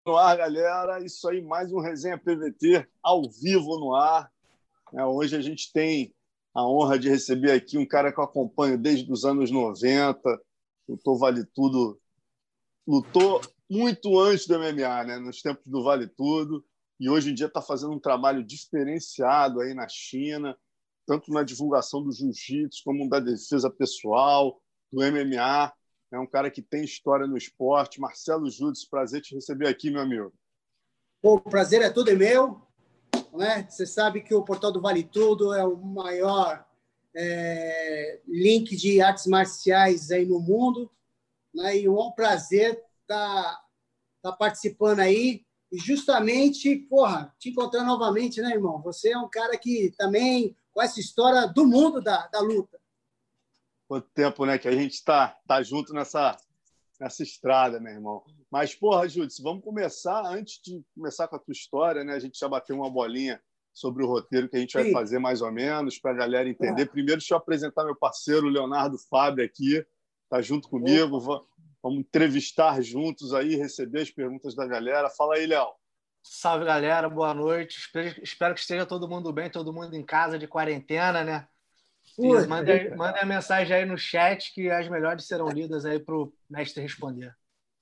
No ar, galera. Isso aí, mais um Resenha PVT ao vivo no ar. Hoje a gente tem a honra de receber aqui um cara que eu acompanho desde os anos 90. Lutou Vale Tudo, lutou muito antes do MMA, né? Nos tempos do Vale Tudo. E hoje em dia está fazendo um trabalho diferenciado aí na China, tanto na divulgação do jiu-jitsu como da defesa pessoal, do MMA. É um cara que tem história no esporte. Marcelo Júdice, prazer te receber aqui, meu amigo. O prazer é todo meu, né? Você sabe que o Portal do Vale Tudo é o maior link de artes marciais aí no mundo, né? E é um prazer estar participando aí e justamente, te encontrar novamente, né, irmão? Você é um cara que também com essa história do mundo da luta. Quanto tempo, né, que a gente tá junto nessa estrada, meu irmão. Mas, Júdice, vamos começar. Antes de começar com a tua história, né? A gente já bateu uma bolinha sobre o roteiro que a gente vai fazer mais ou menos, para a galera entender. Primeiro, deixa eu apresentar meu parceiro, Leonardo Fábio, aqui. Tá junto comigo. Vamos entrevistar juntos aí, receber as perguntas da galera. Fala aí, Léo. Salve, galera. Boa noite. Espero que esteja todo mundo bem, todo mundo em casa de quarentena, né? Manda a mensagem aí no chat que as melhores serão lidas aí para o mestre responder.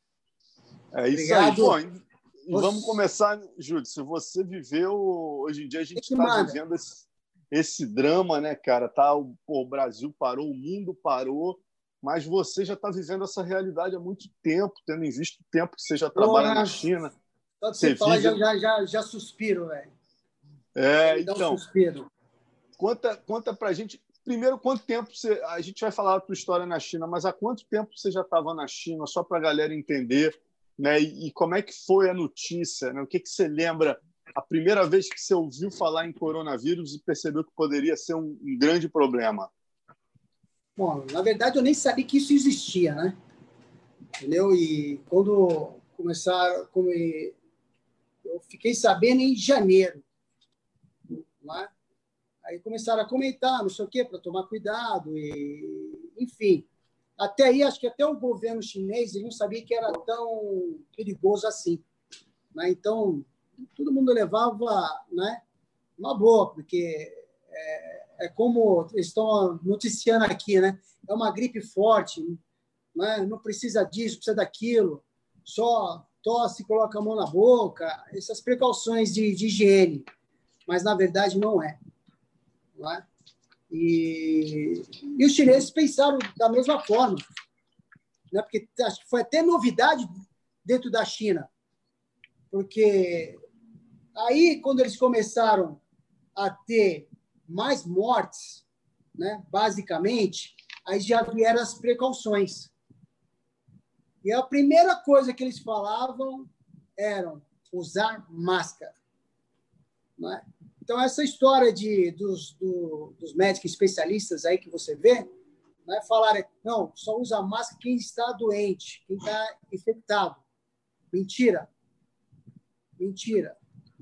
É isso. Obrigado. Aí. Bom, vamos começar, Júdice. Se você viveu... Hoje em dia a gente está vivendo esse drama, né, cara? O Brasil parou, o mundo parou, mas você já está vivendo essa realidade há muito tempo, tendo em vista o tempo que você já trabalha na China. Só que você fala, já suspiro, velho. Então... Suspiro. Conta pra gente... Primeiro, quanto tempo você... A gente vai falar da tua história na China, mas há quanto tempo você já estava na China, só para a galera entender, né? E como é que foi a notícia, né? O que você lembra a primeira vez que você ouviu falar em coronavírus e percebeu que poderia ser um grande problema? Bom, na verdade, eu nem sabia que isso existia, né? Entendeu? E quando começaram... Eu fiquei sabendo em janeiro, né? Aí começaram a comentar, não sei o quê, para tomar cuidado, enfim. Até aí, acho que até o governo chinês ele não sabia que era tão perigoso assim. Né? Então, todo mundo levava, né, uma boa, porque é como eles estão noticiando aqui, né? É uma gripe forte, né? Não precisa disso, precisa daquilo, só tosse, coloca a mão na boca, essas precauções de higiene. Mas, na verdade, não é. Né? E os chineses pensaram da mesma forma, né? Porque acho que foi até novidade dentro da China, porque aí, quando eles começaram a ter mais mortes, né, basicamente, aí já vieram as precauções. E a primeira coisa que eles falavam era usar máscara. Né? Então, essa história dos médicos especialistas aí que você vê, né, falarem, não, só usa máscara quem está doente, quem está infectado. Mentira. Mentira.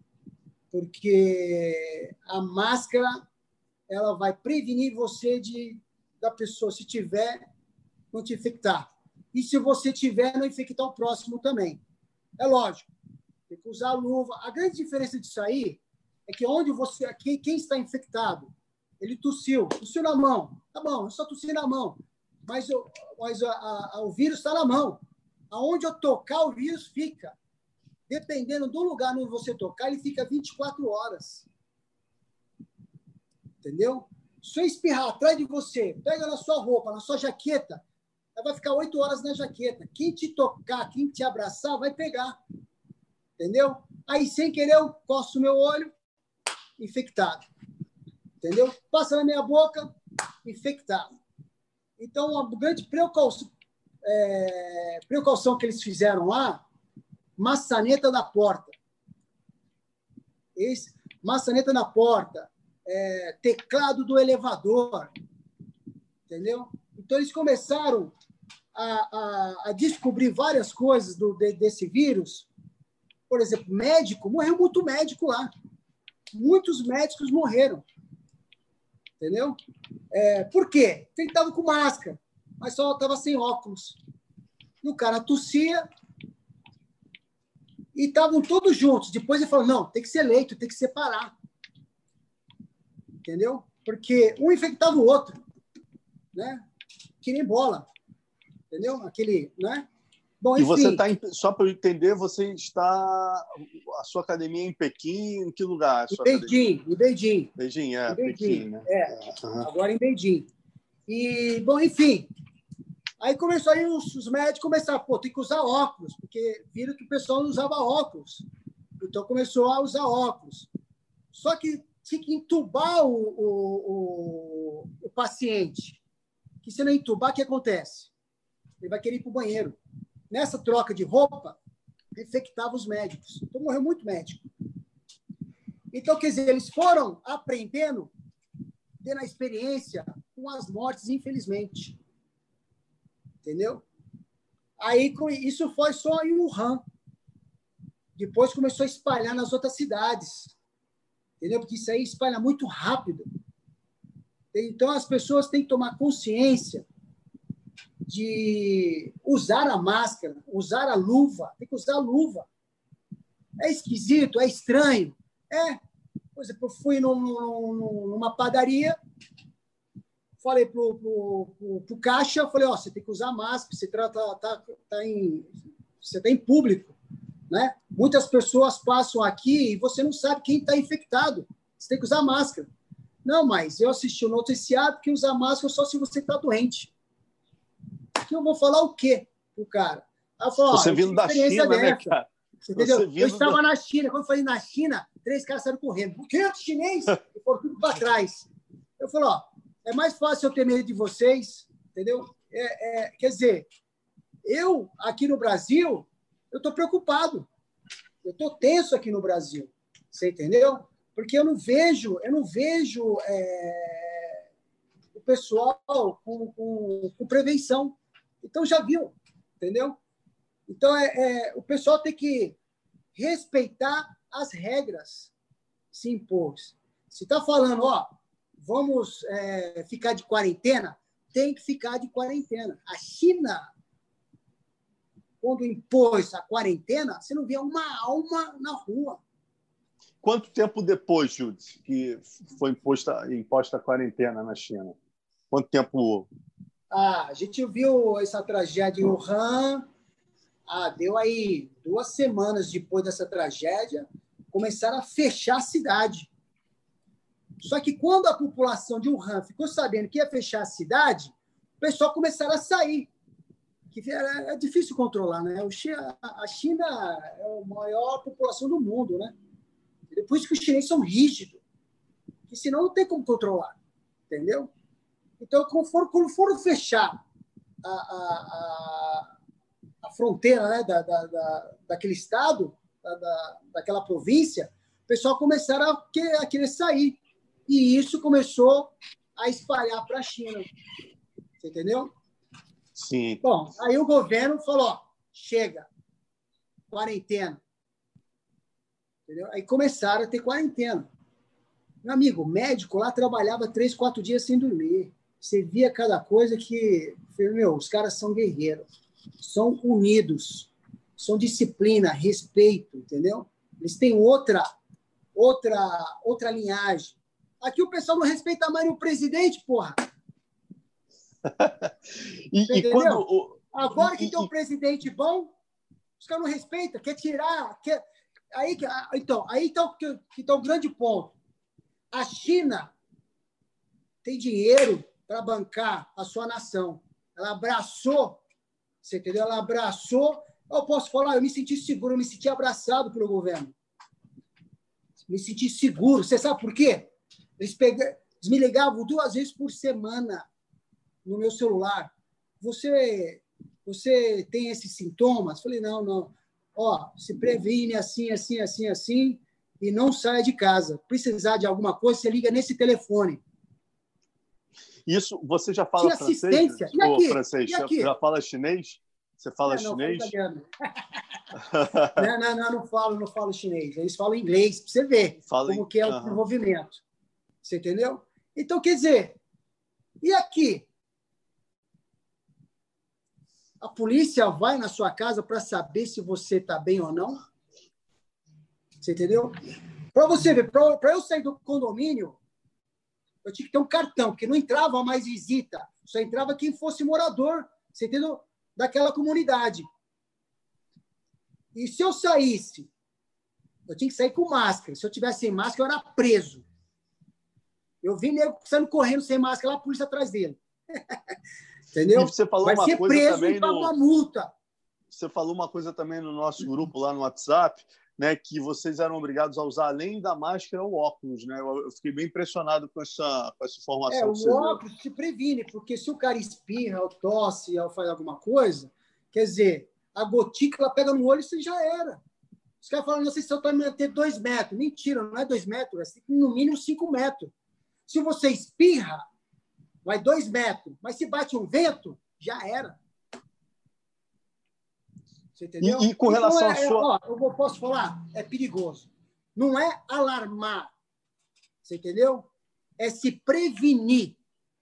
Porque a máscara ela vai prevenir você da pessoa, se tiver, não te infectar. E se você tiver, não infectar o próximo também. É lógico. Tem que usar luva. A grande diferença disso aí é que quem está infectado, ele tossiu na mão. Tá bom, eu só tossi na mão. Mas o vírus está na mão. Aonde eu tocar, o vírus fica. Dependendo do lugar onde você tocar, ele fica 24 horas. Entendeu? Se eu espirrar atrás de você, pega na sua roupa, na sua jaqueta, ela vai ficar 8 horas na jaqueta. Quem te tocar, quem te abraçar, vai pegar. Entendeu? Aí, sem querer, eu coço o meu olho, infectado. Entendeu? Passa na minha boca, infectado. Então, a grande precaução que eles fizeram lá, maçaneta na porta. Maçaneta na porta, teclado do elevador. Entendeu? Então, eles começaram a descobrir várias coisas desse vírus. Por exemplo, morreu muito médico lá. Muitos médicos morreram. Entendeu? Por quê? Porque ele estava com máscara, mas só estava sem óculos. E o cara tossia e estavam todos juntos. Depois ele falou, não, tem que ser leito, tem que separar. Entendeu? Porque um infectava o outro, né? Que nem bola. Entendeu? Aquele, né? Bom, e enfim. você está, só para eu entender, você está... A sua academia é em Pequim? Em que lugar? Em Beijing. Beijing, em Beijing, Pequim, né? Agora em Beijing. E, bom, enfim... Aí começou aí os médicos começaram, tem que usar óculos, porque viram que o pessoal não usava óculos. Então começou a usar óculos. Só que tinha que entubar o paciente. Que se não entubar, o que acontece? Ele vai querer ir para o banheiro. Nessa troca de roupa, infectava os médicos. Então morreu muito médico. Então, quer dizer, eles foram aprendendo, tendo a experiência com as mortes, infelizmente. Entendeu? Aí, isso foi só em Wuhan. Depois começou a espalhar nas outras cidades. Entendeu? Porque isso aí espalha muito rápido. Então, as pessoas têm que tomar consciência de usar a máscara, usar a luva. Tem que usar a luva. É esquisito, é estranho. Por exemplo, eu fui numa padaria, falei pro caixa, falei, você tem que usar máscara, você tá em público, né? Muitas pessoas passam aqui e você não sabe quem está infectado. Você tem que usar máscara. Não, mas eu assisti o noticiário que usar máscara só se você está doente. Que eu vou falar o quê pro cara? Aí eu falo, você vindo da China, né, cara? Você entendeu? Eu estava na China. Quando eu falei na China, 3 caras saíram correndo. O quê? Chinês? E foram tudo para trás. Eu falei, é mais fácil eu ter medo de vocês, entendeu? Quer dizer, eu, aqui no Brasil, eu estou preocupado. Eu estou tenso aqui no Brasil. Você entendeu? Porque eu não vejo o pessoal com prevenção. Então, já viu, entendeu? Então, o pessoal tem que respeitar as regras se impor. Se está falando, vamos ficar de quarentena, tem que ficar de quarentena. A China, quando impôs a quarentena, você não via uma alma na rua. Quanto tempo depois, Júdice, que foi imposta a quarentena na China? Quanto tempo? A gente viu essa tragédia em Wuhan. Deu aí 2 semanas depois dessa tragédia, começaram a fechar a cidade. Só que quando a população de Wuhan ficou sabendo que ia fechar a cidade, o pessoal começaram a sair. Que é difícil controlar, né? A China é a maior população do mundo, né? Por isso que os chineses são rígidos, que senão não tem como controlar, entendeu? Então, quando foram fechar a fronteira, né, daquele estado, daquela província, o pessoal começaram a querer sair. E isso começou a espalhar para a China. Você entendeu? Sim. Bom, aí o governo falou, chega, quarentena. Entendeu? Aí começaram a ter quarentena. Meu amigo, o médico lá trabalhava 3, 4 dias sem dormir. Você via cada coisa que... os caras são guerreiros. São unidos. São disciplina, respeito, entendeu? Eles têm outra linhagem. Aqui o pessoal não respeita mais o presidente, porra. E quando... Agora que tem um presidente bom, os caras não respeitam, quer tirar... Aí está o grande ponto. A China tem dinheiro para bancar a sua nação. Ela abraçou, você entendeu? Ela abraçou. Eu posso falar, eu me senti seguro, eu me senti abraçado pelo governo. Me senti seguro. Você sabe por quê? Eles me ligavam 2 vezes por semana no meu celular. Você tem esses sintomas? Falei, não. Se previne assim, assim, assim, assim, e não saia de casa. Precisar de alguma coisa, você liga nesse telefone. Isso, você já fala francês? Assistência. E aqui? Francês? E aqui? Já fala chinês? Você fala chinês? Não falo chinês. Eles falam inglês, para você ver como que é o desenvolvimento. Você entendeu? Então, quer dizer, e aqui? A polícia vai na sua casa para saber se você está bem ou não? Você entendeu? Para você ver, para eu sair do condomínio, eu tinha que ter um cartão, porque não entrava mais visita, só entrava quem fosse morador, você entendeu? Daquela comunidade. E se eu saísse, eu tinha que sair com máscara. Se eu tivesse sem máscara, eu era preso. Eu vi nego saindo correndo sem máscara, lá a polícia atrás dele. Entendeu? E você falou vai uma ser coisa preso também e paga uma multa. Você falou uma coisa também no nosso grupo lá no WhatsApp, né, que vocês eram obrigados a usar, além da máscara, o óculos, né? Eu fiquei bem impressionado com essa informação que você o deu. óculos te previne, porque se o cara espirra, ou tosse, ou faz alguma coisa, quer dizer, a gotícula pega no olho e você já era. Os caras falam, não sei se eu estou manter 2 metros. Mentira, não é 2 metros, é no mínimo 5 metros. Se você espirra, vai 2 metros. Mas se bate um vento, já era. Você entendeu? E com relação então, à sua... Ó, eu posso falar? É perigoso. Não é alarmar. Você entendeu? É se prevenir.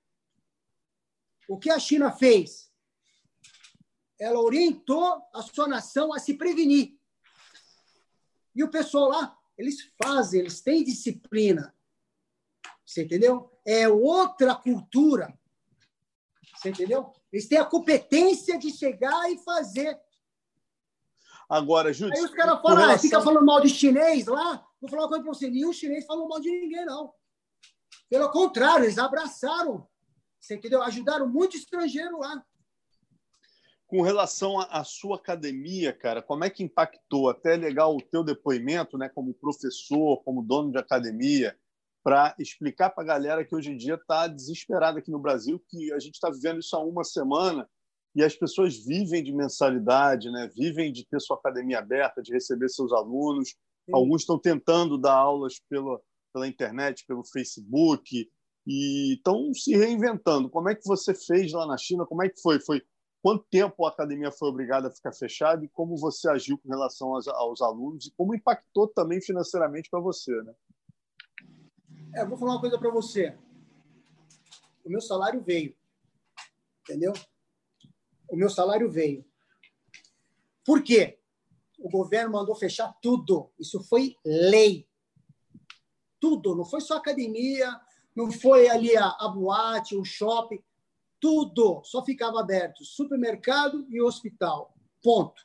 O que a China fez? Ela orientou a sua nação a se prevenir. E o pessoal lá, eles fazem, eles têm disciplina. Você entendeu? É outra cultura. Você entendeu? Eles têm a competência de chegar e fazer. Agora, Júlio... Aí os caras falam, fica falando mal de chinês lá. Vou falar uma coisa para você. Nenhum chinês falou mal de ninguém, não. Pelo contrário, eles abraçaram. Você entendeu? Ajudaram muito estrangeiro lá. Com relação à sua academia, cara, como é que impactou? Até é legal o teu depoimento, né, como professor, como dono de academia, para explicar para a galera que hoje em dia está desesperada aqui no Brasil, que a gente está vivendo isso há uma semana e as pessoas vivem de mensalidade, né, vivem de ter sua academia aberta, de receber seus alunos. Sim. Alguns estão tentando dar aulas pela internet, pelo Facebook, e estão se reinventando. Como é que você fez lá na China? Como é que foi? Quanto tempo a academia foi obrigada a ficar fechada e como você agiu com relação aos alunos e como impactou também financeiramente para você, né? Eu vou falar uma coisa para você. O meu salário veio. Entendeu? O meu salário veio. Por quê? O governo mandou fechar tudo. Isso foi lei. Tudo. Não foi só academia, não foi ali a boate, o shopping. Tudo só ficava aberto, supermercado e hospital. Ponto.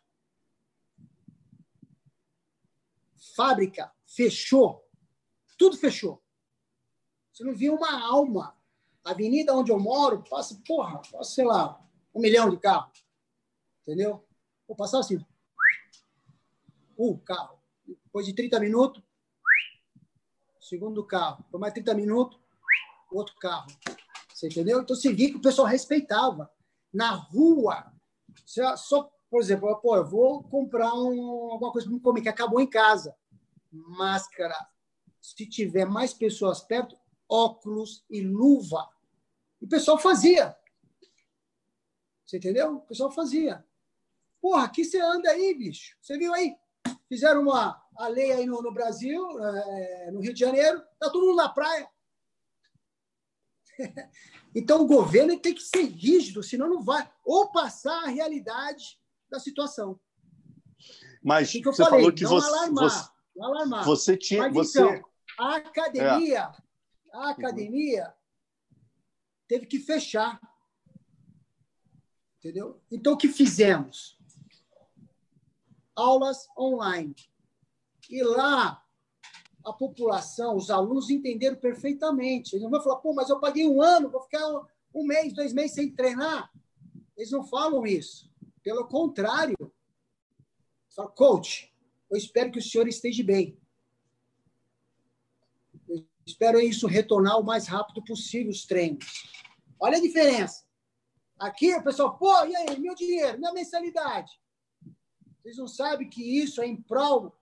Fábrica fechou. Tudo fechou. Você não via uma alma. A avenida onde eu moro passa, sei lá, 1 milhão de carros. Entendeu? Vou passar assim. Carro. Depois de 30 minutos, segundo carro. Depois mais 30 minutos, outro carro. Você entendeu? Então, você via que o pessoal respeitava. Na rua, só, por exemplo, eu vou comprar alguma coisa para me comer, que acabou em casa. Máscara. Se tiver mais pessoas perto, óculos e luva. E o pessoal fazia. Você entendeu? O pessoal fazia. Aqui você anda aí, bicho. Você viu aí? Fizeram a lei aí no Brasil, no Rio de Janeiro, tá todo mundo na praia. Então, o governo tem que ser rígido, senão não vai. Ou passar a realidade da situação. Mas que eu você falei, falou que não alarmar. Você tinha... Mas, então, a academia teve que fechar. Entendeu? Então, o que fizemos? Aulas online. E lá, a população, os alunos entenderam perfeitamente. Eles não vão falar, mas eu paguei 1 ano, vou ficar 1 mês, 2 meses sem treinar. Eles não falam isso. Pelo contrário. Eles falam, coach, eu espero que o senhor esteja bem. Eu espero isso retornar o mais rápido possível, os treinos. Olha a diferença. Aqui, o pessoal, e aí, meu dinheiro, minha mensalidade. Vocês não sabem que isso é em prol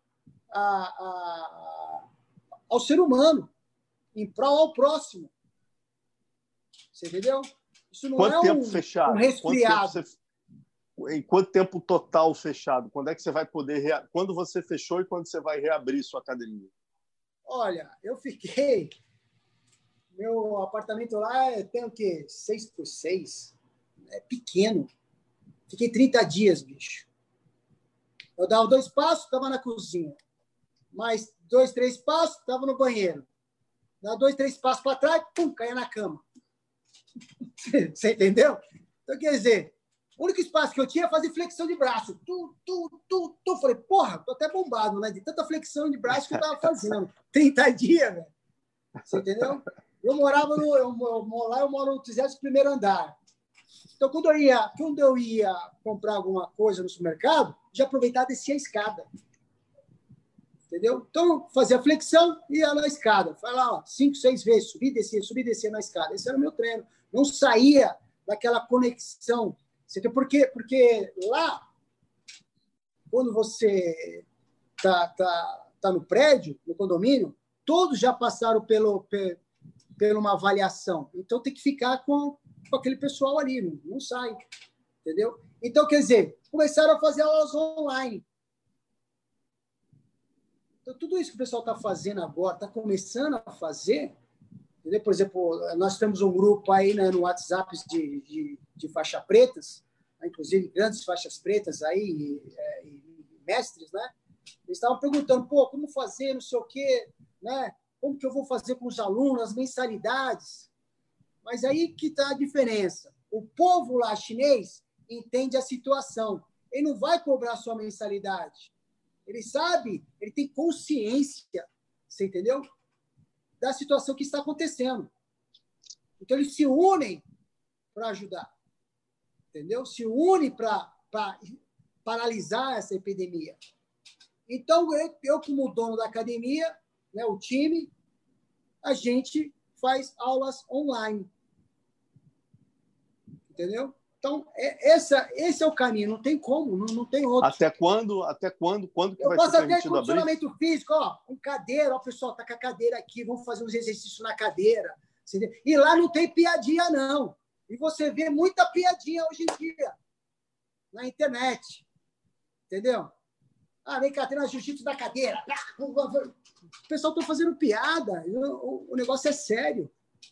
ao ser humano, em prol ao próximo. Você entendeu? Isso não é um resfriado. Em quanto tempo total fechado? Quando é que você vai poder... Quando você fechou e quando você vai reabrir sua academia? Olha, eu fiquei... Meu apartamento lá tem o quê? 6x6. É pequeno. Fiquei 30 dias, bicho. Eu dava 2 passos, estava na cozinha. mais 2, 3 passos, estava no banheiro. Dá 2, 3 passos para trás, pum, caía na cama. Você entendeu? Então, quer dizer, o único espaço que eu tinha é fazer flexão de braço. Falei, porra, tô até bombado, né? De tanta flexão de braço que eu tava fazendo. 30 dias, velho. Você entendeu? Eu moro no 31º andar. Então, quando eu ia comprar alguma coisa no supermercado, já aproveitava e descia a escada. Entendeu? Então, fazia flexão e ia na escada. Vai lá, 5, 6 vezes, subir e descer na escada. Esse era o meu treino. Não saía daquela conexão. Porque lá, quando você tá no prédio, no condomínio, todos já passaram pela uma avaliação. Então, tem que ficar com aquele pessoal ali, não sai. Entendeu? Então, quer dizer, começaram a fazer aulas online. Então, tudo isso que o pessoal está fazendo agora, está começando a fazer. Entendeu? Por exemplo, nós temos um grupo aí, né, no WhatsApp de faixa pretas, né, inclusive grandes faixas pretas aí, e mestres, né? Eles estavam perguntando, como fazer, não sei o quê, né? Como que eu vou fazer com os alunos, as mensalidades? Mas aí que está a diferença. O povo lá chinês entende a situação. Ele não vai cobrar sua mensalidade. Ele sabe, ele tem consciência, você entendeu? Da situação que está acontecendo. Então, eles se unem para ajudar. Entendeu? Se unem para paralisar essa epidemia. Então, eu como dono da academia, né, o time, a gente faz aulas online. Entendeu? Então, esse é o caminho, não tem como, não tem outro. Até quando que eu vai posso ser até permitido abrir? condicionamento físico, com cadeira, o pessoal tá com a cadeira aqui, vamos fazer uns exercícios na cadeira. Entendeu? E lá não tem piadinha, não. E você vê muita piadinha hoje em dia, na internet. Entendeu? Vem cá, tem jiu-jitsu da cadeira. O pessoal tá fazendo piada, o negócio é sério.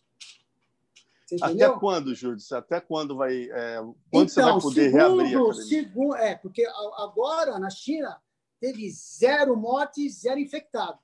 Até quando, Júlio? Até quando vai? Quando você vai poder reabrir a academia? Porque agora na China teve 0 mortes, 0 infectados.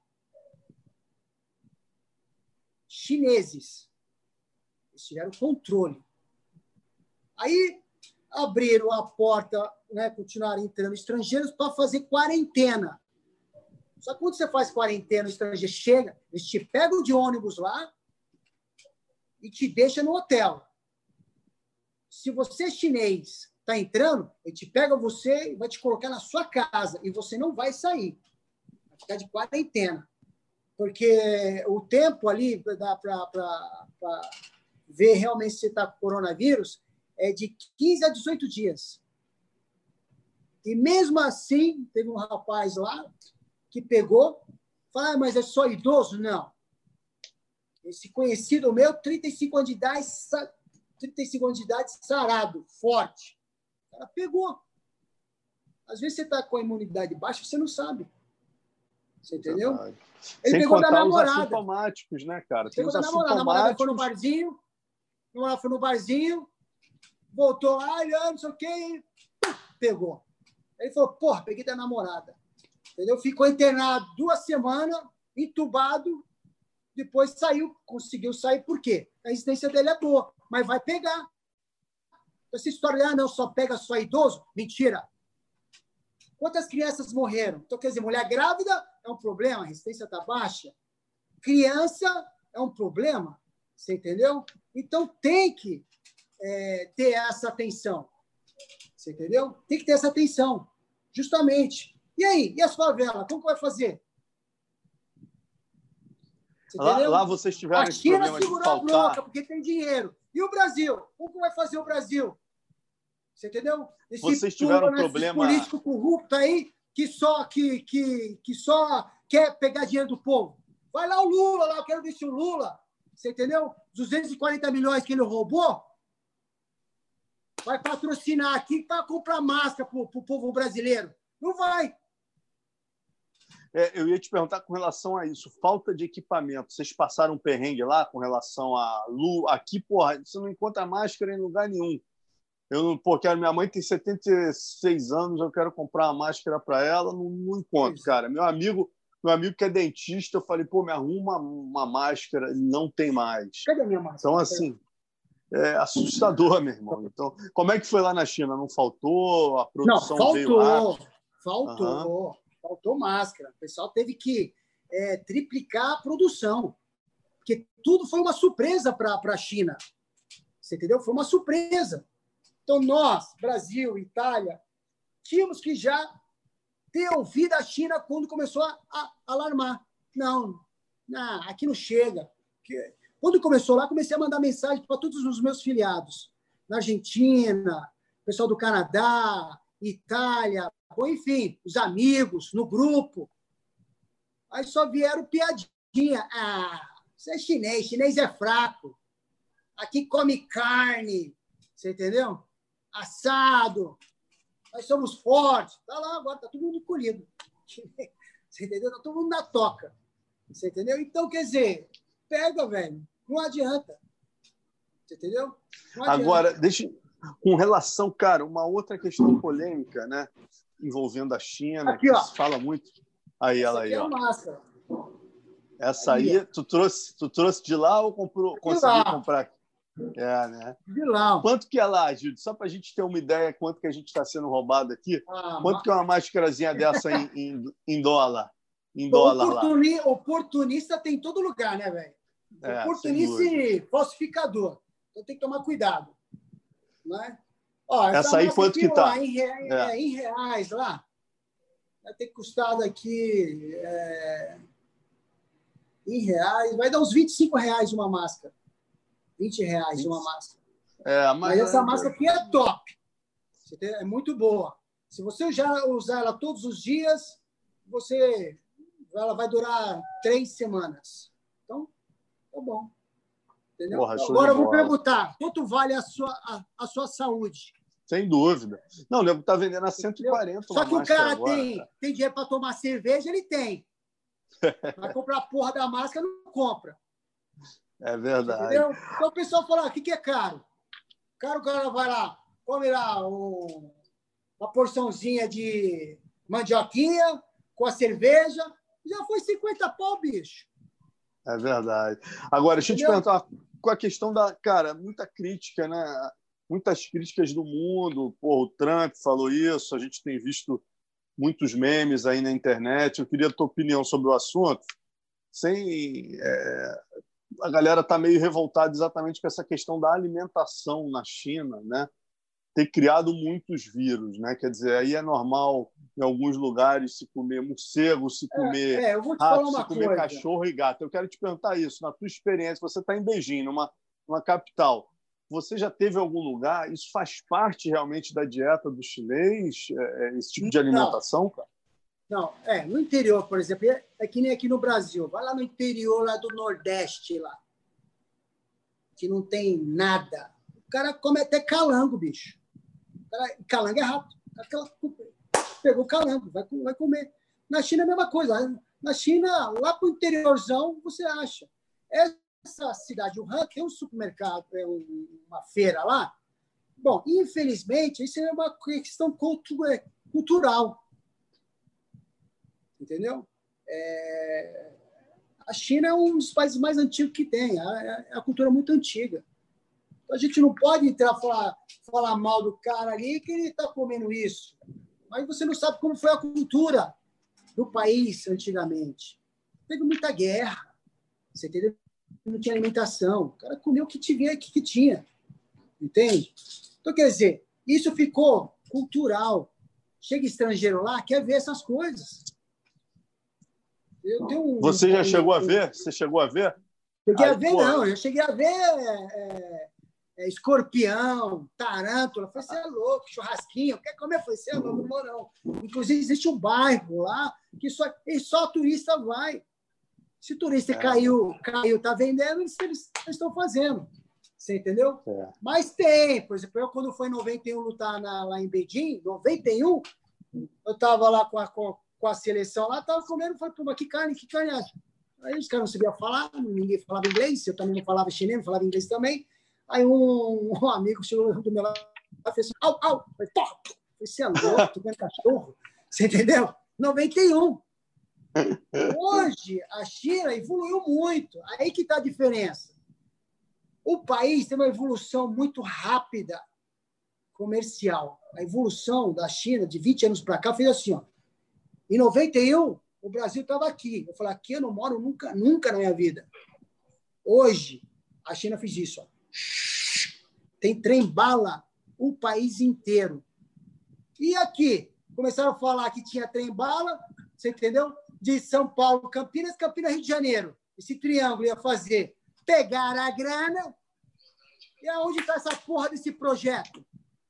Chineses. Eles tiveram controle. Aí abriram a porta, né, continuaram entrando estrangeiros para fazer quarentena. Só que quando você faz quarentena, o estrangeiro chega, eles te pegam de ônibus lá e te deixa no hotel. Se você chinês está entrando, ele te pega você e vai te colocar na sua casa e você não vai sair. Vai ficar de quarentena. Porque o tempo ali dá para ver realmente se está com coronavírus é de 15 a 18 dias. E mesmo assim, teve um rapaz lá que pegou, falou, mas é só idoso? Não. Esse conhecido meu, 35 anos de idade, sarado, forte. O cara pegou. Às vezes você está com a imunidade baixa, você não sabe. Você entendeu? Ele pegou da namorada. Os assintomáticos, né, cara? Tem os assintomáticos. A namorada foi no barzinho, voltou lá, não sei o quê, e pegou. Ele falou, peguei da namorada. Entendeu? Ficou internado 2 semanas, entubado, depois saiu, conseguiu sair, por quê? A resistência dele é boa, mas vai pegar. Essa história, não, só pega só idoso? Mentira. Quantas crianças morreram? Então, quer dizer, mulher grávida é um problema, a resistência está baixa. Criança é um problema, você entendeu? Então, tem que ter essa atenção. Você entendeu? Tem que ter essa atenção, justamente. E aí? E as favelas? Como que vai fazer? Lá vocês tiveram esse problema de faltar. A China segurou a bronca, porque tem dinheiro. E o Brasil? Como que vai fazer o Brasil? Você entendeu? Vocês tiveram um problema... político corrupto aí que só quer pegar dinheiro do povo. Vai lá o Lula, eu quero ver se o Lula, você entendeu? 240 milhões que ele roubou, vai patrocinar aqui para comprar máscara para o povo brasileiro. Não vai. Eu ia te perguntar com relação a isso, falta de equipamento. Vocês passaram um perrengue lá com relação a luz? Aqui, porra, você não encontra máscara em lugar nenhum. Minha mãe tem 76 anos, eu quero comprar uma máscara para ela, não encontro, cara. Meu amigo meu amigo que é dentista, eu falei, pô, me arruma uma máscara, ele não tem mais. Cadê a minha máscara? Então, assim, é assustador, meu irmão. Então, como é que foi lá na China? Não faltou? A produção Não, veio rápido? Faltou máscara. O pessoal teve que triplicar a produção, porque tudo foi uma surpresa para a China. Você entendeu? Foi uma surpresa. Então, nós, Brasil, Itália, tínhamos que já ter ouvido a China quando começou a alarmar. Não, aqui não chega. Quando começou lá, comecei a mandar mensagem para todos os meus filiados. Na Argentina, pessoal do Canadá, Itália, bom, enfim, os amigos, no grupo. Aí só vieram piadinha. Você é chinês é fraco. Aqui come carne, você entendeu? Assado. Nós somos fortes. Tá lá agora, tá todo mundo encolhido. Você entendeu? Tá todo mundo na toca. Você entendeu? Então, quer dizer, pega, velho. Não adianta. Você entendeu? Agora, com relação, cara, uma outra questão polêmica, né? Envolvendo a China, aqui, que ó. se fala muito. Aí, essa ela aí, aqui ó. É a máscara. Essa aí, tu trouxe de lá ou conseguiu comprar aqui? Né? De lá. Quanto que é lá, Gildo? Só para a gente ter uma ideia quanto que a gente está sendo roubado aqui. Quanto que é uma máscarazinha dessa em dólar? Em dólar lá. Oportunista tem em todo lugar, né, velho? Oportunista e falsificador. Então tem que tomar cuidado. Né? Ó, essa aí quanto que tá? Em reais lá, vai ter custado aqui em reais, vai dar uns R$25 uma máscara. R$20 uma máscara. Mas essa máscara aqui é top. É muito boa. Se você usar ela todos os dias, ela vai durar 3 semanas. Então, tá bom. Entendeu? Porra, agora eu vou perguntar, quanto vale a sua saúde? Sem dúvida. Não, ele está vendendo a 140. Só que o cara tem dinheiro para tomar cerveja, ele tem. Vai comprar a porra da máscara, não compra. É verdade. Entendeu? Então o pessoal fala, o que é caro? O cara vai lá, come lá uma porçãozinha de mandioquinha com a cerveja, já foi 50 pau, bicho. É verdade. Agora, deixa eu te perguntar, com a questão da... Cara, muita crítica, né? Muitas críticas do mundo. Pô, o Trump falou isso, a gente tem visto muitos memes aí na internet. Eu queria a tua opinião sobre o assunto. A galera está meio revoltada exatamente com essa questão da alimentação na China, né? Ter criado muitos vírus, né? Quer dizer, aí é normal em alguns lugares se comer morcego, se comer rato, se comer cachorro e gato. Eu quero te perguntar isso, na tua experiência, você está em Beijing, numa capital, você já teve algum lugar? Isso faz parte realmente da dieta do chinês, esse tipo de alimentação, cara? Não, no interior, por exemplo, é que nem aqui no Brasil. Vai lá no interior, lá do Nordeste, lá, que não tem nada. O cara come até calango, bicho. Calango é rápido. Pegou calango, vai comer. Na China é a mesma coisa. Na China, lá para o interiorzão, você acha. Essa cidade, Wuhan, tem um supermercado, uma feira lá. Bom, infelizmente, isso é uma questão cultural. Entendeu? A China é um dos países mais antigos que tem. É a cultura muito antiga. A gente não pode entrar falar mal do cara ali que ele está comendo isso. Mas você não sabe como foi a cultura do país antigamente. Teve muita guerra. Você entendeu? Não tinha alimentação. O cara comeu o que tinha. Entende? Então, quer dizer, isso ficou cultural. Chega estrangeiro lá, quer ver essas coisas. Você já chegou a ver? Você chegou a ver? Cheguei a ver, não. Eu cheguei a ver escorpião, tarântula. Falei, você é louco, churrasquinho. Quer comer? Falei, você é louco, não. Inclusive, existe um bairro lá que só turista vai. Se o turista caiu, tá vendendo, eles estão fazendo. Você entendeu? Mas tem. Por exemplo, eu, quando fui em 91 lutar lá em Beijing, 91, eu estava lá com a seleção lá, estava comendo, falei, pô, mas que carne é? Aí os caras não sabiam falar, ninguém falava inglês, eu também não falava chinês, não falava inglês também. Aí um amigo chegou do meu lado e fez assim, au. Falei, pô, você é louco, tô comendo cachorro. Você entendeu? 91. Hoje, a China evoluiu muito. Aí que está a diferença. O país tem uma evolução muito rápida comercial. A evolução da China, de 20 anos para cá, fez assim. Ó. Em 91, o Brasil estava aqui. Eu falei, aqui eu não moro nunca na minha vida. Hoje, a China fez isso. Ó. Tem trem-bala o país inteiro. E aqui, começaram a falar que tinha trem-bala, você entendeu? De São Paulo, Campinas, Rio de Janeiro. Esse triângulo ia fazer. Pegaram a grana. E aonde está essa porra desse projeto?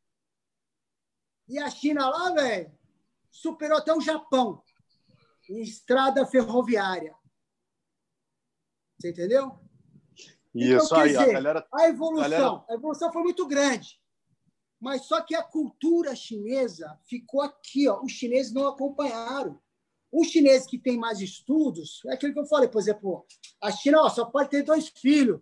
E a China lá, velho, superou até o Japão em estrada ferroviária. Você entendeu? Isso então, quer aí, dizer, a evolução foi muito grande. Mas só que a cultura chinesa ficou aqui. Ó. Os chineses não acompanharam. Os chineses que têm mais estudos, é aquilo que eu falei, por exemplo, a China só pode ter 2 filhos.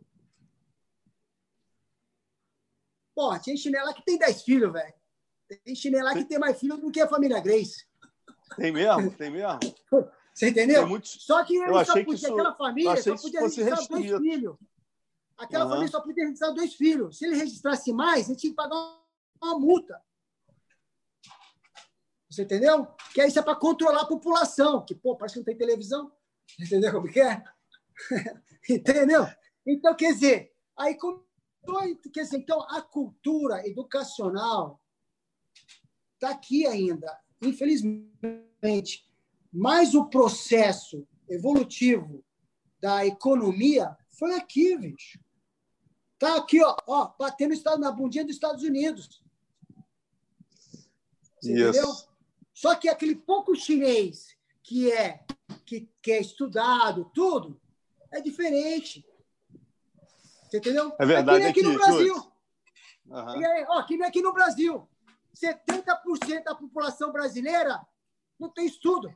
Pô, tem chinês lá que tem 10 filhos, velho. Tem chinês lá que tem mais filhos do que a família Grace. Tem mesmo? Tem mesmo? Você entendeu? Muitos... Só que aquela família só podia registrar 2 filhos. Aquela família só podia registrar 2 filhos. Se ele registrasse mais, ele tinha que pagar uma multa. Você entendeu? Que isso é para controlar a população. Que, pô, parece que não tem televisão. Entendeu como que é? Entendeu? Então, quer dizer, então, a cultura educacional está aqui ainda, infelizmente. Mas o processo evolutivo da economia foi aqui, bicho. Está aqui, ó, batendo na bundinha dos Estados Unidos. Você entendeu? Só que aquele pouco chinês que é estudado, tudo, é diferente. Você entendeu? É verdade. Aqui no Brasil. Aqui no Brasil. 70% da população brasileira não tem estudo.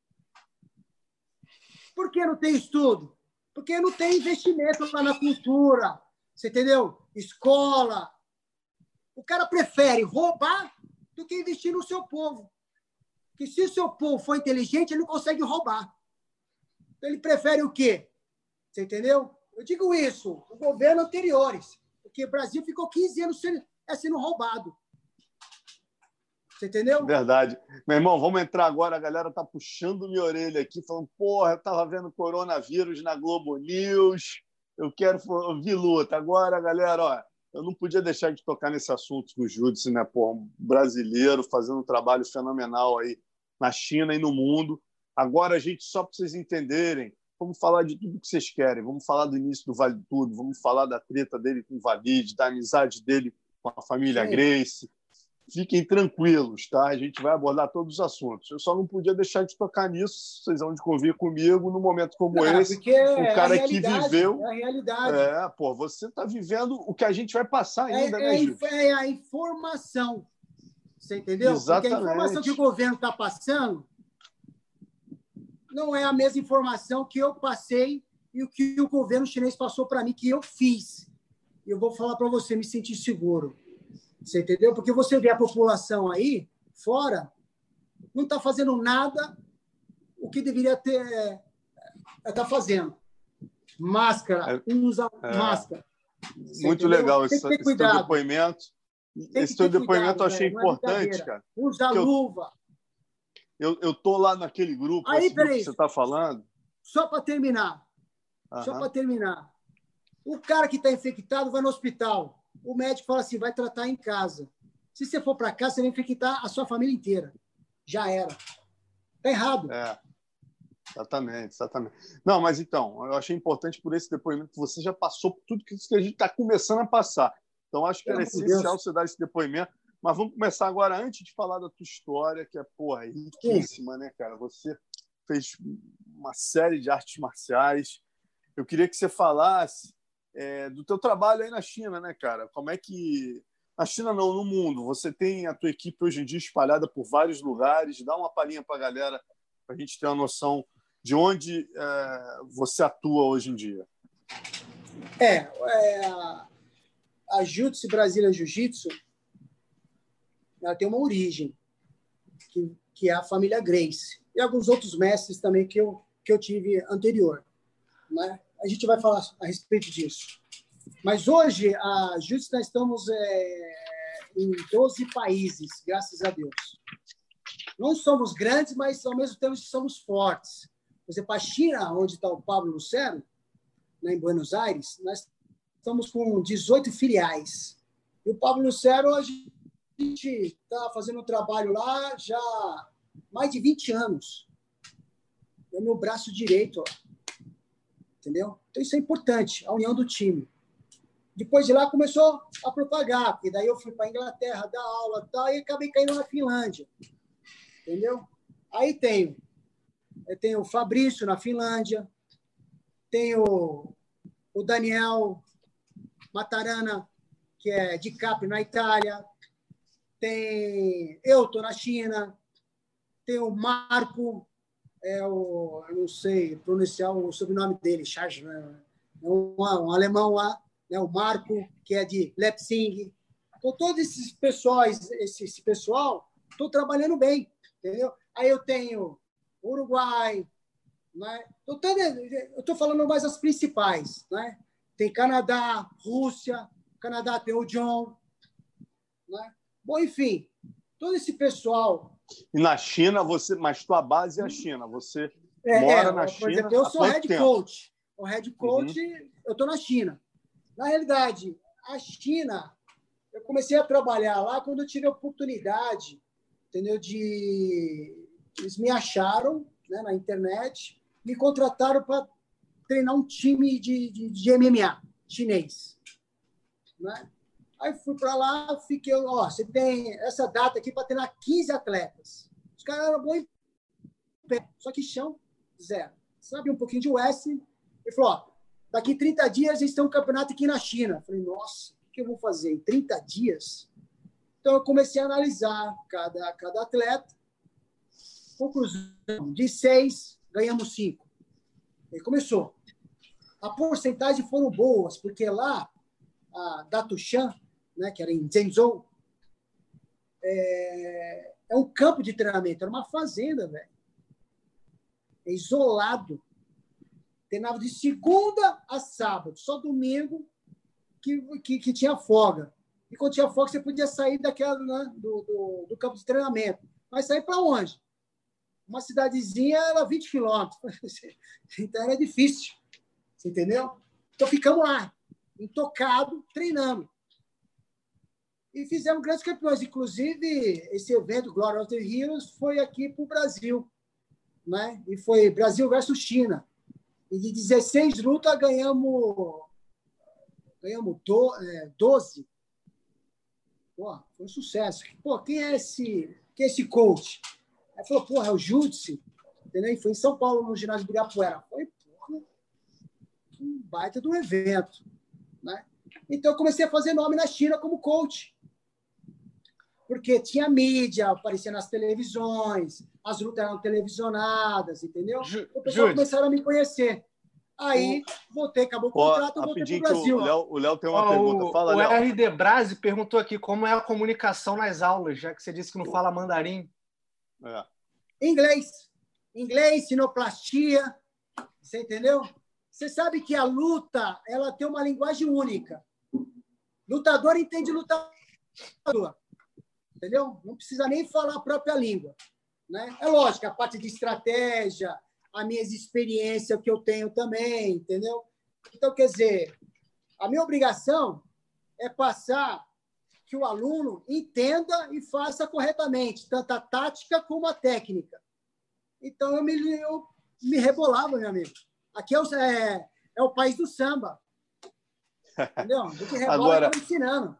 Por que não tem estudo? Porque não tem investimento lá na cultura. Você entendeu? Escola. O cara prefere roubar do que investir no seu povo. Porque se o seu povo for inteligente, ele não consegue roubar. Então, ele prefere o quê? Você entendeu? Eu digo isso, o governo anteriores, porque o Brasil ficou 15 anos sendo roubado. Você entendeu? Verdade. Meu irmão, vamos entrar agora. A galera tá puxando minha orelha aqui, falando, porra, eu tava vendo coronavírus na Globo News, eu quero ouvir luta. Agora, galera, ó, eu não podia deixar de tocar nesse assunto do Júdice, né, porra, um brasileiro fazendo um trabalho fenomenal aí na China e no mundo. Agora, gente, só para vocês entenderem, vamos falar de tudo que vocês querem. Vamos falar do início do Vale Tudo, vamos falar da treta dele com o Valide, da amizade dele com a família Grace. Fiquem tranquilos, tá? A gente vai abordar todos os assuntos. Eu só não podia deixar de tocar nisso, vocês vão de convir comigo num momento como esse. Porque o cara que viveu. É a realidade. Pô, você está vivendo o que a gente vai passar ainda, né, Gil? É a informação. Você entendeu? Exatamente. Porque a informação que o governo está passando não é a mesma informação que eu passei e o que o governo chinês passou para mim, que eu fiz. E eu vou falar para você, me sentir seguro. Você entendeu? Porque você vê a população aí, fora, não está fazendo nada o que deveria tá fazendo. Máscara, usa máscara. Muito legal esse teu depoimento. Esse teu depoimento eu achei importante, cara. Usa luva. Eu estou lá naquele grupo, aí, grupo que você está falando. Só para terminar. O cara que está infectado vai no hospital. O médico fala assim, vai tratar em casa. Se você for para casa, você vai infectar a sua família inteira. Já era. Está errado. Exatamente. Não, mas então, eu achei importante por esse depoimento que você já passou por tudo que a gente está começando a passar. Então, acho que era essencial você dar esse depoimento. Mas vamos começar agora, antes de falar da tua história, que é, porra, riquíssima, né, cara? Você fez uma série de artes marciais. Eu queria que você falasse do teu trabalho aí na China, né, cara? Como é que... Na China não, no mundo. Você tem a tua equipe hoje em dia espalhada por vários lugares. Dá uma palhinha para a galera, para a gente ter uma noção de onde você atua hoje em dia. A Júdice Brasília Jiu-Jitsu, ela tem uma origem que que é a família Gracie, e alguns outros mestres também que eu tive anterior, né? A gente vai falar a respeito disso. Mas hoje, a Jiu-Jitsu, nós estamos em 12 países, graças a Deus. Não somos grandes, mas ao mesmo tempo somos fortes. Por exemplo, a China, onde está o Pablo Lucero, né, em Buenos Aires, nós estamos com 18 filiais. E o Pablo Lucero, a gente está fazendo um trabalho lá já há mais de 20 anos. É meu braço direito, ó. Entendeu? Então, isso é importante, a união do time. Depois de lá, começou a propagar, porque daí eu fui para a Inglaterra dar aula e tal, e acabei caindo na Finlândia. Entendeu? Aí eu tenho o Fabrício na Finlândia, tenho o Daniel Matarana, que é de Capri, na Itália, eu estou na China, tem o Marco, eu não sei pronunciar o sobrenome dele, Charles, né? Um alemão lá, né? O Marco, que é de Leipzig. Então, todos esses pessoais, esse pessoal, estou trabalhando bem, entendeu? Aí eu tenho Uruguai, né? Eu estou falando mais as principais, né? Tem Canadá, Rússia, Canadá tem o John, né? Bom, enfim, todo esse pessoal. E na China, mas tua base é a China. Você mora na China. Por exemplo, eu sou head coach. O head coach, eu estou na China. Na realidade, a China, eu comecei a trabalhar lá quando eu tive a oportunidade, entendeu? Eles me acharam, né, na internet, me contrataram para treinar um time de MMA chinês, né? Aí fui para lá, fiquei, você tem essa data aqui para treinar 15 atletas. Os caras eram bons em pé, só que chão, zero. Sabe um pouquinho de wrestling. Ele falou, daqui 30 dias eles têm um campeonato aqui na China. Eu falei, nossa, o que eu vou fazer em 30 dias? Então, eu comecei a analisar cada atleta. Conclusão, de 6, ganhamos 5. Aí começou. A porcentagem foram boas, porque lá, a Datushan, né, que era em Zhengzhou, é um campo de treinamento, era uma fazenda, velho. É isolado. Treinava de segunda a sábado, só domingo que tinha folga. E quando tinha folga, você podia sair daquela, né, do campo de treinamento. Mas sair para onde? Uma cidadezinha era 20 quilômetros. Então era difícil. Você entendeu? Então ficamos lá, intocado, treinando. E fizemos grandes campeões. Inclusive, esse evento, Glory of the Heroes, foi aqui para o Brasil, né? E foi Brasil versus China. E de 16 lutas, ganhamos 12. Pô, foi um sucesso. Pô, quem é esse coach? Aí falou, é o Jiu-Jitsu. Entendeu? E foi em São Paulo, no ginásio do Ibirapuera. Foi, um baita de um evento, né? Então, eu comecei a fazer nome na China como coach. Porque tinha mídia, aparecia nas televisões, as lutas eram televisionadas, entendeu? O pessoal começaram a me conhecer. Aí, voltei, acabou o contrato, eu voltei para o Brasil. O Léo tem uma pergunta. Fala, Léo. O RD Brasi perguntou aqui como é a comunicação nas aulas, já que você disse que não fala mandarim. Inglês, sinoplastia, você entendeu? Você sabe que a luta, ela tem uma linguagem única. Lutador entende lutador. Entendeu? Não precisa nem falar a própria língua, né? É lógico, a parte de estratégia, as minhas experiências que eu tenho também, entendeu? Então, quer dizer, a minha obrigação é passar que o aluno entenda e faça corretamente, tanto a tática como a técnica. Então, eu me rebolava, meu amigo. Aqui é o país do samba. Entendeu? Do que rebola, agora, eu ensinando.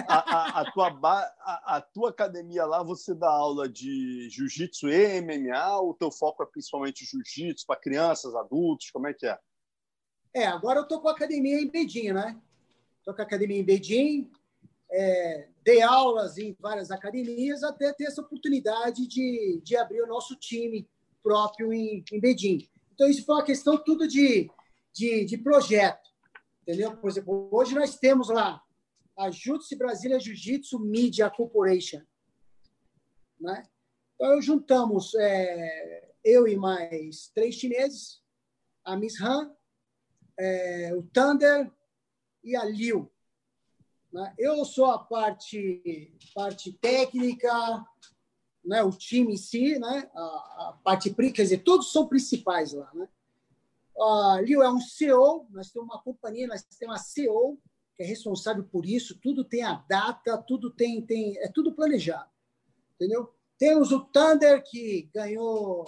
A tua academia lá, você dá aula de jiu-jitsu e MMA, ou o teu foco é principalmente jiu-jitsu para crianças, adultos? Como é que é? Agora eu estou com a academia em Beijing, né? Estou com a academia em Beijing, dei aulas em várias academias até ter essa oportunidade de abrir o nosso time próprio em Beijing. Então, isso foi uma questão tudo de projeto, entendeu? Por exemplo, hoje nós temos lá a Jiu-Jitsu Brasília Jiu-Jitsu Media Corporation, né? Então, juntamos eu e mais 3 chineses, a Miss Han, o Thunder e a Liu. Né? Eu sou a parte técnica, né? O time em si, né? A parte, quer dizer, todos são principais lá. Né? A Liu é um CEO, nós temos uma companhia, nós temos uma CEO, que é responsável por isso, tudo tem a data, tudo é tudo planejado. Entendeu? Temos o Thunder, que ganhou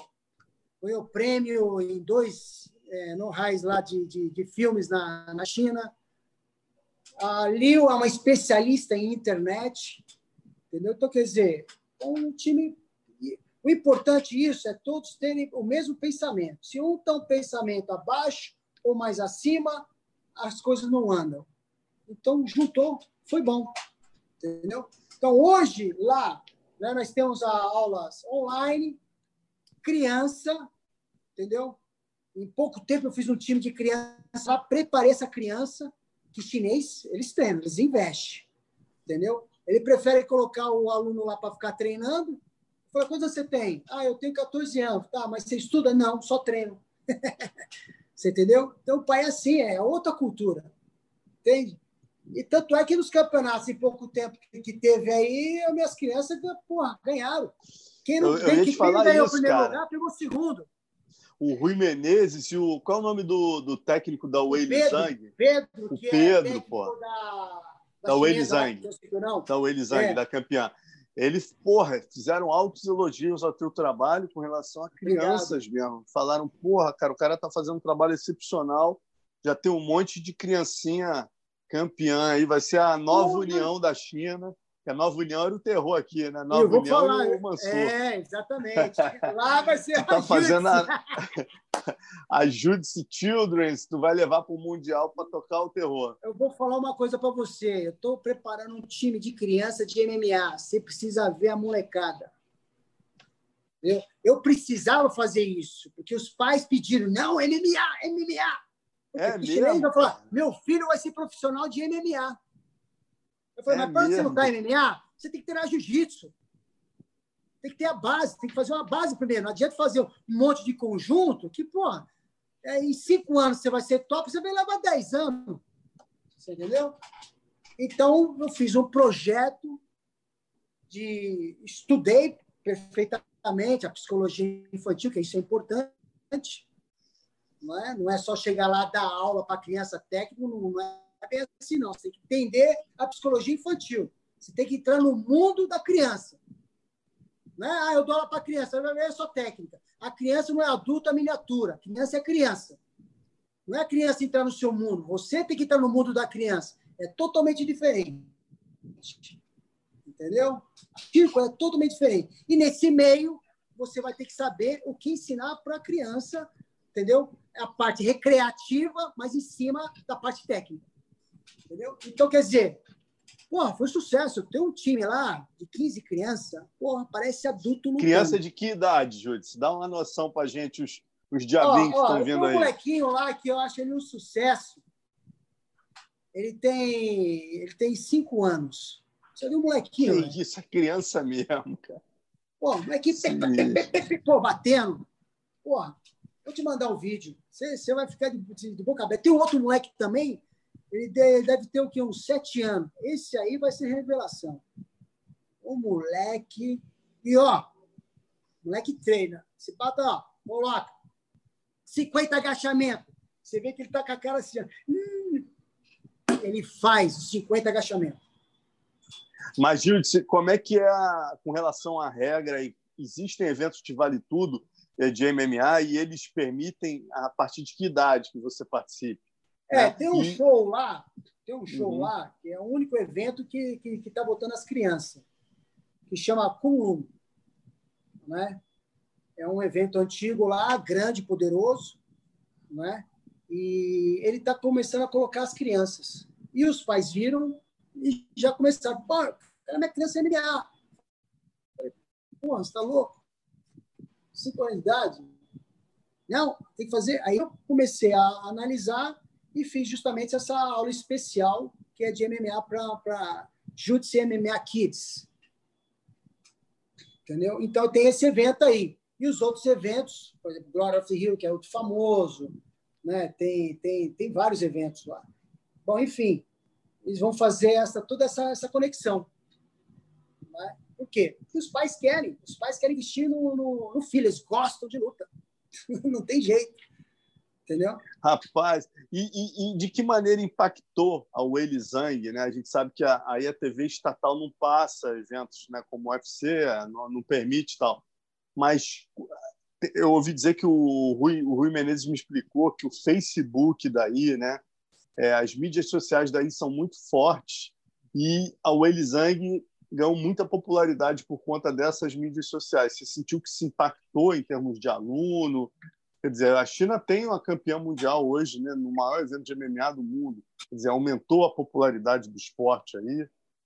prêmio em 2 know-hows lá de filmes na China. A Liu é uma especialista em internet. Entendeu? Então, quer dizer, um time... O importante disso é todos terem o mesmo pensamento. Se um tem um pensamento abaixo ou mais acima, as coisas não andam. Então, juntou, foi bom. Entendeu? Então, hoje, lá, né, nós temos aulas online, criança, entendeu? Em pouco tempo, eu fiz um time de criança lá, preparei essa criança, que chinês, eles treinam, eles investem. Entendeu? Ele prefere colocar o aluno lá para ficar treinando. Eu falei, quanto você tem? Eu tenho 14 anos. Tá, mas você estuda? Não, só treino. Você entendeu? Então, o pai é assim, é outra cultura. Entende? E tanto é que nos campeonatos, em pouco tempo que teve aí, as minhas crianças, ganharam. Quem ganhou o primeiro lugar, pegou o segundo. O Rui Menezes e qual é o nome do técnico da Weili Zhang? Pedro, que é técnico da Weili Zhang. Da Weili Zhang, da campeã. Eles, fizeram altos elogios ao teu trabalho com relação a crianças mesmo. Falaram, cara, o cara tá fazendo um trabalho excepcional, já tem um monte de criancinha campeã aí, vai ser a nova União da China, que a nova União era o terror aqui, né? Nova União e o Mansur. Exatamente. Lá vai ser tá fazendo a Judice Children's, tu vai levar para o Mundial para tocar o terror. Eu vou falar uma coisa para você. Eu estou preparando um time de criança de MMA. Você precisa ver a molecada. Eu precisava fazer isso, porque os pais pediram, não, MMA. O chinês vai falar, meu filho vai ser profissional de MMA. Eu falei, mas quando você não está em MMA, você tem que treinar jiu-jitsu. Tem que ter a base, tem que fazer uma base primeiro. Não adianta fazer um monte de conjunto que, em 5 anos você vai ser top, você vai levar 10 anos. Você entendeu? Então, eu fiz um projeto estudei perfeitamente a psicologia infantil, que isso é importante. Não é só chegar lá dar aula para criança técnica, não é bem assim, não. Você tem que entender a psicologia infantil. Você tem que entrar no mundo da criança. Não é, eu dou aula para criança, é só técnica. A criança não é adulta miniatura, a criança é criança. Não é a criança entrar no seu mundo, você tem que entrar no mundo da criança. É totalmente diferente. Entendeu? A círculo é totalmente diferente. E nesse meio, você vai ter que saber o que ensinar para a criança, entendeu? A parte recreativa, mas em cima da parte técnica. Entendeu? Então, quer dizer, foi sucesso. Tem um time lá de 15 crianças, parece adulto lutando. Criança de que idade, Júdice? Dá uma noção pra gente, os diabinhos que estão vindo aí. Tem um molequinho lá que eu acho ele um sucesso. Ele tem 5 anos. Você viu um molequinho? Que isso, é criança mesmo, cara. Molequinho batendo. Vou te mandar um vídeo. Você vai ficar de boca aberta. Tem um outro moleque também, ele deve ter o quê? Uns 7 anos. Esse aí vai ser revelação. O moleque... E, moleque treina. Se bata, coloca. 50 agachamentos. Você vê que ele tá com a cara assim, ele faz os 50 agachamentos. Mas, Júdice, como é que é com relação à regra? Existem eventos de vale tudo de MMA e eles permitem a partir de que idade que você participe? Tem um show lá, que é o único evento que está botando as crianças, que chama Kunlun, né? É um evento antigo lá, grande, poderoso, né? E ele está começando a colocar as crianças. E os pais viram e já começaram. Minha criança é MMA. Você está louco? 5 anos de idade? Não, tem que fazer. Aí eu comecei a analisar e fiz justamente essa aula especial que é de MMA para Jiu-Jitsu MMA Kids. Entendeu? Então, tem esse evento aí. E os outros eventos, por exemplo, Glory of the Hill, que é outro famoso, né? Tem vários eventos lá. Bom, enfim, eles vão fazer toda essa conexão. Né? Por quê? Porque os pais querem investir no filho, eles gostam de luta. Não tem jeito. Entendeu? Rapaz, e de que maneira impactou a Weili Zhang, né? A gente sabe que aí a TV estatal não passa eventos, né, como o UFC, não permite e tal. Mas eu ouvi dizer que o Rui Menezes me explicou que o Facebook daí, né, as mídias sociais daí são muito fortes e a Weili Zhang ganhou muita popularidade por conta dessas mídias sociais. Você sentiu que se impactou em termos de aluno? Quer dizer, a China tem uma campeã mundial hoje, né, no maior evento de MMA do mundo. Quer dizer, aumentou a popularidade do esporte aí.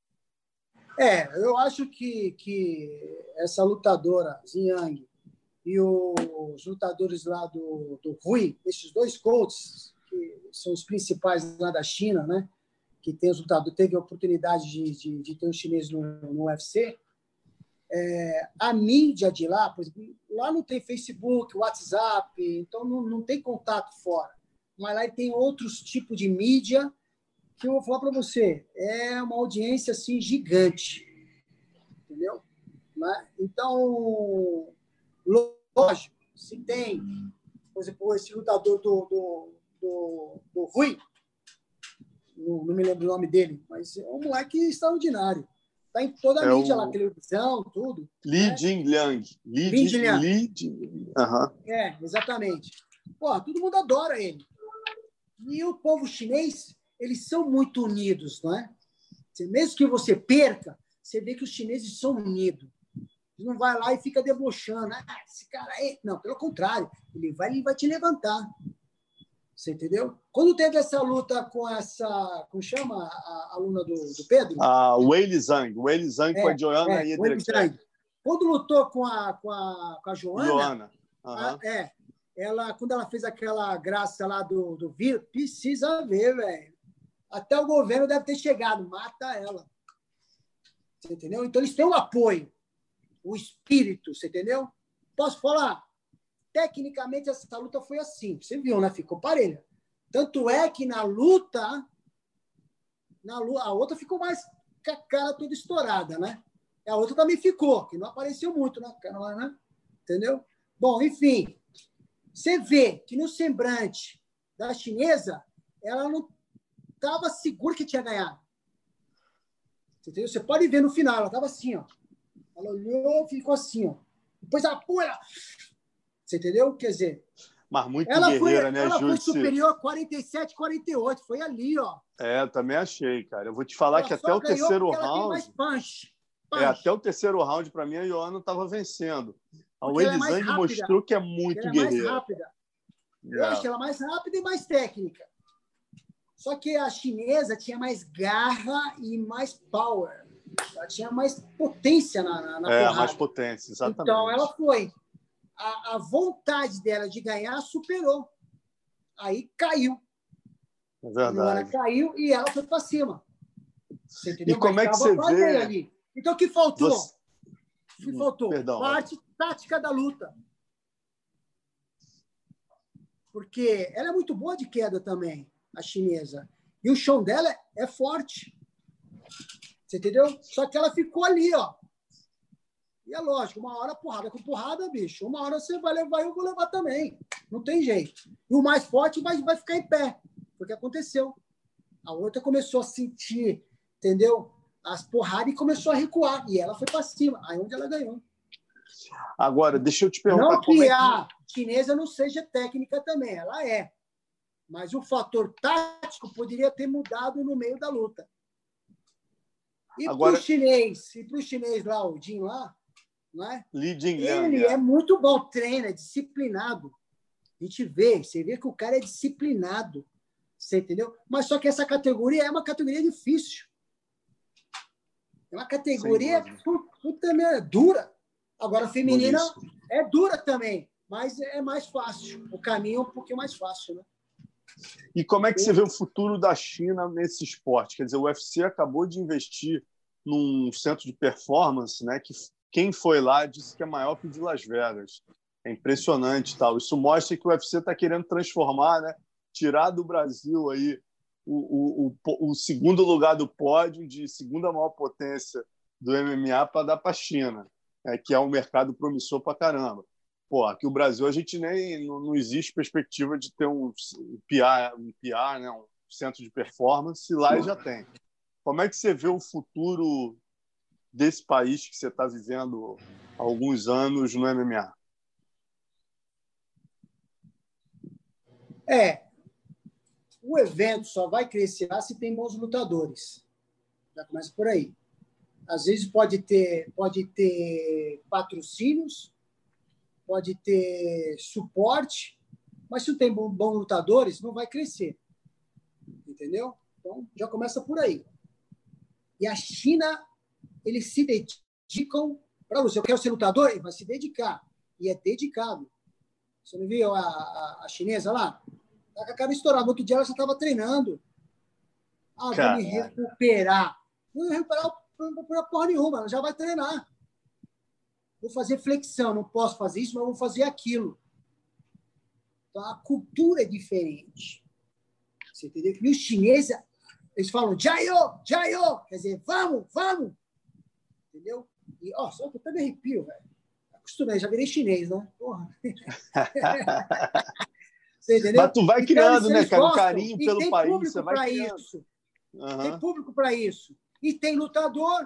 Eu acho que essa lutadora, Zhang, e os lutadores lá do Rui, esses dois coaches, que são os principais lá da China, né, que tem os lutadores, teve a oportunidade de ter um chinês no UFC, a mídia de lá, por exemplo, lá não tem Facebook, WhatsApp, então não tem contato fora. Mas lá tem outros tipos de mídia que eu vou falar para você, é uma audiência assim, gigante. Entendeu? Né? Então, lógico, se tem, por exemplo, esse lutador do Rui, não me lembro o nome dele, mas é um moleque extraordinário. Está em toda a mídia lá, televisão, tudo. Li Jingliang. Li Jingliang. Exatamente. Pô, todo mundo adora ele. E o povo chinês, eles são muito unidos, não é? Mesmo que você perca, você vê que os chineses são unidos. Ele não vai lá e fica debochando. Esse cara aí... Não, pelo contrário. Ele vai te levantar. Você entendeu? Quando teve essa luta com essa... Como chama a aluna do Pedro? A Weili Zhang. Weili Zhang com a Joanna Jedrzejczyk. Quando lutou com a Joanna... ela, quando ela fez aquela graça lá do vírus, precisa ver, velho. Até o governo deve ter chegado. Mata ela. Você entendeu? Então, eles têm o apoio, o espírito, você entendeu? Posso falar? Tecnicamente, essa luta foi assim. Você viu, né? Ficou parelha. Tanto é que na luta, a outra ficou mais com a cara toda estourada, né? E a outra também ficou, que não apareceu muito na cara, né? Entendeu? Bom, enfim, você vê que no semblante da chinesa, ela não estava segura que tinha ganhado. Entendeu? Você pode ver no final, ela estava assim, ó. Ela olhou e ficou assim, ó. Depois ela pula. Você entendeu? Quer dizer... Mas muito guerreira, né, Ela foi superior 47, 48. Foi ali, ó. Eu também achei, cara. Eu vou te falar que até o terceiro round... até o terceiro round, para mim, a Joanna estava vencendo. A Weili Zhang mostrou que é muito guerreira. Mais rápida. Eu achei ela mais rápida e mais técnica. Só que a chinesa tinha mais garra e mais power. Ela tinha mais potência na porrada. Mais potência, exatamente. Então, ela foi. A vontade dela de ganhar superou. Aí caiu. É verdade. Ela caiu e ela foi para cima. Você entendeu? E como é que você vê... Ali. Então, o que faltou? O que faltou? Perdão. Parte tática da luta. Porque ela é muito boa de queda também, a chinesa. E o chão dela é forte. Você entendeu? Só que ela ficou ali, ó. E é lógico, uma hora porrada com porrada, bicho. Uma hora você vai levar e eu vou levar também. Não tem jeito. E o mais forte vai ficar em pé. Foi o que aconteceu. A outra começou a sentir, entendeu? As porradas e começou a recuar. E ela foi para cima. Aí onde ela ganhou. Agora, deixa eu te perguntar... Não que a chinesa não seja técnica também. Ela é. Mas o fator tático poderia ter mudado no meio da luta. E agora... para o chinês lá, o Jin lá, não é? Li Jingliang, ele é muito bom, treina, é disciplinado. A gente vê, você vê que o cara é disciplinado. Você entendeu? Mas só que essa categoria é uma categoria difícil. É uma categoria dura. Agora, a feminina é dura também, mas é mais fácil. O caminho é um pouquinho mais fácil, né? E como é que você vê o futuro da China nesse esporte? Quer dizer, o UFC acabou de investir num centro de performance, né, que quem foi lá disse que é maior que o de Las Vegas. É impressionante, tal. Isso mostra que o UFC está querendo transformar, né? Tirar do Brasil aí o segundo lugar do pódio de segunda maior potência do MMA para dar para a China, que é um mercado promissor para caramba. Pô, aqui o Brasil a gente nem não existe perspectiva de ter um PR, né? Um centro de performance, lá já tem. Como é que você vê o futuro desse país que você está vivendo há alguns anos no MMA? O evento só vai crescer se tem bons lutadores. Já começa por aí. Às vezes pode ter patrocínios, pode ter suporte, mas se não tem bons lutadores, não vai crescer. Entendeu? Então, já começa por aí. E a China, eles se dedicam para você. Eu quero ser lutador? Ele vai se dedicar. E é dedicado. Você não viu a chinesa lá? Tá com a cara estourada. No outro dia ela já estava treinando. Vou me recuperar. Não vou recuperar porra nenhuma. Ela já vai treinar. Vou fazer flexão. Não posso fazer isso, mas vou fazer aquilo. Então, a cultura é diferente. Você entendeu? E os chineses, eles falam, Jaio, Jaio. Quer dizer, vamos, vamos. Entendeu? E, só que eu até me arrepio, velho. Acostumei, já virei chinês, né? Porra. Você entendeu? Mas tu vai criando, então, né, cara? Um gostam, carinho pelo país. Você vai criando. Isso. Tem público para isso. E tem lutador.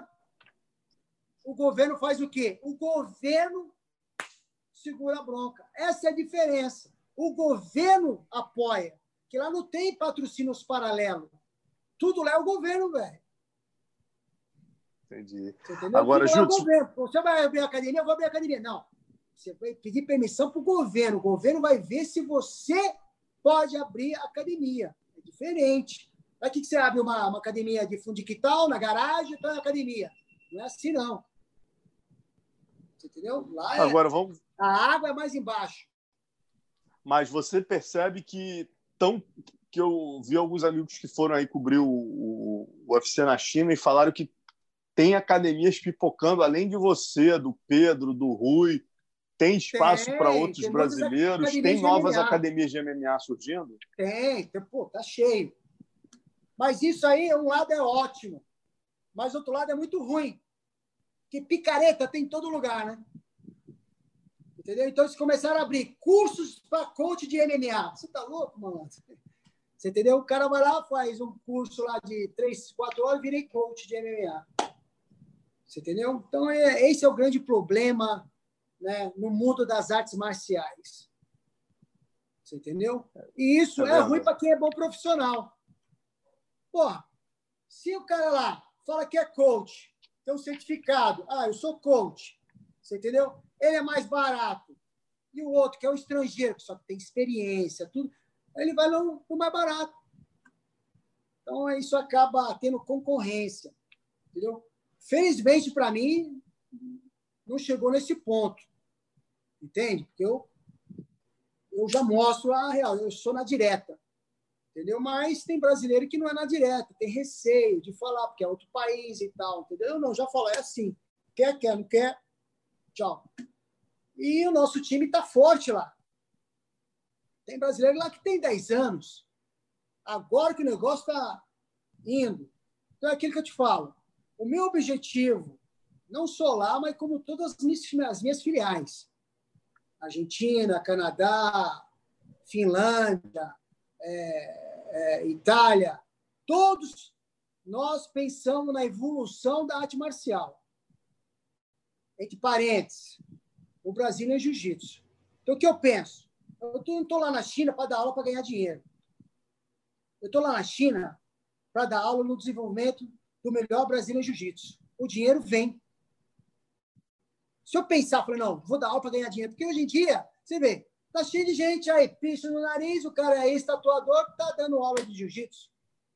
O governo faz o quê? O governo segura a bronca. Essa é a diferença. O governo apoia. Que lá não tem patrocínios paralelos. Tudo lá é o governo, velho. Entendi. Você entendeu? Agora, Tudo lá é o Jutsu... governo. Você vai abrir a academia, eu vou abrir a academia. Não. Você vai pedir permissão para o governo. O governo vai ver se você pode abrir a academia. É diferente. Para que você abre uma academia de fundo de quintal, na garagem, então é academia? Não é assim, não. Você entendeu? Lá Agora, vamos... A água é mais embaixo. Mas você percebe que eu vi alguns amigos que foram aí cobrir o UFC na China e falaram que tem academias pipocando, além de você, do Pedro, do Rui. Tem espaço para outros brasileiros? Tem novas academias de MMA surgindo? Tem. Pô, tá cheio. Mas isso aí, um lado é ótimo, mas outro lado é muito ruim. Porque picareta tem em todo lugar, né? Entendeu? Então, eles começaram a abrir cursos para coach de MMA. Você tá louco, mano? Você entendeu? O cara vai lá, faz um curso lá de 3, 4 horas e virei coach de MMA. Você entendeu? Então, esse é o grande problema, né, no mundo das artes marciais. Você entendeu? E isso é ruim para quem é bom profissional. Porra, se o cara lá fala que é coach, tem um certificado, eu sou coach, você entendeu? Ele é mais barato. E o outro, que é um estrangeiro, que só tem experiência, tudo, ele vai no mais barato. Então, isso acaba tendo concorrência. Entendeu? Felizmente, para mim, não chegou nesse ponto. Entende? Porque eu já mostro a real, eu sou na direta. Entendeu? Mas tem brasileiro que não é na direta, tem receio de falar, porque é outro país e tal. Entendeu? Eu não, já falo, é assim. Quer, não quer, tchau. E o nosso time está forte lá. Tem brasileiro lá que tem 10 anos. Agora que o negócio está indo. Então, é aquilo que eu te falo. O meu objetivo, não só lá, mas como todas as minhas filiais. Argentina, Canadá, Finlândia, Itália. Todos nós pensamos na evolução da arte marcial. Entre parênteses, o Brasil é jiu-jitsu. Então, o que eu penso? Eu não estou lá na China para dar aula para ganhar dinheiro. Eu estou lá na China para dar aula no desenvolvimento do melhor brasileiro em jiu-jitsu. O dinheiro vem. Se eu pensar, falei, não, vou dar aula para ganhar dinheiro, porque hoje em dia, você vê, tá cheio de gente aí, picho no nariz, o cara é ex-tatuador que tá dando aula de jiu-jitsu.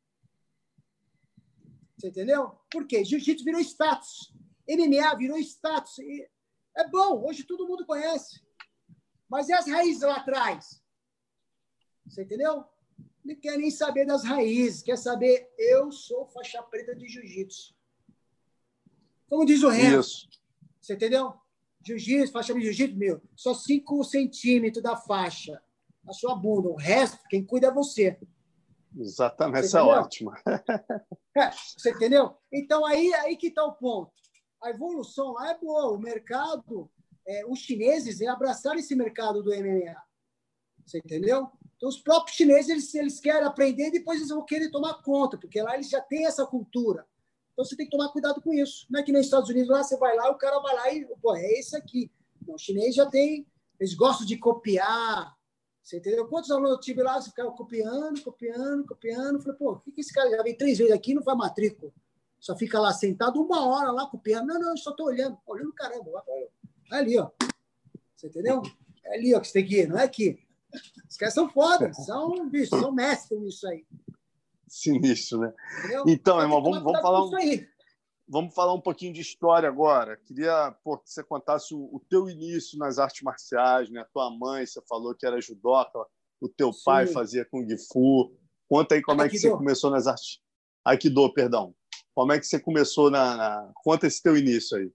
Você entendeu? Por quê? Jiu-jitsu virou status. MMA virou status. É bom, hoje todo mundo conhece. Mas e as raízes lá atrás? Você entendeu? Não quer nem saber das raízes, quer saber, eu sou faixa preta de jiu-jitsu. Como diz o Renzo, Você entendeu? Jiu-jitsu, faixa de jiu-jitsu, só 5 centímetros da faixa, a sua bunda. O resto, quem cuida é você. Exatamente, essa é ótima. Você entendeu? Então, aí que está o ponto. A evolução lá é boa. O mercado, os chineses abraçaram esse mercado do MMA. Você entendeu? Então, os próprios chineses, eles querem aprender e depois eles vão querer tomar conta, porque lá eles já têm essa cultura. Então, você tem que tomar cuidado com isso. Não é que nos Estados Unidos, lá você vai lá, o cara vai lá e, pô, é esse aqui. Então, o chinês já tem, eles gostam de copiar. Você entendeu? Quantos alunos eu tive lá, você ficava copiando. Falei, pô, por que esse cara já vem 3 vezes aqui e não faz matrícula? Só fica lá sentado 1 hora lá copiando. Não, eu só estou olhando. Olhando, caramba. É ali, ó. Você entendeu? É ali, ó, que você tem que ir. Não é aqui. Os caras são foda. São, bicho, são mestres nisso aí. Sinistro, né? Entendeu? Então, irmão, vamos falar um pouquinho de história agora. Queria que você contasse o teu início nas artes marciais, né? A tua mãe, você falou que era judoca, o teu pai fazia Kung Fu. Conta aí como é que você começou nas artes... Aikido, perdão. Como é que você começou Conta esse teu início aí.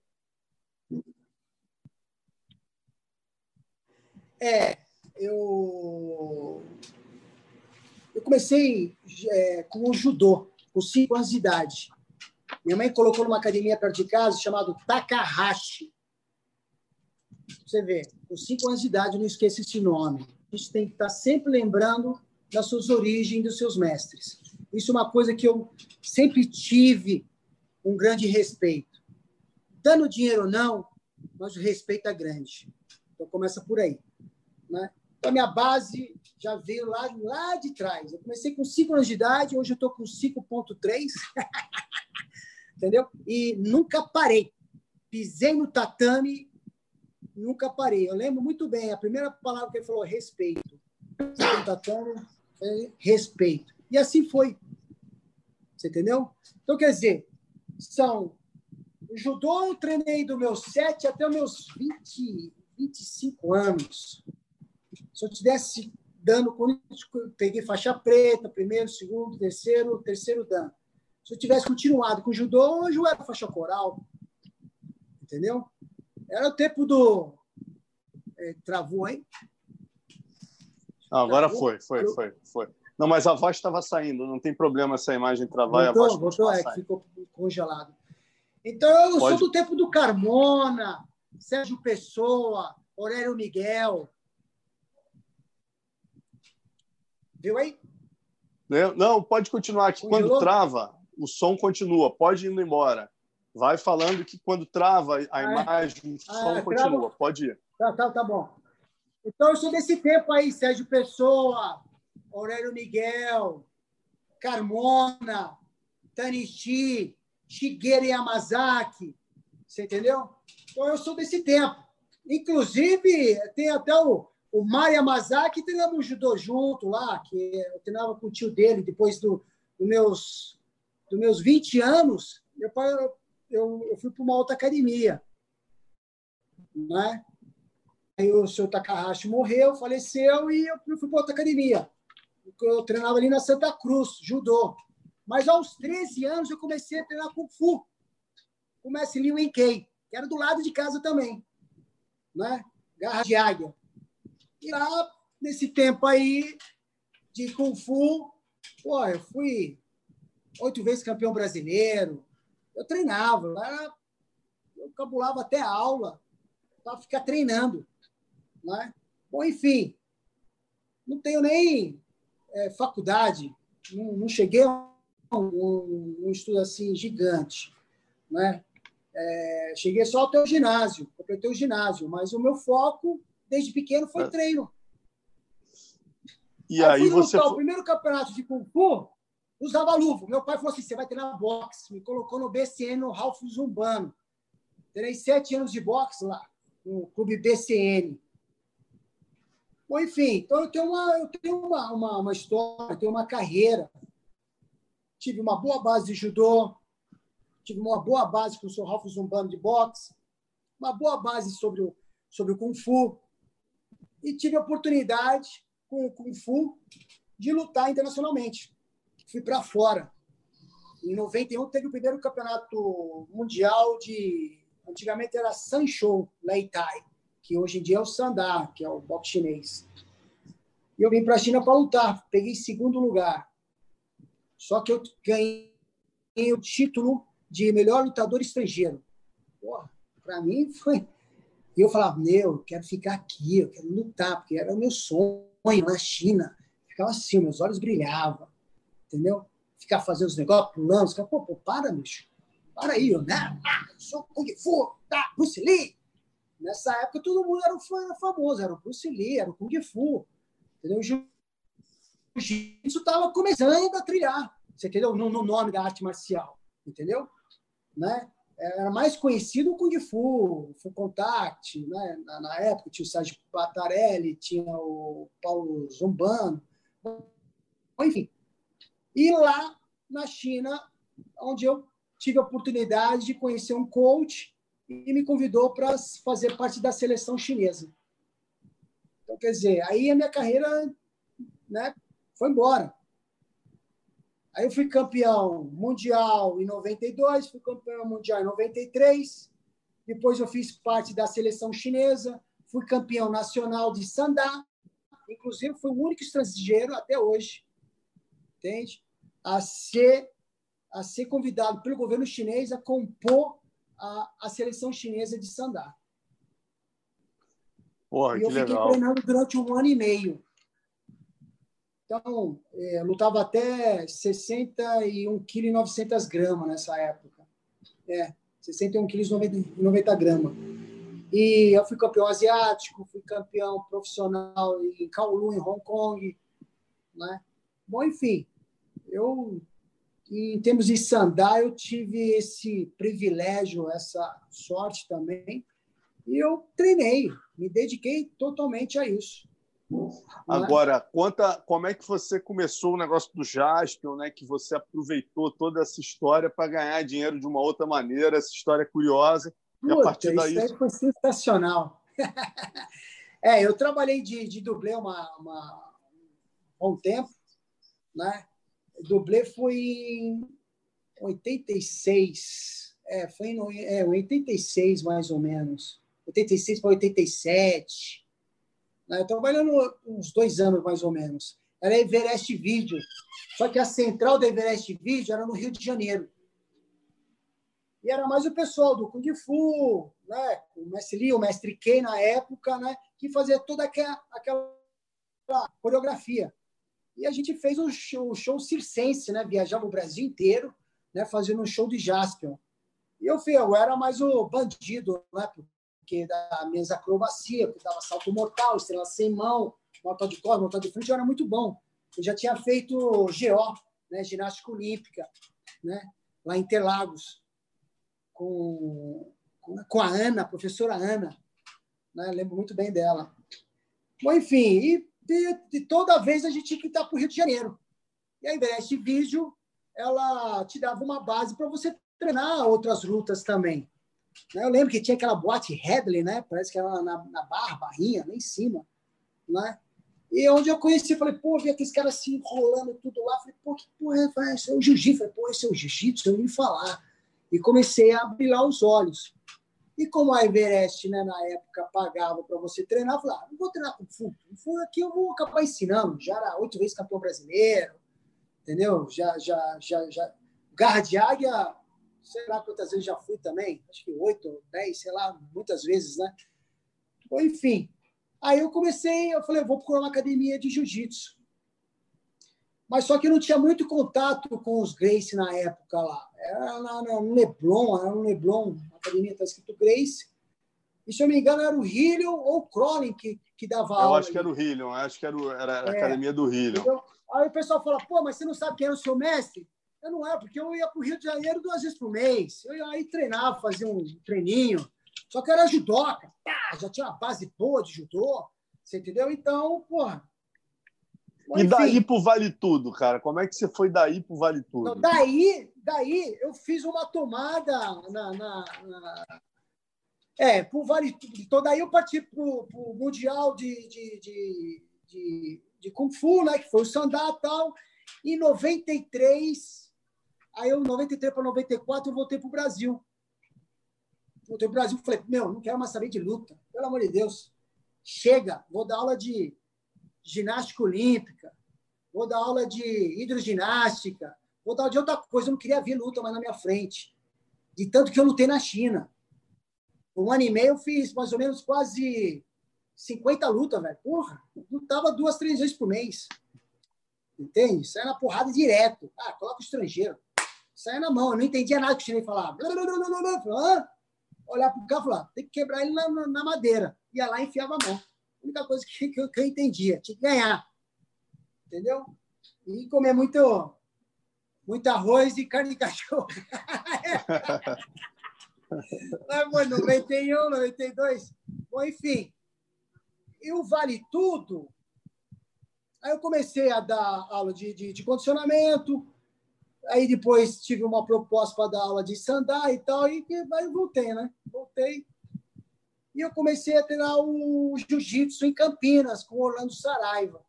Eu comecei com o judô, com 5 anos de idade. Minha mãe colocou numa academia perto de casa chamada Takahashi. Você vê, com 5 anos de idade, eu não esqueço esse nome. A gente tem que estar sempre lembrando das suas origens, dos seus mestres. Isso é uma coisa que eu sempre tive um grande respeito. Dando dinheiro ou não, mas o respeito é grande. Então, começa por aí. Né? Então, a minha base já veio lá de trás. Eu comecei com 5 anos de idade, hoje eu estou com 5,3. Entendeu? E nunca parei. Pisei no tatame, nunca parei. Eu lembro muito bem, a primeira palavra que ele falou, respeito. Pisei no tatame, respeito. E assim foi. Você entendeu? Então, quer dizer, o judô eu treinei dos meus 7 até os meus 25 anos. Se eu tivesse dando, quando eu peguei faixa preta, primeiro, segundo, terceiro dan. Se eu tivesse continuado com o judô, hoje eu era faixa coral. Entendeu? Era o tempo do... Travou, hein? Agora foi. Não, mas a voz estava saindo. Não tem problema essa imagem travar e a voz voltou, que ficou congelado. Então, eu sou do tempo do Carmona, Sérgio Pessoa, Aurélio Miguel. Viu aí? Não, pode continuar aqui. Quando trava, o som continua. Pode ir indo embora. Vai falando que quando trava a imagem, o som continua. Trava. Pode ir. Tá bom. Então, eu sou desse tempo aí, Sérgio Pessoa, Aurélio Miguel, Carmona, Tanishi, Shigeru Yamazaki. Você entendeu? Então, eu sou desse tempo. Inclusive, tem até o Mari Yamazaki, treinamos judô junto lá, que eu treinava com o tio dele, depois dos meus 20 anos, eu fui para uma outra academia. Né? Aí o seu Takahashi morreu, faleceu, e eu fui para outra academia. Eu treinava ali na Santa Cruz, judô. Mas aos 13 anos eu comecei a treinar Kung Fu, com o mestre Liu Wenkei, que era do lado de casa também. Né? Garra de águia. E lá, nesse tempo aí de Kung Fu, eu fui 8 vezes campeão brasileiro. Eu treinava, eu cabulava até a aula para ficar treinando. Né? Bom, enfim, não tenho nem faculdade, não cheguei a um estudo assim gigante. Né? Cheguei só até o ginásio, completei o ginásio, mas o meu foco, desde pequeno, foi treino. E aí você... O primeiro campeonato de Kung Fu, usava luva. Meu pai falou assim, você vai treinar boxe. Me colocou no BCN, no Ralph Zumbano. Treinei 7 anos de boxe lá, no clube BCN. Bom, enfim, então eu tenho uma história, eu tenho uma carreira. Tive uma boa base de judô, tive uma boa base com o Sr. Ralph Zumbano de boxe, uma boa base sobre o Kung Fu, e tive a oportunidade, com o Kung Fu, de lutar internacionalmente. Fui para fora. Em 91, teve o primeiro campeonato mundial de Antigamente era Sanshou, Lei Thai, que hoje em dia é o Sandá, que é o boxe chinês. E eu vim para a China para lutar. Peguei segundo lugar. Só que eu ganhei o título de melhor lutador estrangeiro. Porra, para mim foi... E eu falava, eu quero ficar aqui, eu quero lutar, porque era o meu sonho na China. Ficava assim, meus olhos brilhavam, entendeu? Ficar fazendo os negócios, pulando. Ficava, pô, para, bicho. Para aí, né? Eu sou Kung Fu, tá? Bruce Lee. Nessa época, todo mundo era famoso. Era o Bruce Lee, era o Kung Fu. Entendeu? O jiu-jitsu estava começando a trilhar. Você entendeu? No nome da arte marcial. Entendeu? Né? Era mais conhecido o Kung Fu, Full Contact, né? Na época tinha o Sérgio Patarelli, tinha o Paulo Zumbano, enfim. E lá na China, onde eu tive a oportunidade de conhecer um coach e me convidou para fazer parte da seleção chinesa. Então, quer dizer, aí a minha carreira, né, foi embora. Aí eu fui campeão mundial em 92, fui campeão mundial em 93, depois eu fiz parte da seleção chinesa, fui campeão nacional de Sandá, inclusive fui o único estrangeiro até hoje, entende? A ser convidado pelo governo chinês a compor a seleção chinesa de Sandá. Porra, e eu que fiquei legal. treinando durante 1 ano e meio. Então, eu lutava até 61,9 kg nessa época. 61 kg e 90 gramas. E eu fui campeão asiático, fui campeão profissional em Kowloon, em Hong Kong. Né? Bom, enfim, em termos de Sandá, eu tive esse privilégio, essa sorte também. E eu treinei, me dediquei totalmente a isso. Agora, como é que você começou o negócio do Jaspion, né? Que você aproveitou toda essa história para ganhar dinheiro de uma outra maneira, essa história curiosa, e a partir daí... Isso aí foi sensacional. Eu trabalhei de dublê um tempo, né? Dublê foi em 86, foi em 86 mais ou menos, 86 para 87. Né? Trabalhando uns 2 anos, mais ou menos. Era Everest Video. Só que a central da Everest Video era no Rio de Janeiro. E era mais o pessoal do Kung Fu, né? O mestre Lee, o mestre Kei, na época, né? Que fazia toda aquela coreografia. E a gente fez o show circense, né? Viajava o Brasil inteiro, né? Fazendo um show de Jaspion. E eu era mais o bandido, né? Porque da minhas acrobacia, porque dava salto mortal, estrela sem mão, mortal de costas, mortal de frente, eu era muito bom. Eu já tinha feito GO, né, ginástica olímpica, né, lá em Interlagos, com a Ana, a professora Ana. Né, lembro muito bem dela. Bom, enfim, e toda vez a gente tinha que estar para o Rio de Janeiro. E a Everest Video, ela te dava uma base para você treinar outras lutas também. Eu lembro que tinha aquela boate Headley, né? Parece que era na Barrinha, lá em cima. Né? E onde eu conheci, falei, pô, vi aqueles caras se enrolando tudo lá. Falei, pô, que porra é esse? É o jiu-jitsu. Falei, pô, esse é o jiu-jitsu, eu ouvi falar. E comecei a abrir lá os olhos. E como a Everest, né, na época, pagava para você treinar, eu falei, não vou treinar com Kung Fu aqui eu vou acabar ensinando. Já era 8 vezes campeão brasileiro, entendeu? Já. Garra de águia, sei lá quantas vezes já fui também, acho que 8 ou 10, sei lá, muitas vezes, né? Bom, enfim, aí eu falei, eu vou procurar uma academia de jiu-jitsu. Mas só que eu não tinha muito contato com os Gracie na época lá. Era no Leblon, a academia está escrito Gracie. E, se eu não me engano, era o Hillion ou o Crowley que dava aula. Eu acho que era o Hillion, acho que era a academia do Hillion. Entendeu? Aí o pessoal fala, pô, mas você não sabe quem era o seu mestre? Eu não era, porque eu ia para o Rio de Janeiro 2 vezes por mês. Eu ia aí treinava, fazia um treininho. Só que eu era judoca. Já tinha uma base boa de judô. Você entendeu? Então, porra. E daí pro Vale Tudo, cara? Como é que você foi daí pro Vale Tudo? Não, daí eu fiz uma tomada pro Vale Tudo. Então, daí eu parti pro Mundial de Kung Fu, né? Que foi o Sandá e tal. Em 93... Aí, 93 para 94, eu voltei para o Brasil. voltei pro Brasil, falei, não quero mais saber de luta, pelo amor de Deus. Chega, vou dar aula de ginástica olímpica, vou dar aula de hidroginástica, vou dar aula de outra coisa. Eu não queria ver luta mais na minha frente. De tanto que eu lutei na China. 1 ano e meio eu fiz mais ou menos quase 50 lutas, velho. Porra, lutava 2, 3 vezes por mês. Entende? Saia na porrada direto. Coloca o estrangeiro. Saia na mão. Eu não entendia nada que o chinês falava. Olhar pro cara e falar, tem que quebrar ele na madeira. Ia lá e enfiava a mão. A única coisa que eu entendia. Tinha que ganhar. Entendeu? E comer muito arroz e carne de cachorro. Mas, 91, 92. Bom, enfim. E o Vale Tudo. Aí eu comecei a dar aula de condicionamento. Aí depois tive uma proposta para dar aula de sandá e tal. E aí eu voltei, né? Voltei. E eu comecei a treinar o jiu-jitsu em Campinas, com o Orlando Saraiva.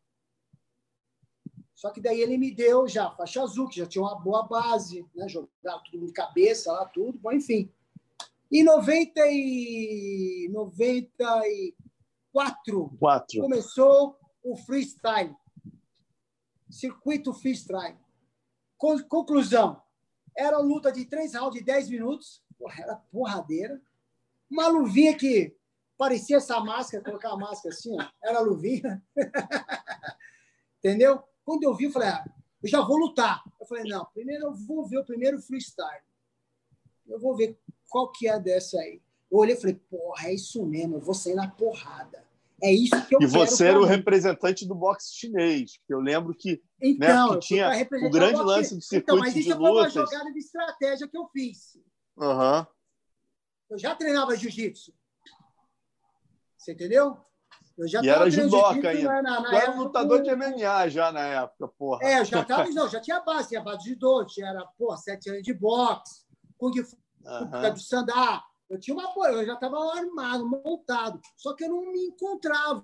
Só que daí ele me deu já faixa azul, que já tinha uma boa base, né? Jogava tudo de cabeça lá, tudo. Bom, enfim. Em 94 começou o freestyle. Circuito freestyle. Conclusão. Era luta de 3 rounds de 10 minutos. Porra, era porradeira. Uma luvinha que parecia essa máscara, colocar a máscara assim, ó, era a luvinha. Entendeu? Quando eu vi, eu falei, eu já vou lutar. Eu falei, não, primeiro eu vou ver o primeiro freestyle. Eu vou ver qual que é dessa aí. Eu olhei e falei, porra, é isso mesmo, eu vou sair na porrada. É isso que eu quero. E você era o representante do boxe chinês, que eu lembro que, então, que tinha o grande lance do circuito mas isso de foi uma lutas. jogada de estratégia que eu fiz. Uhum. Eu já treinava jiu-jitsu. Você entendeu? Eu já e era judoca ainda. Tu era um lutador de MMA já na época, porra. Eu já tava, já tinha base de judô, tinha 7 anos de boxe, kung fu, do sandá. Eu já estava armado, montado, só que eu não me encontrava.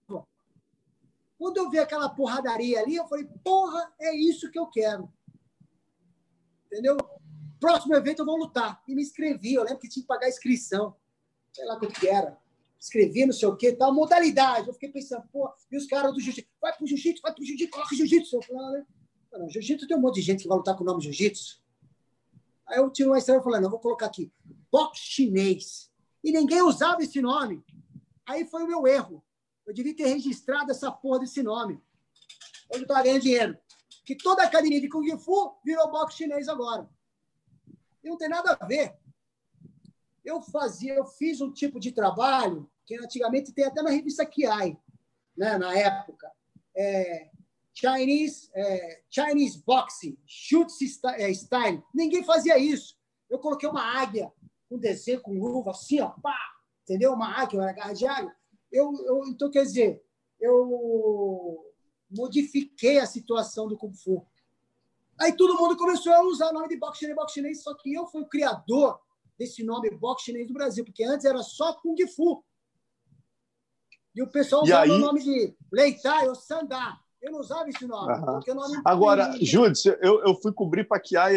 Quando eu vi aquela porradaria ali, eu falei, porra, é isso que eu quero. Entendeu? Próximo evento eu vou lutar. E me inscrevi, eu lembro que tinha que pagar a inscrição. Sei lá quanto que era. Escrevi, não sei o quê, tal, modalidade. Eu fiquei pensando, pô, e os caras do jiu-jitsu, vai pro jiu-jitsu, coloca jiu-jitsu. Eu falei, não, jiu-jitsu tem um monte de gente que vai lutar com o nome jiu-jitsu. Aí eu tive uma história falando, vou colocar aqui, boxe chinês. E ninguém usava esse nome. Aí foi o meu erro. Eu devia ter registrado essa porra desse nome. Hoje eu estava ganhando dinheiro. Que toda a academia de Kung Fu virou boxe chinês agora. E não tem nada a ver. Eu fiz um tipo de trabalho que antigamente tem até na revista Kiai, né, na época. Chinese Boxing, Shoots Style. Ninguém fazia isso. Eu coloquei uma águia, um desenho com luva, assim, ó, pá, entendeu? Uma águia, uma garra de águia. Então, quer dizer, eu modifiquei a situação do Kung Fu. Aí todo mundo começou a usar o nome de boxe chinês, só que eu fui o criador desse nome boxe chinês do Brasil, porque antes era só Kung Fu. E o pessoal usava o nome de Lei Tai ou Sandá. Eu não usava esse nome. Porque o nome agora, Júdice, eu fui cobrir para Kiai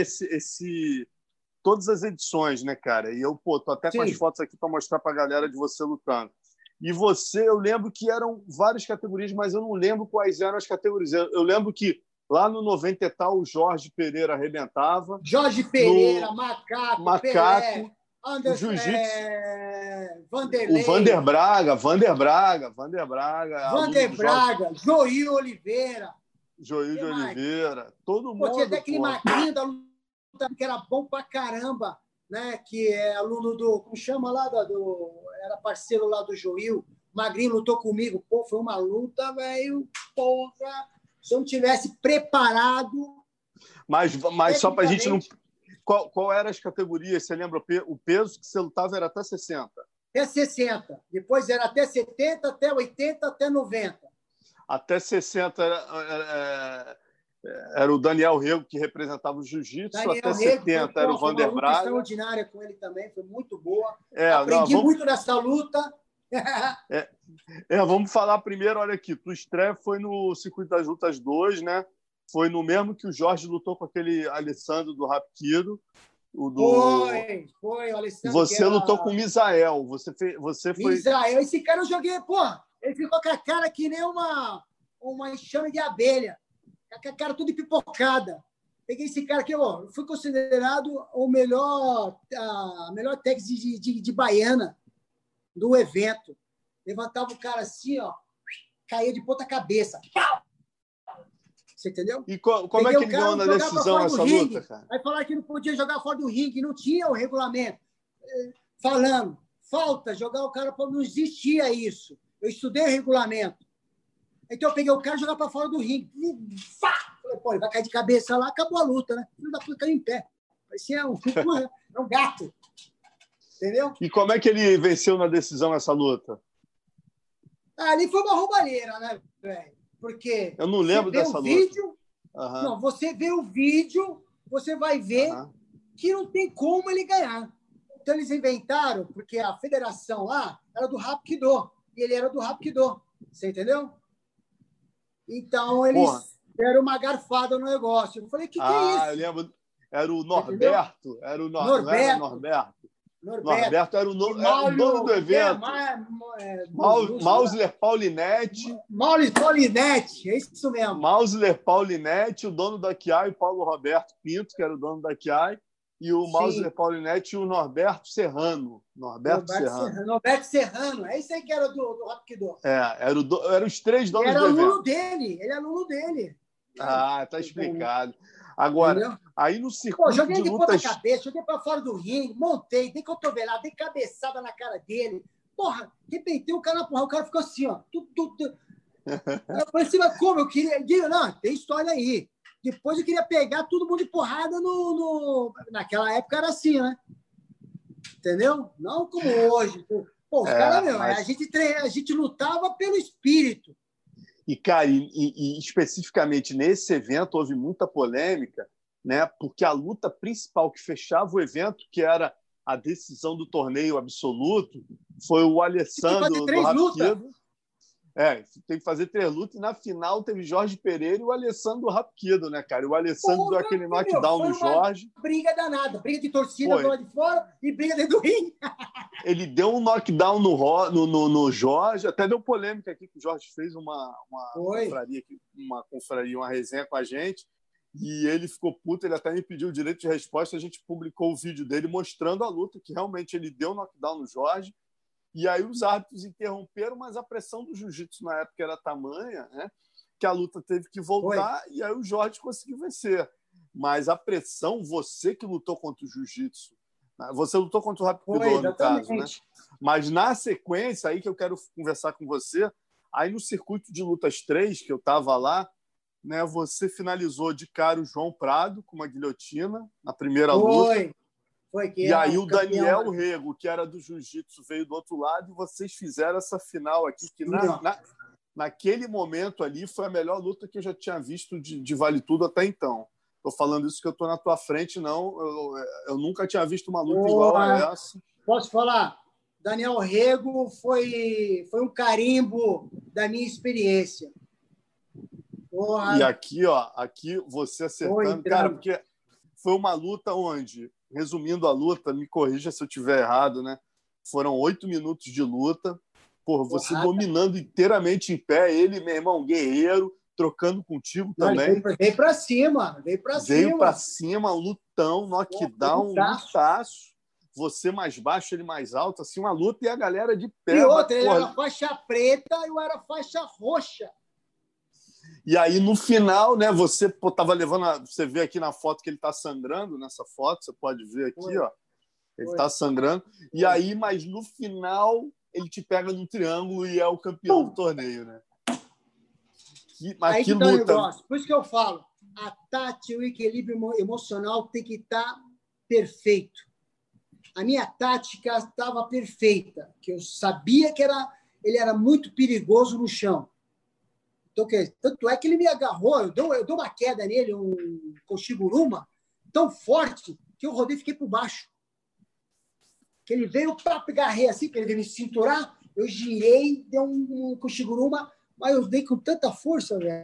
todas as edições, né, cara? E eu, tô até com as fotos aqui para mostrar para a galera de você lutando. E eu lembro que eram várias categorias, mas eu não lembro quais eram as categorias. Eu lembro que lá no 90 e tal, o Jorge Pereira arrebentava. Jorge Pereira, Macaco, Pelé, o Jiu-Jitsu. Vanderlei. O Vander Braga. Joil Oliveira. Todo mundo. Tinha até aquele magrinho da luta que era bom pra caramba, né? Que é aluno do. Como chama lá? Era parceiro lá do Joil. Magrinho lutou comigo. Pô, foi uma luta, velho. Porra. Se eu não tivesse preparado. Mas só para a gente não. Qual eram as categorias? Você lembra? O peso que você lutava era até 60? Até 60. Depois era até 70, até 80, até 90. Até 60 era o Daniel Rego que representava o jiu-jitsu. Até 70 era o Vander Braga. Foi extraordinária com ele também, foi muito boa. Aprendi muito nessa luta. Vamos falar primeiro, olha aqui, tua estreia foi no Circuito das Lutas 2, né? Foi no mesmo que o Jorge lutou com aquele Alessandro do Rapido. O do... Foi, o Alessandro. Você lutou com o Misael. Você foi... Misael, esse cara eu joguei, pô, ele ficou com a cara que nem uma enxame de abelha, com a cara tudo pipocada. Peguei esse cara aqui, ó, fui considerado a melhor técnica de baiana do evento. Levantava o cara assim, ó, caía de ponta cabeça. Você entendeu? E como é que ele ganhou na decisão essa luta, cara? Aí falaram que não podia jogar fora do ringue, não tinha o regulamento. Falando, falta jogar o cara, não existia isso. Eu estudei o regulamento. Então eu peguei o cara e jogar para fora do ringue. Falei, pô, ele vai cair de cabeça lá, acabou a luta, né? Filho da puta caiu em pé. Parecia um gato. Entendeu? E como é que ele venceu na decisão essa luta? Ali foi uma roubalheira, né, velho? Porque eu não lembro dessa luta. Não, você vê o vídeo, você vai ver que não tem como ele ganhar. Então eles inventaram, porque a federação lá era do Hapkido, e ele era do Hapkido. Você entendeu? Então eles deram uma garfada no negócio. Eu falei, que é isso? Eu lembro. Era o Norberto. Era o Norberto. Norberto era o dono do evento. Mausler Paulinetti. Mausler Paulinetti, é isso mesmo. Mausler Paulinetti, o dono da Chiai, e Paulo Roberto Pinto, que era o dono da Chiai, e o Mausler Paulinetti e o Norberto Serrano. Norberto Serrano, é isso aí que era do Hapkido. Eram os três donos do evento. Ele era aluno dele. Tá explicado. Agora, entendeu? Aí no circuito joguei de ponta lutas... cabeça, joguei para fora do ringue, montei, dei cotovelada, dei cabeçada na cara dele. Porra, arrebentei o cara na porra, o cara ficou assim, ó. Eu falei assim, mas como? Eu queria... Não, tem história aí. Depois eu queria pegar todo mundo de porrada Naquela época era assim, né? Entendeu? Não como hoje. Pô, os caras, a gente lutava pelo espírito. E, cara, e especificamente nesse evento houve muita polêmica, né? Porque a luta principal que fechava o evento, que era a decisão do torneio absoluto, foi o Alessandro do Hapkido. Tem que fazer 3 lutas, e na final teve Jorge Pereira e o Alessandro do Hapkido, né, cara? E o Alessandro deu aquele knockdown no Jorge. Briga danada, briga de torcida do lado de fora e briga dentro do ringue. Ele deu um knockdown no Jorge, até deu polêmica aqui, que o Jorge fez uma confraria, uma resenha com a gente, e ele ficou puto, ele até me pediu o direito de resposta, a gente publicou o vídeo dele mostrando a luta, que realmente ele deu um knockdown no Jorge, e aí os árbitros interromperam, mas a pressão do jiu-jitsu na época era tamanha, né, que a luta teve que voltar, e aí o Jorge conseguiu vencer. Mas a pressão, você que lutou contra o jiu-jitsu, você lutou contra o Hapkido, no caso, né? Mas na sequência, aí que eu quero conversar com você, aí no circuito de lutas 3, que eu estava lá, né, você finalizou de cara o João Prado com uma guilhotina na primeira luta. E aí o Daniel Rego, que era do jiu-jitsu, veio do outro lado, e vocês fizeram essa final aqui, que naquele momento ali foi a melhor luta que eu já tinha visto de Vale Tudo até então. Estou falando isso que eu estou na tua frente, não. Eu nunca tinha visto uma luta igual a essa. Posso falar? Daniel Rego foi um carimbo da minha experiência. E aqui você acertando. Cara, porque foi uma luta onde, resumindo a luta, me corrija se eu estiver errado, né? Foram 8 minutos de luta. Você dominando inteiramente em pé, ele, meu irmão, guerreiro, trocando contigo também. Veio pra cima. Veio pra cima, lutão, knockdown, lutaço. Você mais baixo, ele mais alto, assim, uma luta, e a galera de pé. E outra, ele era faixa preta e eu era faixa roxa. E aí, no final, né, você tava levando... Você vê aqui na foto que ele tá sangrando, nessa foto, você pode ver aqui, ó. Ele tá sangrando. E aí, mas no final, ele te pega no triângulo e é o campeão do torneio, né? Aí que luta. Negócio. Por isso que eu falo, a tática, o equilíbrio emocional tem que estar perfeito. A minha tática estava perfeita, que eu sabia que ele era muito perigoso no chão. Então, tanto é que ele me agarrou, eu dei uma queda nele, um Koshiguruma, tão forte que eu rodei e fiquei por baixo. Que ele veio para agarrei assim, que ele veio me cinturar, eu girei, dei um Koshiguruma, mas eu dei com tanta força, velho,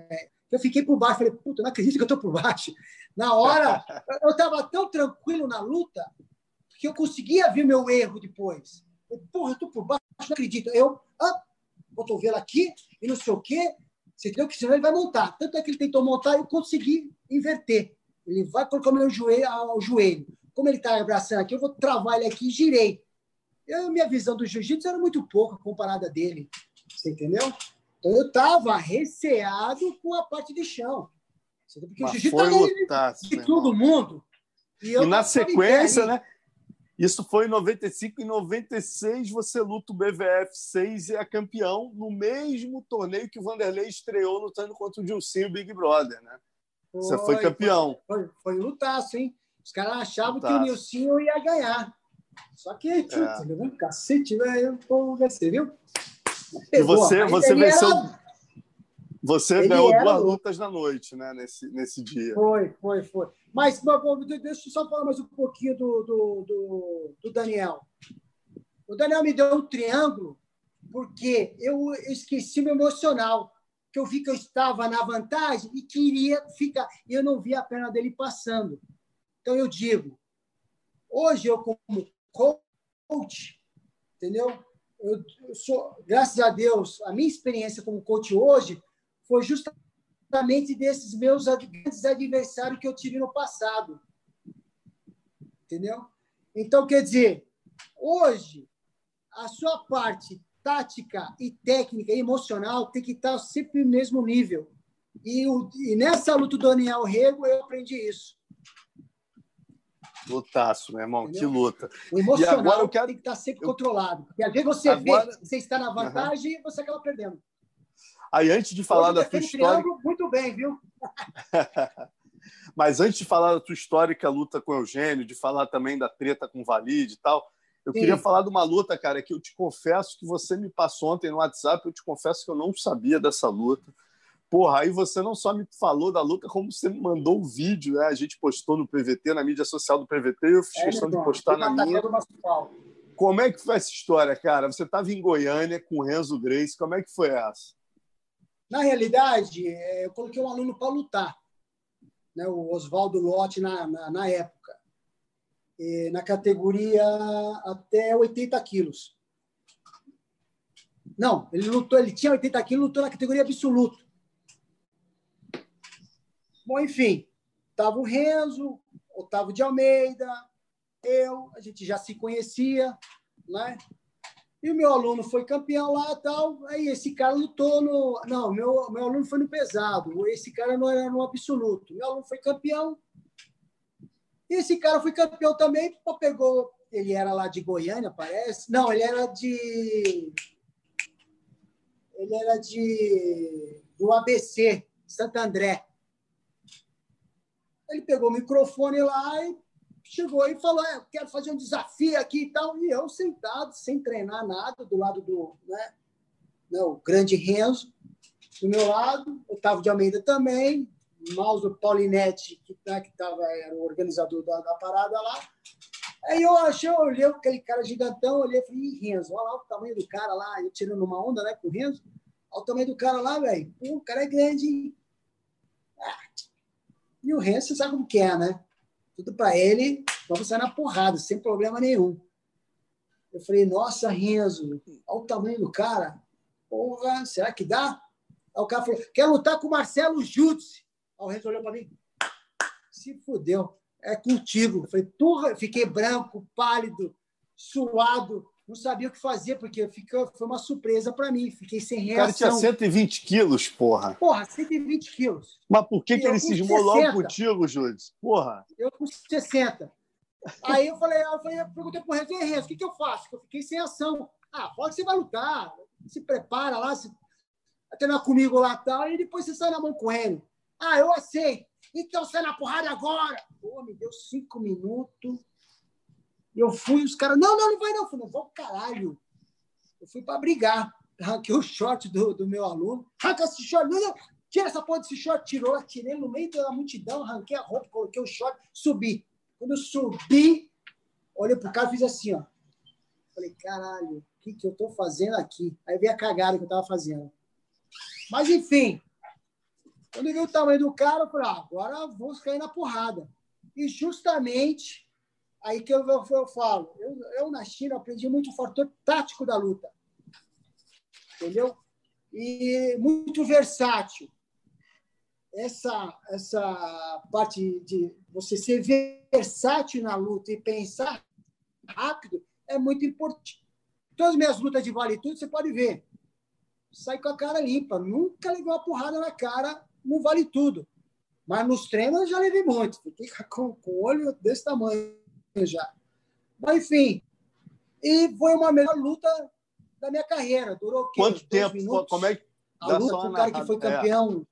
Eu fiquei por baixo. Falei, puta, não acredito que eu estou por baixo. Na hora, eu estava tão tranquilo na luta que eu conseguia ver meu erro depois. Porra, eu estou por baixo, não acredito. Eu, cotovelo aqui e não sei o quê. Você entendeu? Que senão ele vai montar. Tanto é que ele tentou montar e eu consegui inverter. Ele vai colocar o meu joelho ao joelho. Como ele está abraçando aqui, eu vou travar ele aqui e girei. Minha visão do jiu-jitsu era muito pouca comparada dele. Você entendeu? Então eu estava receado com a parte de chão. Porque Mas o jiu-jitsu foi é de todo mundo. E na sequência, né? Isso foi em 95. Em 96, você luta o BVF 6 e é campeão no mesmo torneio que o Vanderlei estreou lutando contra o Dilcinho Big Brother, né? Você foi campeão. Foi um lutaço, hein? Os caras achavam que o Nilcinho ia ganhar. Só que, você levou um cacete, velho. Você viu? E você venceu. Você ganhou 2 lutas na noite, né? Nesse dia. Foi. Mas deixa eu só falar mais um pouquinho do Daniel. O Daniel me deu um triângulo porque eu esqueci meu emocional. Que eu vi que eu estava na vantagem e queria ficar. E eu não vi a perna dele passando. Então, eu digo, hoje eu como coach, entendeu? Eu sou, graças a Deus, a minha experiência como coach hoje foi justamente desses meus grandes adversários que eu tive no passado. Entendeu? Então, quer dizer, hoje, a sua parte tática e técnica e emocional tem que estar sempre no mesmo nível. E nessa luta do Daniel Rego, eu aprendi isso. Lutaço, meu irmão, entendeu? Que luta. O emocional tem que estar sempre controlado. Porque às vezes você vê que você está na vantagem e você acaba perdendo. Aí, antes de falar da tua história... Muito bem, viu? Mas antes de falar da tua histórica luta com o Eugênio, de falar também da treta com o Valide e tal, eu queria falar de uma luta, cara, que eu te confesso que você me passou ontem no WhatsApp, eu te confesso que eu não sabia dessa luta. Porra, aí você não só me falou da luta, como você me mandou o vídeo, né? A gente postou no PVT, na mídia social do PVT, e eu fiz questão de postar na minha. Como é que foi essa história, cara? Você estava em Goiânia com o Renzo Gracie, como é que foi essa? Na realidade, eu coloquei um aluno para lutar, né? O Oswaldo Lotti na época, na categoria até 80 quilos. Não, ele tinha 80 quilos, lutou na categoria absoluto. Bom, enfim, estava o Renzo, Otávio de Almeida, a gente já se conhecia, né? E o meu aluno foi campeão lá e tal, aí esse cara lutou no... Não, meu aluno foi no pesado, esse cara não era no absoluto. Meu aluno foi campeão, e esse cara foi campeão também, pegou... Ele era lá de Goiânia, parece? Não, ele era do ABC, Santo André. Ele pegou o microfone lá e chegou e falou, eu quero fazer um desafio aqui e tal. E eu sentado, sem treinar nada, do lado do... Né, o grande Renzo, do meu lado, Otávio de Almeida também, Mauso Paulinetti, que era o organizador da parada lá. Aí eu olhei aquele cara gigantão, olhei e falei, Renzo, olha lá o tamanho do cara lá, eu tirando uma onda, né, com o Renzo. Olha o tamanho do cara lá, velho. Pô, o cara é grande, hein? E o Renzo, você sabe como que é, né? Tudo para ele, vamos sair na porrada, sem problema nenhum. Eu falei, nossa, Renzo, olha o tamanho do cara. Porra, será que dá? Aí o cara falou, quer lutar com o Marcelo Jutsi. Aí o Renzo olhou para mim, se fudeu, é contigo. Eu falei, porra, fiquei branco, pálido, suado, não sabia o que fazer, porque foi uma surpresa para mim, fiquei sem reação. O cara tinha 120 quilos, porra. Porra, 120 quilos. Mas por que ele cismou logo contigo, Júlio? Porra. Eu com 60. Aí eu perguntei pro Renzo, Renzo, o que eu faço? Eu fiquei sem ação. Fala que você vai lutar, se prepara lá, treinar comigo lá e tal, e depois você sai na mão com ele. Eu aceito. Então sai na porrada agora. Pô, me deu 5 minutos. Eu fui, os caras, não vai não. Eu falei, não vou caralho. Eu fui para brigar. Arranquei o short do meu aluno. Arranca esse short. Não, tira essa porra desse short. Tirei no meio da multidão, arranquei a roupa, coloquei o short, subi. Quando eu subi, olhei pro cara e fiz assim, ó. Falei, caralho, o que eu tô fazendo aqui? Aí veio a cagada que eu tava fazendo. Mas, enfim, Quando eu vi o tamanho do cara, eu falei, agora vou cair na porrada. E justamente aí que eu falo, eu na China aprendi muito o fator tático da luta. Entendeu? E muito versátil. Essa parte de você ser versátil na luta e pensar rápido é muito importante. Todas as minhas lutas de vale tudo, você pode ver. Sai com a cara limpa. Nunca levei uma porrada na cara no vale tudo. Mas nos treinos eu já levei muito. Fiquei com o olho desse tamanho já. Mas, enfim. E foi uma melhor luta da minha carreira. Durou o quê? Quanto tempo? Minutos. Como é que... A luta com o cara que foi campeão.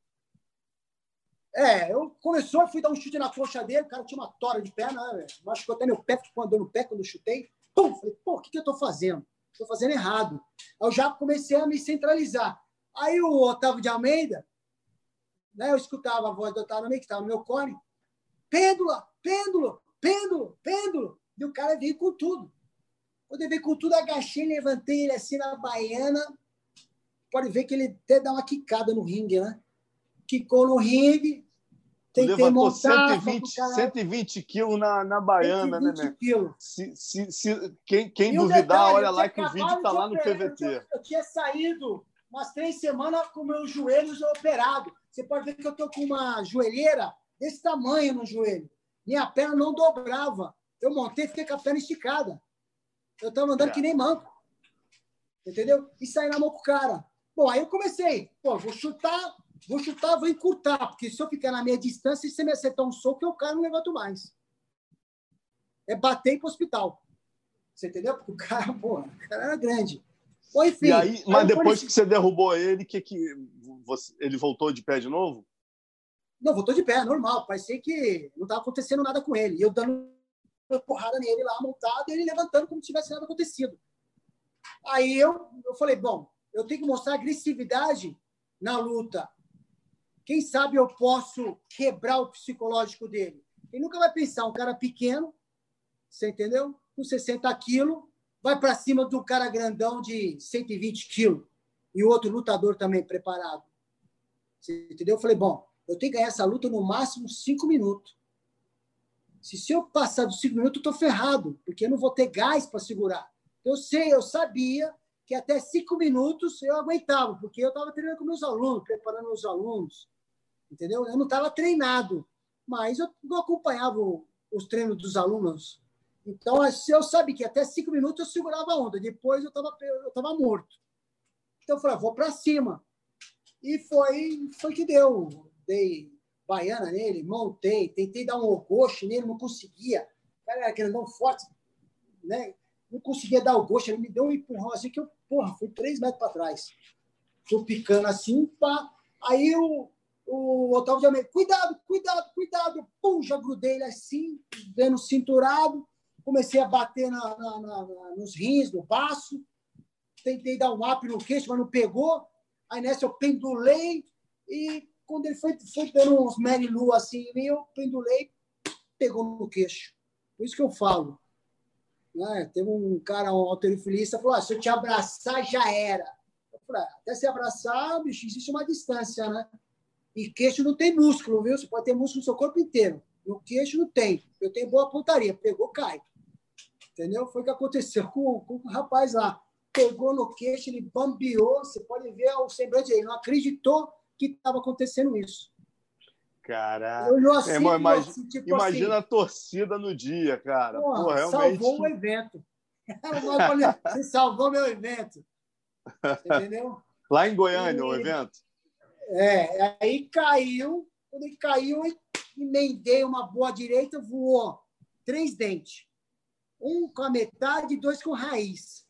Eu fui dar um chute na coxa dele, o cara tinha uma tora de perna, né? Machucou até meu pé, ficou andando no pé quando eu chutei. Pum! Falei, pô, o que eu estou fazendo? Estou fazendo errado. Aí eu já comecei a me centralizar. Aí o Otávio de Almeida, né, eu escutava a voz do Otávio de Almeida, que estava no meu cone, pêndula, pêndulo, pêndulo, pêndulo. E o cara veio com tudo. Quando ele veio com tudo, agachei, levantei ele assim na baiana. Pode ver que ele até dá uma quicada no ringue, né? Quicou no ringue. Tentei levantou montar, 120 quilos na baiana, 120 né, quilos. Quem duvidar, olha lá que o vídeo está lá no PVT. Eu tinha saído umas 3 semanas com meus joelhos operados. Você pode ver que eu estou com uma joelheira desse tamanho no joelho. Minha perna não dobrava. Eu montei e fiquei com a perna esticada. Eu estava andando que nem manco. Entendeu? E saí na mão com o cara. Bom, aí eu comecei. Pô, vou chutar, vou encurtar, porque se eu ficar na minha distância, se você me acertar um soco, eu caio e não levanto mais. É bater para o hospital. Você entendeu? Porque o cara era grande. Bom, enfim. E aí, mas depois que você derrubou ele, ele voltou de pé de novo? Não, voltou de pé, normal. Parecia que não estava acontecendo nada com ele. E eu dando porrada nele lá, montado, e ele levantando como se tivesse nada acontecido. Aí eu falei, bom, eu tenho que mostrar agressividade na luta. Quem sabe eu posso quebrar o psicológico dele. Ele nunca vai pensar, um cara pequeno, você entendeu? Com 60 quilos, vai para cima de um cara grandão de 120 quilos. E o outro lutador também preparado. Você entendeu? Eu falei, bom, eu tenho que ganhar essa luta no máximo 5 minutos. Se eu passar dos 5 minutos, eu estou ferrado, porque eu não vou ter gás para segurar. Eu sabia que até 5 minutos eu aguentava, porque eu estava treinando com meus alunos, preparando meus alunos, entendeu? Eu não estava treinado, mas eu não acompanhava os treinos dos alunos. Então, eu sabia que até 5 minutos eu segurava a onda, depois eu estava morto. Então, eu falei, vou para cima. E foi que deu. Dei baiana nele, montei, tentei dar um ogoche nele, não conseguia. O cara era grandão forte, né? Não conseguia dar o gosto, ele me deu um empurrão assim que eu, fui 3 metros para trás. Fui picando assim, pá. Aí o Otávio de Almeida, cuidado, pum, já grudei ele assim, dando cinturado, comecei a bater nos rins, no baço, tentei dar um up no queixo, mas não pegou. Aí nessa eu pendulei e quando ele foi dando uns Mary-Lou assim, eu pendulei, pegou no queixo. Por isso que eu falo. Né? Teve um cara, um halterofilista, falou, se eu te abraçar, já era. Eu falei, até se abraçar, bicho, existe uma distância, né? E queixo não tem músculo, viu? Você pode ter músculo no seu corpo inteiro. No queixo não tem. Eu tenho boa pontaria. Pegou, cai. Entendeu? Foi o que aconteceu com o rapaz lá. Pegou no queixo, ele bambeou. Você pode ver o semblante aí. Não acreditou que estava acontecendo isso. Caraca. Assim, tipo imagina assim, a torcida no dia, cara. Porra, realmente... Salvou o evento. Você salvou meu evento. Entendeu? Lá em Goiânia, o evento? Aí caiu. Quando ele caiu, eu emendei uma boa direita, voou 3 dentes. Um com a metade e 2 com raiz.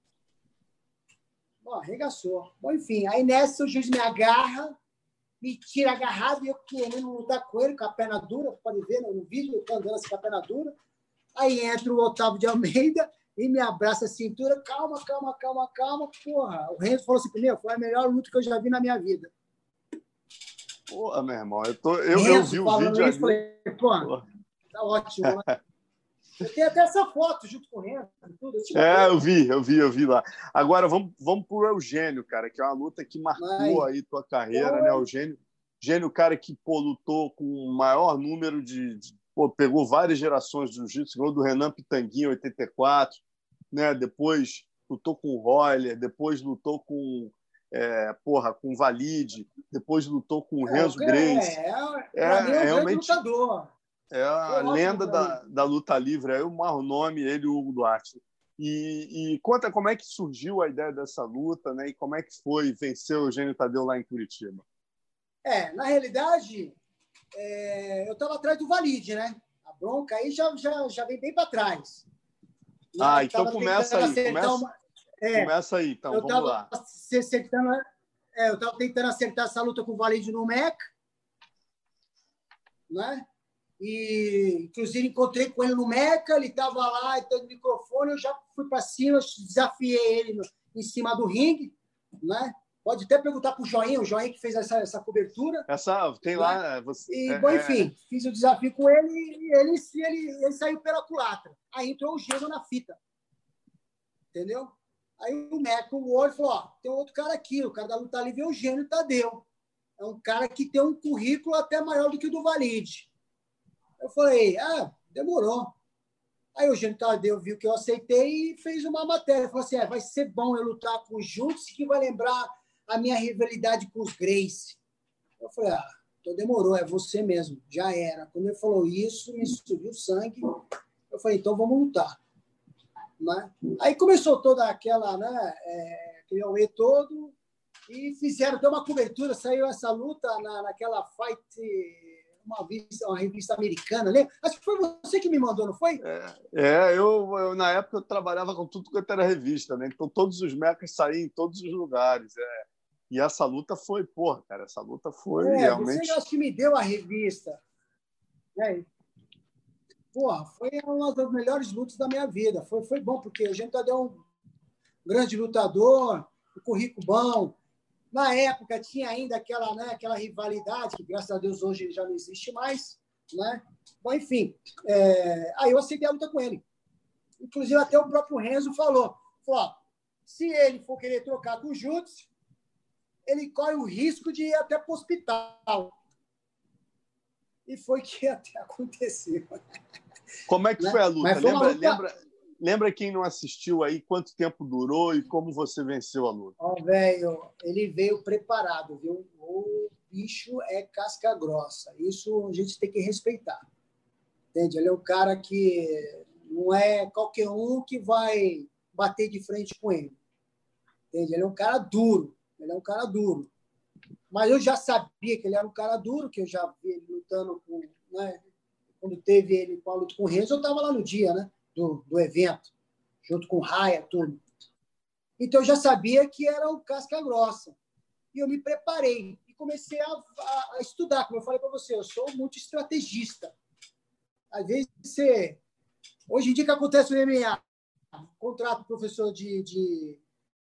Arregaçou. Bom, enfim, aí nessa o juiz me agarra, me tira agarrado e eu querendo lutar com ele, com a perna dura, pode ver no vídeo, eu tô andando assim com a perna dura. Aí entra o Otávio de Almeida e me abraça a cintura, calma. Porra, o Renzo falou assim, primeiro, foi a melhor luta que eu já vi na minha vida. Porra, meu irmão, eu vi o vídeo ali. Falei, porra, tá ótimo, né? Eu tenho até essa foto junto com o Renzo. Eu vi lá. Agora, vamos pro Eugênio, cara, que é uma luta que marcou aí tua carreira, né, Eugênio? Gênio, cara que lutou com o maior número pegou várias gerações de jiu-jitsu, ganhou do Renan Pitangui em 84, né? Depois lutou com o Royler, depois lutou com com o Valide, depois lutou com o Renzo Gracie. Para mim é um grande realmente lutador. é a lenda da luta livre. Aí o maior nome, ele e o Hugo Duarte. E conta como é que surgiu a ideia dessa luta, né? E como é que foi vencer o Eugênio Tadeu lá em Curitiba. Na realidade, eu estava atrás do Valide, né? A bronca aí já vem bem para trás. Então começa aí. Começa aí, então, vamos lá. Eu estava tentando acertar essa luta com o Valide no MEC, né? E, inclusive, encontrei com ele no Meca, ele estava lá, então, no microfone, eu já fui para cima, desafiei ele em cima do ringue, né? Pode até perguntar para o Joinha que fez essa cobertura. Tem né? lá... Enfim, fiz o desafio com ele e ele saiu pela culatra. Aí entrou o Geno na fita. Entendeu? Aí o Meca, o olho, falou, tem outro cara aqui, o cara da luta livre é o Eugênio Tadeu. É um cara que tem um currículo até maior do que o do Valide. Eu falei, demorou. Aí o Eugênio Tadeu viu que eu aceitei e fez uma matéria. Falou assim, vai ser bom eu lutar com os Juntos, que vai lembrar a minha rivalidade com os Gracie. Eu falei, então demorou, é você mesmo, já era. Quando ele falou isso, me subiu o sangue. Eu falei, então vamos lutar. Né? Aí começou toda aquela, né, aquele auê todo, e fizeram, deu uma cobertura, saiu essa luta naquela Fight... Uma revista americana, lembra? Acho que foi você que me mandou, não foi? Eu na época eu trabalhava com tudo quanto era revista, né? Então todos os mecas saíam em todos os lugares. E essa luta foi, essa luta foi realmente... Você acho que me deu a revista. Foi uma das melhores lutas da minha vida. Foi bom, porque a gente deu um grande lutador, um currículo bom. Na época tinha ainda aquela rivalidade, que graças a Deus hoje já não existe mais. Né? Bom, enfim, aí eu aceitei a luta com ele. Inclusive, até o próprio Renzo falou, se ele for querer trocar com o Jutsu, ele corre o risco de ir até para o hospital. E foi que até aconteceu. Como é que foi a luta? Luta... Lembra quem não assistiu aí, quanto tempo durou e como você venceu a luta? Velho, ele veio preparado, viu? O bicho é casca grossa. Isso a gente tem que respeitar. Entende? Ele é um cara que não é qualquer um que vai bater de frente com ele. Entende? Ele é um cara duro. Mas eu já sabia que ele era um cara duro, que eu já vi ele lutando com... Né? Quando teve ele com a luta com o Renzo, eu estava lá no dia, né? Do evento, junto com o Raya, tudo. Então, eu já sabia que era um casca grossa. E eu me preparei e comecei a estudar. Como eu falei para você, eu sou muito estrategista. Às vezes, hoje em dia, o que acontece no MMA? Contrato professor de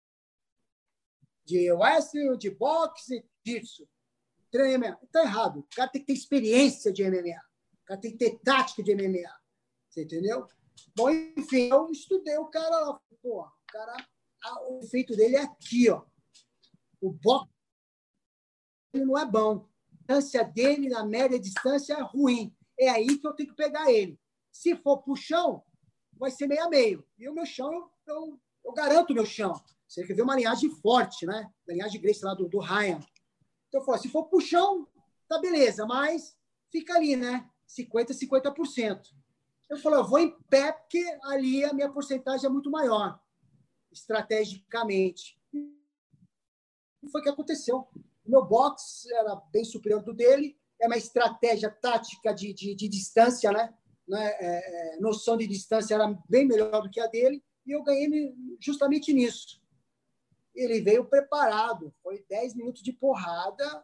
wrestling, de boxe, disso. Treino MMA. Está errado. O cara tem que ter experiência de MMA. O cara tem que ter tática de MMA. Você entendeu? Bom, enfim, eu estudei o cara lá. O efeito dele é aqui, ó. O boxe ele não é bom. A distância dele, na média distância, é ruim. É aí que eu tenho que pegar ele. Se for pro chão, vai ser meio a meio. E o meu chão, eu garanto o meu chão. Você quer ver uma linhagem forte, né? Da linhagem Gracie lá do Ryan. Então, eu falo, se for pro chão, tá beleza, mas fica ali, né? 50%. Eu falei, eu vou em pé, porque ali a minha porcentagem é muito maior, estrategicamente. E foi o que aconteceu. O meu boxe era bem superior do dele, é uma estratégia tática de distância, né? Noção de distância era bem melhor do que a dele, e eu ganhei justamente nisso. Ele veio preparado, foi 10 minutos de porrada,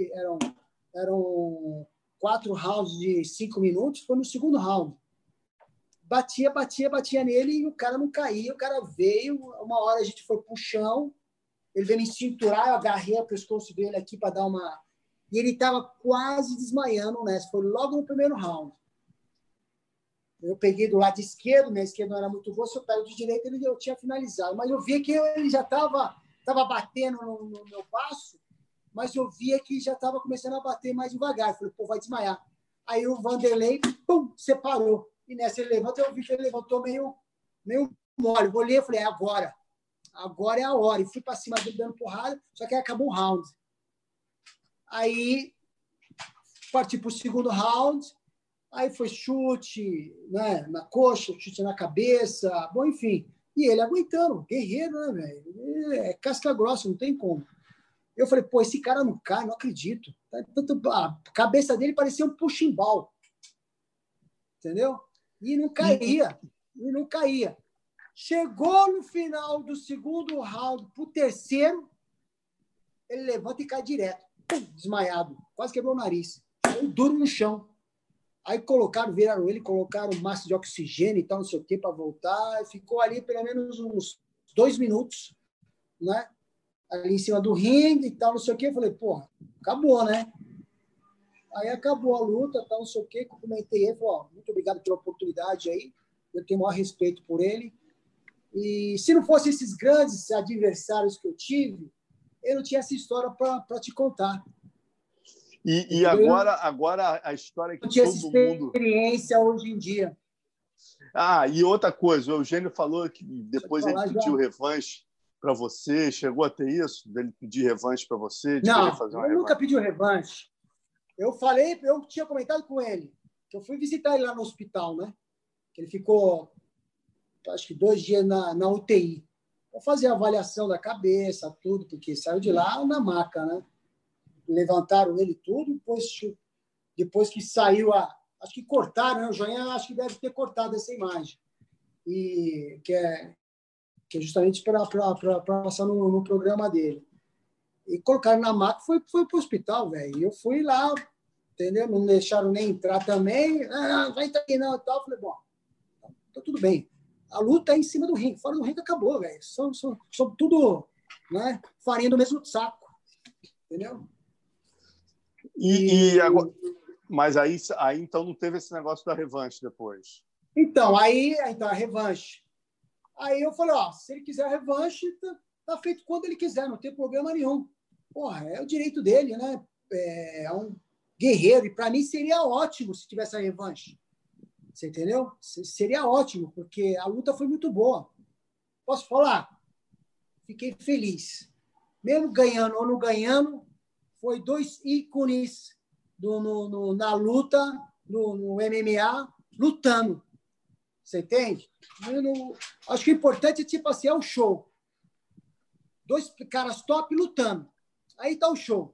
eram 4 rounds de 5 minutos, foi no segundo round. Batia nele e o cara não caía, o cara veio, uma hora a gente foi pro chão, ele veio me cinturar, eu agarrei o pescoço dele aqui para dar uma... E ele estava quase desmaiando, né? Foi logo no primeiro round. Eu peguei do lado esquerdo, minha esquerda não era muito boa, se eu pego de direita, eu tinha finalizado. Mas eu vi que ele já estava batendo no meu passo mas eu via que já estava começando a bater mais devagar. Falei, pô, vai desmaiar. Aí o Vanderlei, pum, separou. E nessa ele levantou, eu vi que ele levantou meio mole. Eu olhei e falei, agora é a hora. E fui para cima dele dando porrada, só que aí acabou o round. Aí parti para o segundo round, aí foi chute, né, na coxa, chute na cabeça, bom, enfim. E ele aguentando, guerreiro, né, velho? É casca grossa, não tem como. Eu falei, pô, esse cara não cai, não acredito. A cabeça dele parecia um punching ball. Entendeu? E não caía. Chegou no final do segundo round, pro terceiro, ele levanta e cai direto. Pum, desmaiado. Quase quebrou o nariz. Duro no chão. Aí viraram ele, colocaram massa de oxigênio e tal, não sei o quê, para voltar. Ficou ali pelo menos uns 2 minutos, né? Ali em cima do ringue e tal, não sei o quê. Eu falei, porra, acabou, né? Aí acabou a luta, tal, não sei o quê. Cumprimentei ele, falei, ó, muito obrigado pela oportunidade aí. Eu tenho o maior respeito por ele. E se não fossem esses grandes adversários que eu tive, eu não tinha essa história para te contar. E agora a história que não tinha todo essa mundo... experiência hoje em dia. E outra coisa, o Eugênio falou que depois ele pediu revanche para você. Chegou a ter isso? Dele pedir revanche para você? Não, eu nunca pedi revanche. Eu tinha comentado com ele, que eu fui visitar ele lá no hospital, né? Que ele ficou, acho que 2 dias na UTI. Vou fazer a avaliação da cabeça, tudo, porque saiu de lá na maca, né? Levantaram ele tudo, depois que saiu acho que cortaram, né? O Joinha acho que deve ter cortado essa imagem. E que é justamente para passar no programa dele. E colocaram na maca, foi para o hospital, velho. E eu fui lá, entendeu? Não deixaram nem entrar também. Vai entrar aqui não e tal. Falei, bom, tá tudo bem. A luta é em cima do ringue. Fora do ringue acabou, velho. São tudo, né, farinha do mesmo saco. Entendeu? Agora, mas aí então não teve esse negócio da revanche depois? Então, a revanche. Aí eu falei, ó, se ele quiser a revanche, tá feito quando ele quiser, não tem problema nenhum. Porra, é o direito dele, né? É um guerreiro. E para mim seria ótimo se tivesse a revanche. Você entendeu? Seria ótimo, porque a luta foi muito boa. Posso falar? Fiquei feliz. Mesmo ganhando ou não ganhando, foi 2 ícones na luta, no MMA, lutando. Você entende? Acho que o importante é, tipo assim, é o show. 2 caras top lutando. Aí tá o show.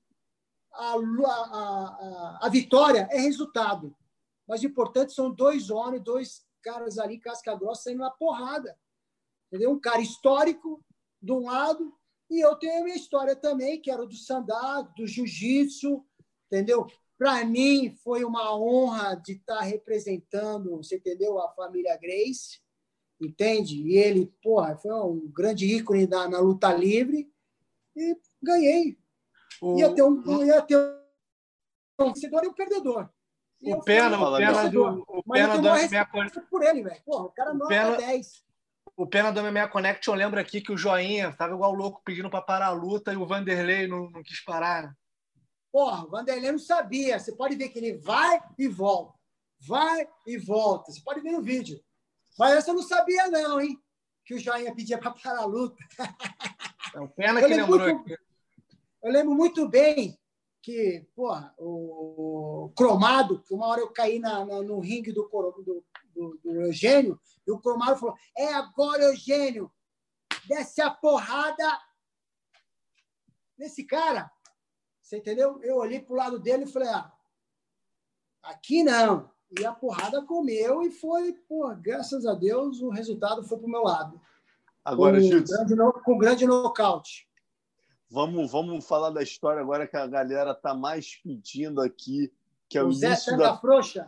A vitória é resultado. Mas o importante são 2 homens, 2 caras ali, casca grossa, saindo na porrada. Entendeu? Um cara histórico, de um lado, e eu tenho a minha história também, que era do sandá, do jiu-jitsu, entendeu? Para mim, foi uma honra de estar representando, você entendeu? A família Gracie, entende? E ele, porra, foi um grande ícone na luta livre e ganhei. Ia ter um vencedor e um perdedor. O pena do MMA Connection por ele, velho. Porra, o cara nota 10. O pena do MMA Connection, lembra aqui que o Joinha estava igual louco pedindo para parar a luta e o Vanderlei não quis parar. Porra, o Vanderlei não sabia. Você pode ver que ele vai e volta. Vai e volta. Você pode ver no vídeo. Mas essa eu não sabia, não, hein? Que o Joinha pedia para parar a luta. É o pena que lembrou aqui. Eu lembro muito bem que, porra, o Cromado, que uma hora eu caí no ringue do Eugênio, e o Cromado falou, agora, Eugênio, desce a porrada nesse cara. Você entendeu? Eu olhei pro lado dele e falei, aqui não. E a porrada comeu e foi, porra, graças a Deus, o resultado foi pro meu lado. Agora, Gilson, com grande nocaute. Vamos falar da história agora que a galera está mais pedindo aqui, que é o Zé Tanga Frouxa.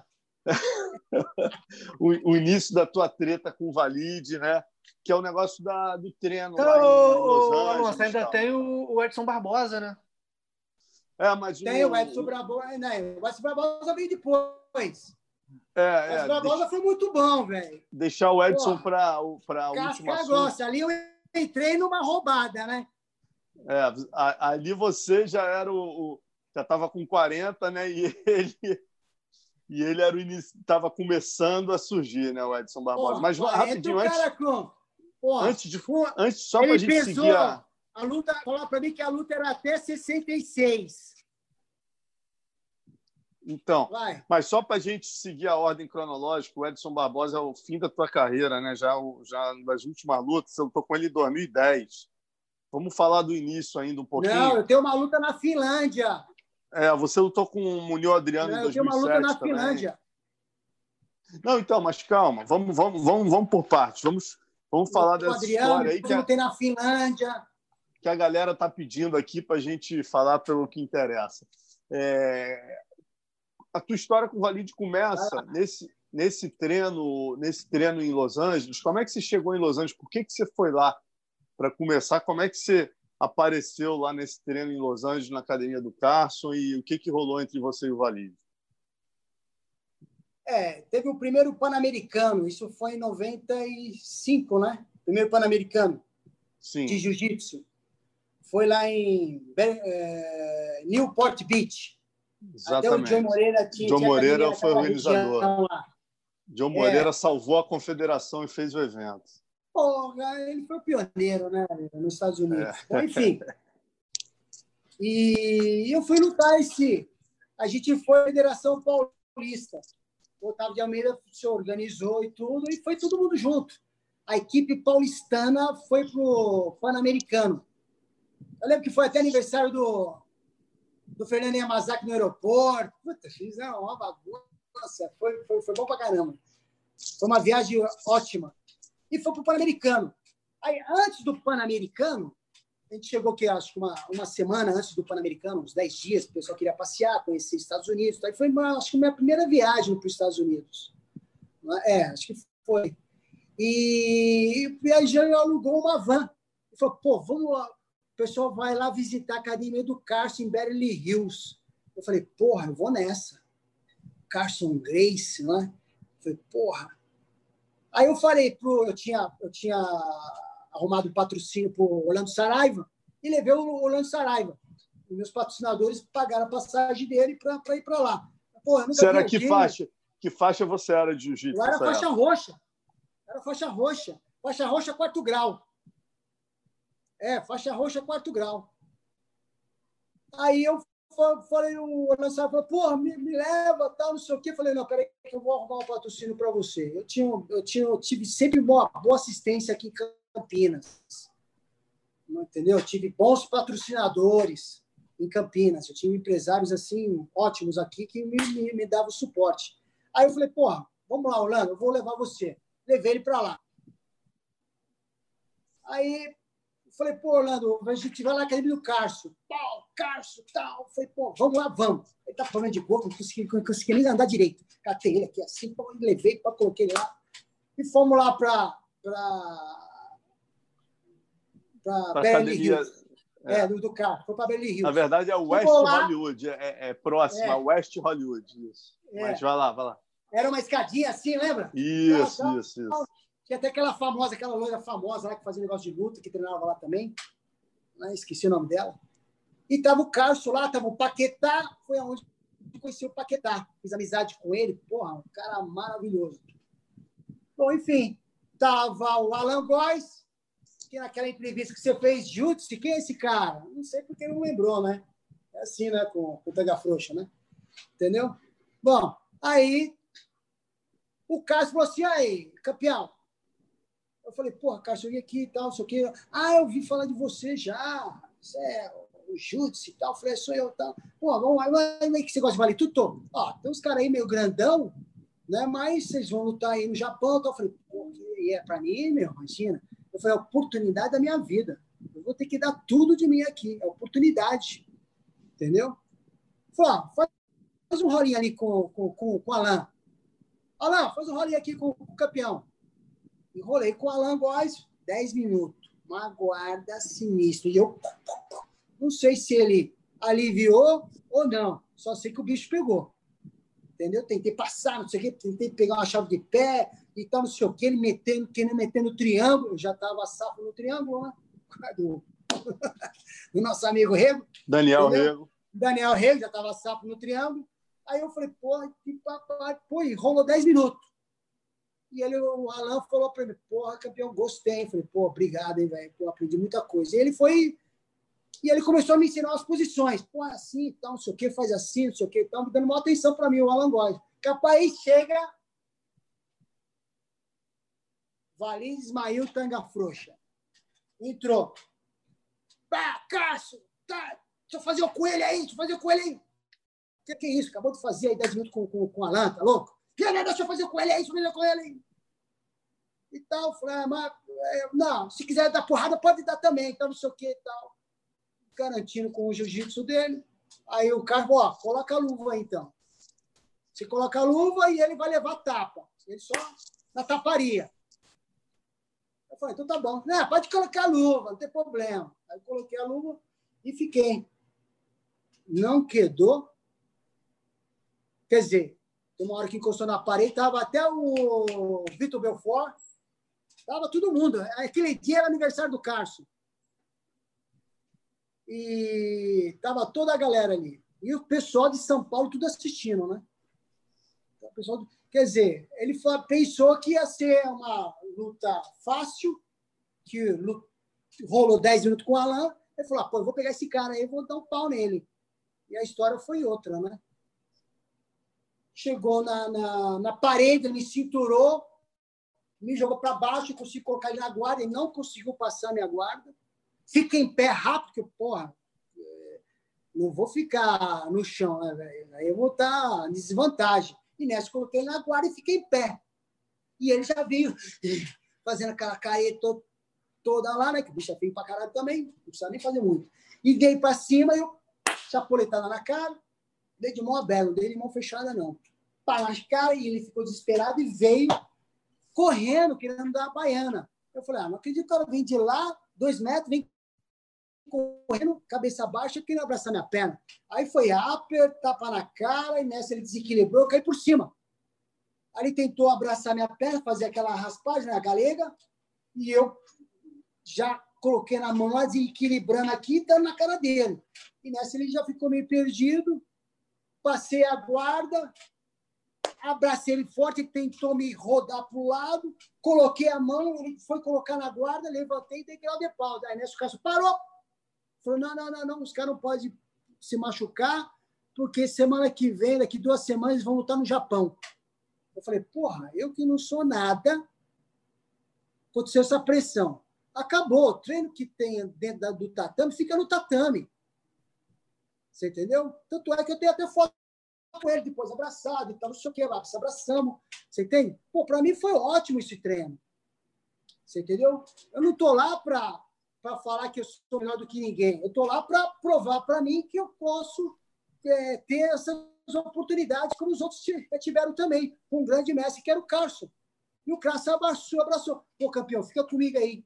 o início da tua treta com o Valide, né? Que é o negócio do treino lá em Los Angeles. Nossa, ainda tem o Edson Barbosa, né? Mas tem o Edson Barbosa, né? O Edson Barbosa veio depois. O Edson Barbosa foi muito bom, velho. Deixar o Edson para a última grossa. Ali eu entrei numa roubada, né? Ali você já era já estava com 40, né? E ele era estava começando a surgir, né, o Edson Barbosa. Mas rapidinho, antes só para a gente seguir a luta, falar para mim que a luta era até 66. Então, mas só para a gente seguir a ordem cronológica, o Edson Barbosa é o fim da tua carreira, né? Já nas últimas lutas, eu estou com ele em 2010. Vamos falar do início ainda um pouquinho? Não, eu tenho uma luta na Finlândia. Você lutou com o Munhoz Adriano em 2007 também. Eu tenho uma luta na Finlândia. Não, então, mas calma, vamos por partes. Vamos falar dessa história aí que eu lutei na Finlândia. Que a galera está pedindo aqui para a gente falar pelo que interessa. A tua história com o Walid começa nesse treino em Los Angeles. Como é que você chegou em Los Angeles? Por que você foi lá para começar? Como é que você apareceu lá nesse treino em Los Angeles, na academia do Carson, e o que rolou entre você e o Walid? Teve o primeiro Pan-Americano, isso foi em 95, né? Primeiro Pan-Americano de Jiu-Jitsu. Foi lá em Newport Beach. Exatamente. Até o John Moreira tinha. John Moreira foi o organizador. John Moreira salvou a confederação e fez o evento. Porra, ele foi o pioneiro, né, nos Estados Unidos. Bom, enfim. E eu fui lutar a gente foi à Federação Paulista. O Otávio de Almeida se organizou e tudo, e foi todo mundo junto. A equipe paulistana foi para o Pan-Americano. Eu lembro que foi até aniversário do Fernando Yamazaki no aeroporto. Puta, fiz uma bagunça. Foi bom pra caramba. Foi uma viagem ótima. E foi para o Pan-Americano. Aí, antes do Pan-Americano, a gente chegou aqui, acho que uma semana antes do Pan-Americano, uns 10 dias, o pessoal queria passear, conhecer os Estados Unidos. Aí foi, acho que, minha primeira viagem para os Estados Unidos. Acho que foi. E viajando, alugou uma van. E falou, vamos lá. O pessoal vai lá visitar a academia do Carson em Beverly Hills. Eu falei, eu vou nessa. Carson Gracie, né? Eu falei, Aí eu falei, eu tinha arrumado um patrocínio para o Orlando Saraiva e levei o Orlando Saraiva. E meus patrocinadores pagaram a passagem dele para ir para lá. Você era que faixa? Que faixa você era de jiu-jitsu? Eu era faixa roxa. Faixa roxa, 4º grau. Faixa roxa, 4º grau. Aí eu falei, o Orlando Saraiva falou, me leva, tal, não sei o quê. Eu falei, não, peraí que eu vou arrumar um patrocínio para você. Eu tive sempre boa assistência aqui em Campinas. Entendeu? Eu tive bons patrocinadores em Campinas. Eu tive empresários assim ótimos aqui que me davam suporte. Aí eu falei, vamos lá, Orlando, eu vou levar você. Levei ele para lá. Aí eu falei, Orlando, a gente vai lá na academia do Carson. Carson, tal. Eu falei, vamos lá, vamos. Ele tá falando de boca, não consegui nem andar direito. Catei ele aqui assim, levei, coloquei ele lá. E fomos lá para Beverly Hills. Do carro. Foi para Beverly Hills. Na verdade, é o West Hollywood. É próximo, a West Hollywood. Isso. Mas vai lá. Era uma escadinha assim, lembra? Isso. Tinha até aquela loira famosa lá que fazia negócio de luta, que treinava lá também. Esqueci o nome dela. E tava o Carson lá, tava o Paquetá. Foi aonde eu conheci o Paquetá. Fiz amizade com ele. Um cara maravilhoso. Bom, enfim. Tava o Alan Góes, que naquela entrevista que você fez, Jutsu, quem é esse cara? Não sei porque não lembrou, né? É assim, né? Com o Tanga Frouxa, né? Entendeu? Bom, aí o Carson falou assim, aí, campeão. Eu falei, Carson, eu vim aqui e tal, não sei o quê. Eu ouvi falar de você já. Você é o Jutsu e tal. Eu falei, sou eu e tal. Vamos lá, como é que você gosta de valer tudo? Tem uns caras aí meio grandão, né? Mas vocês vão lutar aí no Japão. Então eu falei, pra mim, imagina. Eu falei, é a oportunidade da minha vida. Eu vou ter que dar tudo de mim aqui. É oportunidade. Entendeu? Falei, faz um rolinho ali com o Alan. Alan, faz um rolinho aqui com o campeão. Enrolei com o Alan Góes, 10 minutos. Uma guarda sinistra. E eu não sei se ele aliviou ou não. Só sei que o bicho pegou. Entendeu? Tentei passar, não sei o quê. Tentei pegar uma chave de pé e tal, não sei o quê. Ele metendo triângulo. Eu já estava safo no triângulo, né? do nosso amigo Rego. Daniel entendeu? Rego. Daniel Rego, já estava sapo no triângulo. Aí eu falei, porra, que papai. Pô, e rolou 10 minutos. E o Alan falou para mim, porra, campeão, gostei. Eu falei, pô, obrigado, hein, velho. Pô, aprendi muita coisa. E ele começou a me ensinar as posições. Pô, assim, tal, não sei o que, faz assim, não sei o que, tal, me dando uma atenção para mim, o Alan Góes. Capaz, chega Valim Ismail Tanga Frouxa. Entrou. Pá, Cássio, tá, deixa eu fazer o coelho aí, Que é isso? Acabou de fazer aí 10 minutos com o Alan, tá louco? Deixa eu fazer o coelho aí, E tal. Falei, mas, não, se quiser dar porrada, pode dar também, então não sei o que e tal. Garantindo com o jiu-jitsu dele. Aí o cara, ó, coloca a luva aí, então. Você coloca a luva e ele vai levar tapa. Ele só na taparia. Eu falei, então tá bom. Não, pode colocar a luva, não tem problema. Aí eu coloquei a luva e fiquei. Não quedou. Quer dizer, tem uma hora que encostou na parede, estava até o Vitor Belfort, estava todo mundo. Aquele dia era aniversário do Carson. E estava toda a galera ali. E o pessoal de São Paulo tudo assistindo, né? O pessoal, quer dizer, ele pensou que ia ser uma luta fácil, que rolou 10 minutos com o Alan. Ele falou, pô, eu vou pegar esse cara aí e vou dar um pau nele. E a história foi outra, né? Chegou na parede, ele me cinturou, me jogou para baixo, eu consegui colocar ele na guarda, ele não conseguiu passar a minha guarda. Fica em pé rápido, porque, porra, não vou ficar no chão, né, velho? Aí eu vou estar em desvantagem. E nessa, coloquei ele na guarda e fiquei em pé. E ele já veio fazendo aquela careta toda lá, né? Que o bicho é feio pra caralho também, não precisa nem fazer muito. E dei para cima e eu chapuletada na cara, dei de mão aberta, não dei de mão fechada, não. Pá na cara, e ele ficou desesperado e veio correndo, querendo dar a baiana. Eu falei, não acredito que o cara vem de lá, 2 metros, vem correndo, cabeça baixa, querendo abraçar minha perna. Aí foi upper, tapa na cara, e nessa ele desequilibrou, eu caí por cima. Aí ele tentou abraçar minha perna, fazer aquela raspagem na galega, e eu já coloquei na mão, desequilibrando aqui, dando na cara dele. E nessa ele já ficou meio perdido, passei a guarda, abracei ele forte, ele tentou me rodar para o lado, coloquei a mão, ele foi colocar na guarda, levantei e dei grau de pau. Aí nessa o Cássio parou. Falou, não, os caras não podem se machucar, porque semana que vem, daqui 2 semanas, eles vão lutar no Japão. Eu falei, porra, eu que não sou nada, aconteceu essa pressão. Acabou, o treino que tem dentro do tatame fica no tatame. Você entendeu? Tanto é que eu tenho até foto com ele depois abraçado e tal, não sei o que, lá, se abraçamos. Você entende? Pô, para mim foi ótimo esse treino. Você entendeu? Eu não estou lá para falar que eu sou melhor do que ninguém. Eu estou lá para provar para mim que eu posso ter essas oportunidades como os outros tiveram também, com um grande mestre que era o Carson. E o Carson abraçou. Pô, campeão, fica comigo aí.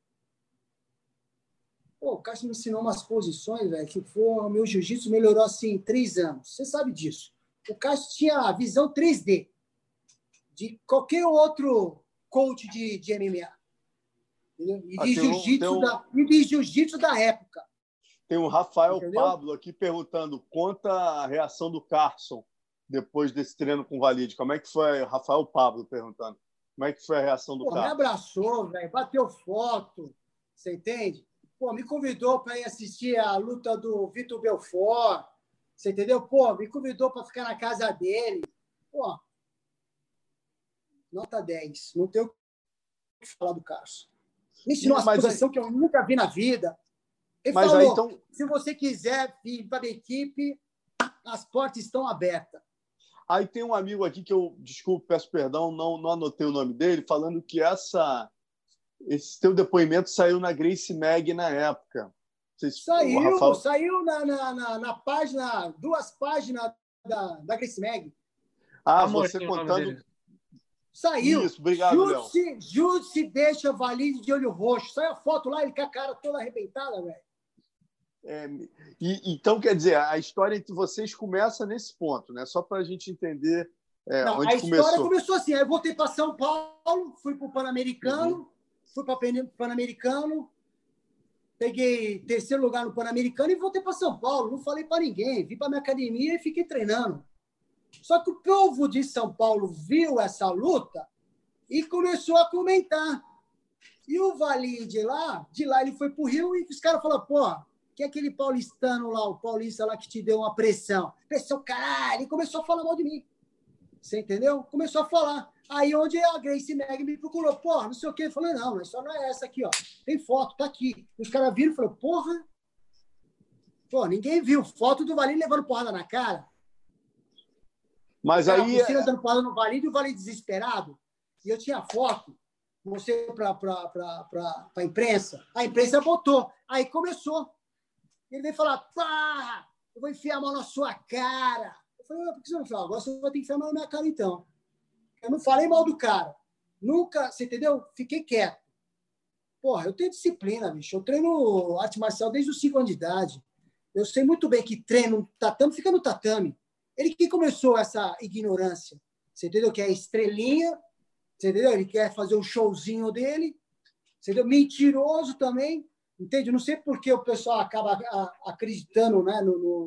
Pô, o Carson me ensinou umas posições, velho, que o meu jiu-jitsu melhorou assim em 3 anos. Você sabe disso. O Carson tinha a visão 3D de qualquer outro coach de MMA. E de jiu-jitsu da época. Tem o Rafael Entendeu? Pablo aqui perguntando, conta a reação do Carson depois desse treino com o Valide. Como é que foi? Rafael Pablo perguntando. Como é que foi a reação do Carson? Me abraçou, velho, bateu foto, você entende? Pô, me convidou para ir assistir a luta do Vitor Belfort, você entendeu? Pô, me convidou para ficar na casa dele. Pô, nota 10. Não tenho o que falar do Carson. Me ensinou uma posição que eu nunca vi na vida. Ele falou, aí, então... se você quiser vir para a minha equipe, as portas estão abertas. Aí tem um amigo aqui que eu, desculpe, peço perdão, não anotei o nome dele, falando que esse teu depoimento saiu na Gracie Mag na época. Saiu na página, 2 páginas da Gracie Mag. Você contando... Saiu. Isso, obrigado, Léo. Júdice deixa Valide de olho roxo. Sai a foto lá, ele com a cara toda arrebentada, velho. Então, quer dizer, a história entre vocês começa nesse ponto, né? Só para a gente entender onde começou. A história começou assim. Aí eu voltei para São Paulo, fui para o Pan-Americano, fui para o Pan-Americano, peguei terceiro lugar no Pan-Americano e voltei para São Paulo. Não falei para ninguém. Vim para minha academia e fiquei treinando. Só que o povo de São Paulo viu essa luta e começou a comentar. E o Valim de lá ele foi para o Rio e os caras falaram, pô, que é aquele paulistano lá, o paulista lá que te deu uma pressão. Pressão, caralho! E começou a falar mal de mim. Você entendeu? Começou a falar. Aí onde a Gracie Mag me procurou, porra, não sei o quê. Eu falei, não, só não é essa aqui, ó. Tem foto, tá aqui. Os caras viram e falaram, porra. Pô, ninguém viu foto do Valim levando porrada na cara. Mas aí... Você dando porrada no Valim e o Valim desesperado. E eu tinha foto. Mostrei para a imprensa. A imprensa botou. Aí começou. Ele veio falar, pá, eu vou enfiar a mão na sua cara. Eu falei, por que você não fala? Agora você vai ter que enfiar a mão na minha cara, então. Eu não falei mal do cara. Nunca, você entendeu? Fiquei quieto. Porra, eu tenho disciplina, bicho. Eu treino arte marcial desde os 5 anos de idade. Eu sei muito bem que treino no tatame, fica no tatame. Ele que começou essa ignorância. Você entendeu? Que é estrelinha. Você entendeu? Ele quer fazer o showzinho dele. Você entendeu? Mentiroso também. Entende? Não sei por que o pessoal acaba acreditando, né?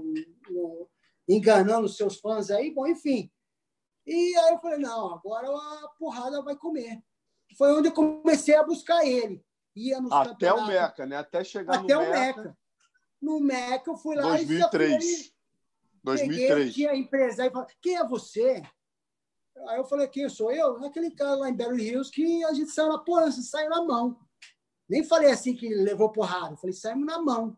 Enganando os seus fãs aí. Bom, enfim. E aí eu falei, não, agora a porrada vai comer. Foi onde eu comecei a buscar ele. Ia nos até o Meca, né? Até chegar até no o Meca. No Meca eu fui lá 2003. 2003. Tinha empresário e falei, quem é você? Aí eu falei, quem sou eu? Aquele cara lá em Beverly Hills que a gente saiu na porra, saiu na mão. Nem falei assim que levou porrada. Eu falei, saímos na mão.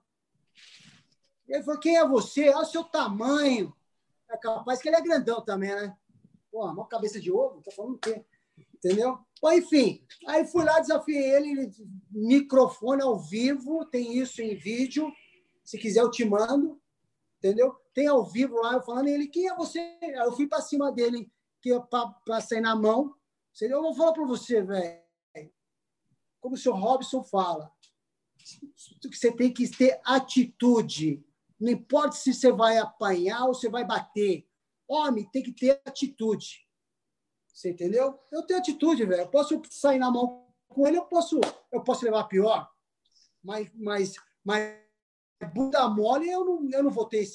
E ele falou, quem é você? Olha o seu tamanho. É capaz que ele é grandão também, né? Pô, uma cabeça de ovo, tá falando o quê? Entendeu? Bom, enfim, aí fui lá, desafiei ele, microfone ao vivo, tem isso em vídeo, se quiser eu te mando, entendeu? Tem ao vivo lá, eu falando, ele, quem é você? Aí eu fui para cima dele, para sair na mão, eu vou falar para você, velho, como o senhor Robson fala, você tem que ter atitude, não importa se você vai apanhar ou você vai bater, homem tem que ter atitude. Você entendeu? Eu tenho atitude, velho. Eu posso sair na mão com ele, eu posso levar pior. Mas bunda mole, eu não vou ter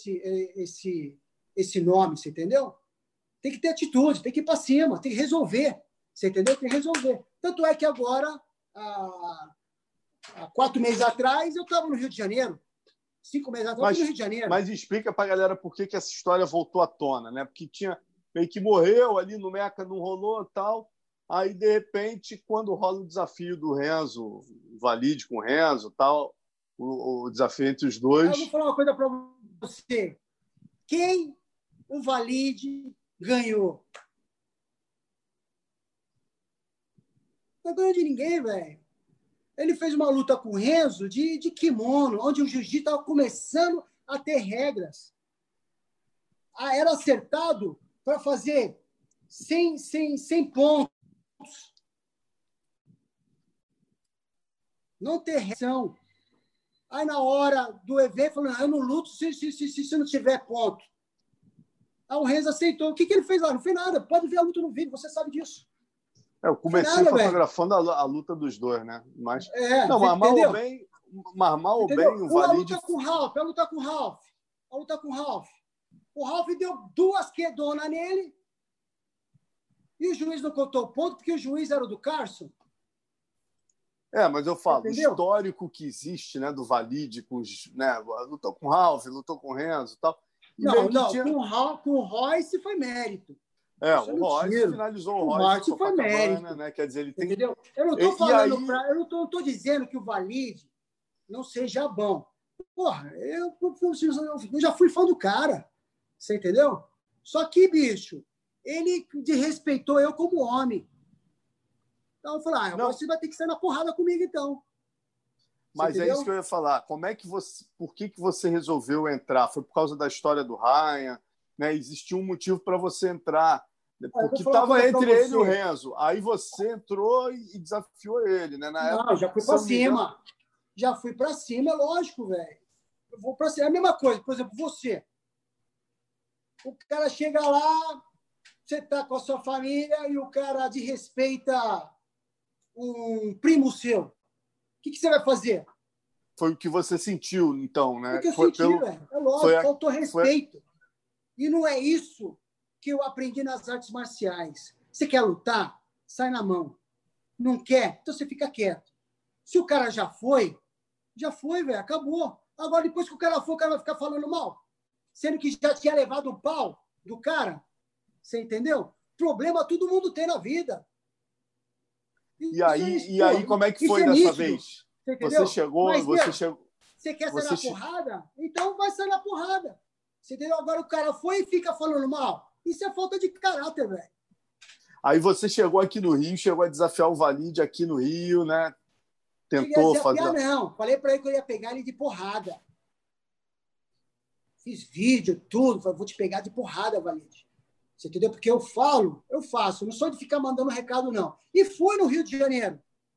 esse nome, você entendeu? Tem que ter atitude, tem que ir para cima, tem que resolver. Você entendeu? Tem que resolver. Tanto é que agora, há 4 meses atrás, eu estava no Rio de Janeiro. 5 meses atrás, eu estava no Rio de Janeiro. Mas explica para a galera por que essa história voltou à tona, né? Porque meio que morreu ali no Meca, não rolou tal. Aí, de repente, quando rola o desafio do Renzo, o Valide com o Renzo, tal, o desafio entre os dois. Eu vou falar uma coisa para você. Quem o Valide ganhou? Não ganhou de ninguém, velho. Ele fez uma luta com o Renzo de kimono, onde o jiu-jitsu estava começando a ter regras. Era acertado para fazer 100 pontos. Não ter reação. Aí, na hora do evento, falando, eu não luto se não tiver ponto. Aí o Renzo aceitou. O que ele fez lá? Não fez nada. Pode ver a luta no vídeo, você sabe disso. Eu comecei fotografando a luta dos dois, né? Mas, não, mas mal ou bem, o Valide... A luta com o Ralph. O Ralph deu 2 quedonas nele e o juiz não contou o ponto porque o juiz era o do Carson. Mas eu falo, o histórico que existe, né, do Valide, né, lutou com o Ralph, lutou com o Renzo e tal. Com o Royce foi mérito. O Royce finalizou o Royce foi mérito, né? Quer dizer, ele tem... Entendeu? Eu não estou falando eu não estou dizendo que o Valide não seja bom. Porra, eu já fui fã do cara. Você entendeu? Só que, bicho, ele desrespeitou eu como homem. Então eu falei, você vai ter que sair na porrada comigo, então. Mas é isso que eu ia falar. Por que você resolveu entrar? Foi por causa da história do Ryan? Né? Existia um motivo para você entrar. Porque estava entre ele e o Renzo. Aí você entrou e desafiou ele, né? Já fui para cima. Já fui para cima, é lógico, velho. Eu vou para cima. É a mesma coisa, por exemplo, você. O cara chega lá, você está com a sua família e o cara desrespeita um primo seu. O que você vai fazer? foi o que você sentiu, então, né? Foi o que eu senti, velho. É lógico, faltou respeito. E não é isso que eu aprendi nas artes marciais. Você quer lutar? Sai na mão. Não quer? Então você fica quieto. Se o cara já foi, velho, acabou. Agora, depois que o cara for, o cara vai ficar falando mal. Sendo que já tinha levado o pau do cara. Você entendeu? Problema todo mundo tem na vida. E aí, como é que foi dessa vez? Você chegou... Mas, você chegou... Você quer sair na porrada? Então vai sair na porrada. Você entendeu? Agora o cara foi e fica falando mal. Isso é falta de caráter, velho. Aí você chegou aqui no Rio, chegou a desafiar o Valide aqui no Rio, né? Tentou fazer... Não, falei para ele que eu ia pegar ele de porrada. Fiz vídeo, tudo. Falei, vou te pegar de porrada, Valide. Você entendeu? Porque eu falo, eu faço. Não sou de ficar mandando recado, não. E fui no Rio de Janeiro.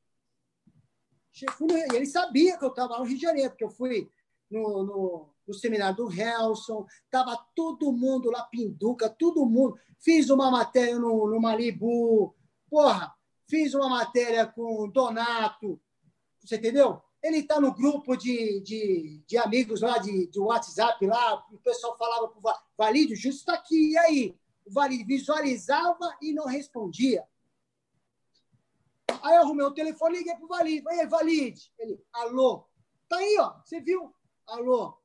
E ele sabia que eu estava no Rio de Janeiro, porque eu fui no seminário do Helson, estava todo mundo lá, Pinduca, todo mundo. Fiz uma matéria no Malibu, fiz uma matéria com o Donato, você entendeu? Ele está no grupo de amigos lá, de WhatsApp lá, o pessoal falava para o Valide, o Justo está aqui, e aí? O Valide visualizava e não respondia. Aí eu arrumei o telefone e liguei pro Valide. Ei, Valide. Ele, alô. Tá aí, ó. Você viu? Alô.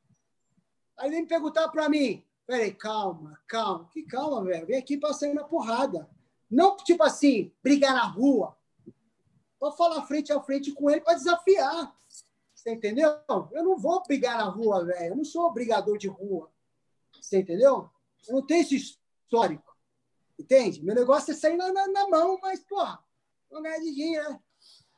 Aí ele me perguntava para mim. Peraí, calma. Que calma, velho. Vem aqui para sair na porrada. Não, tipo assim, brigar na rua. Para falar frente a frente com ele para desafiar. Você entendeu? Eu não vou brigar na rua, velho. Eu não sou brigador de rua. Você entendeu? Eu não tenho esse histórico. Entende? Meu negócio é sair na mão, mas, vou ganhar dinheiro, né?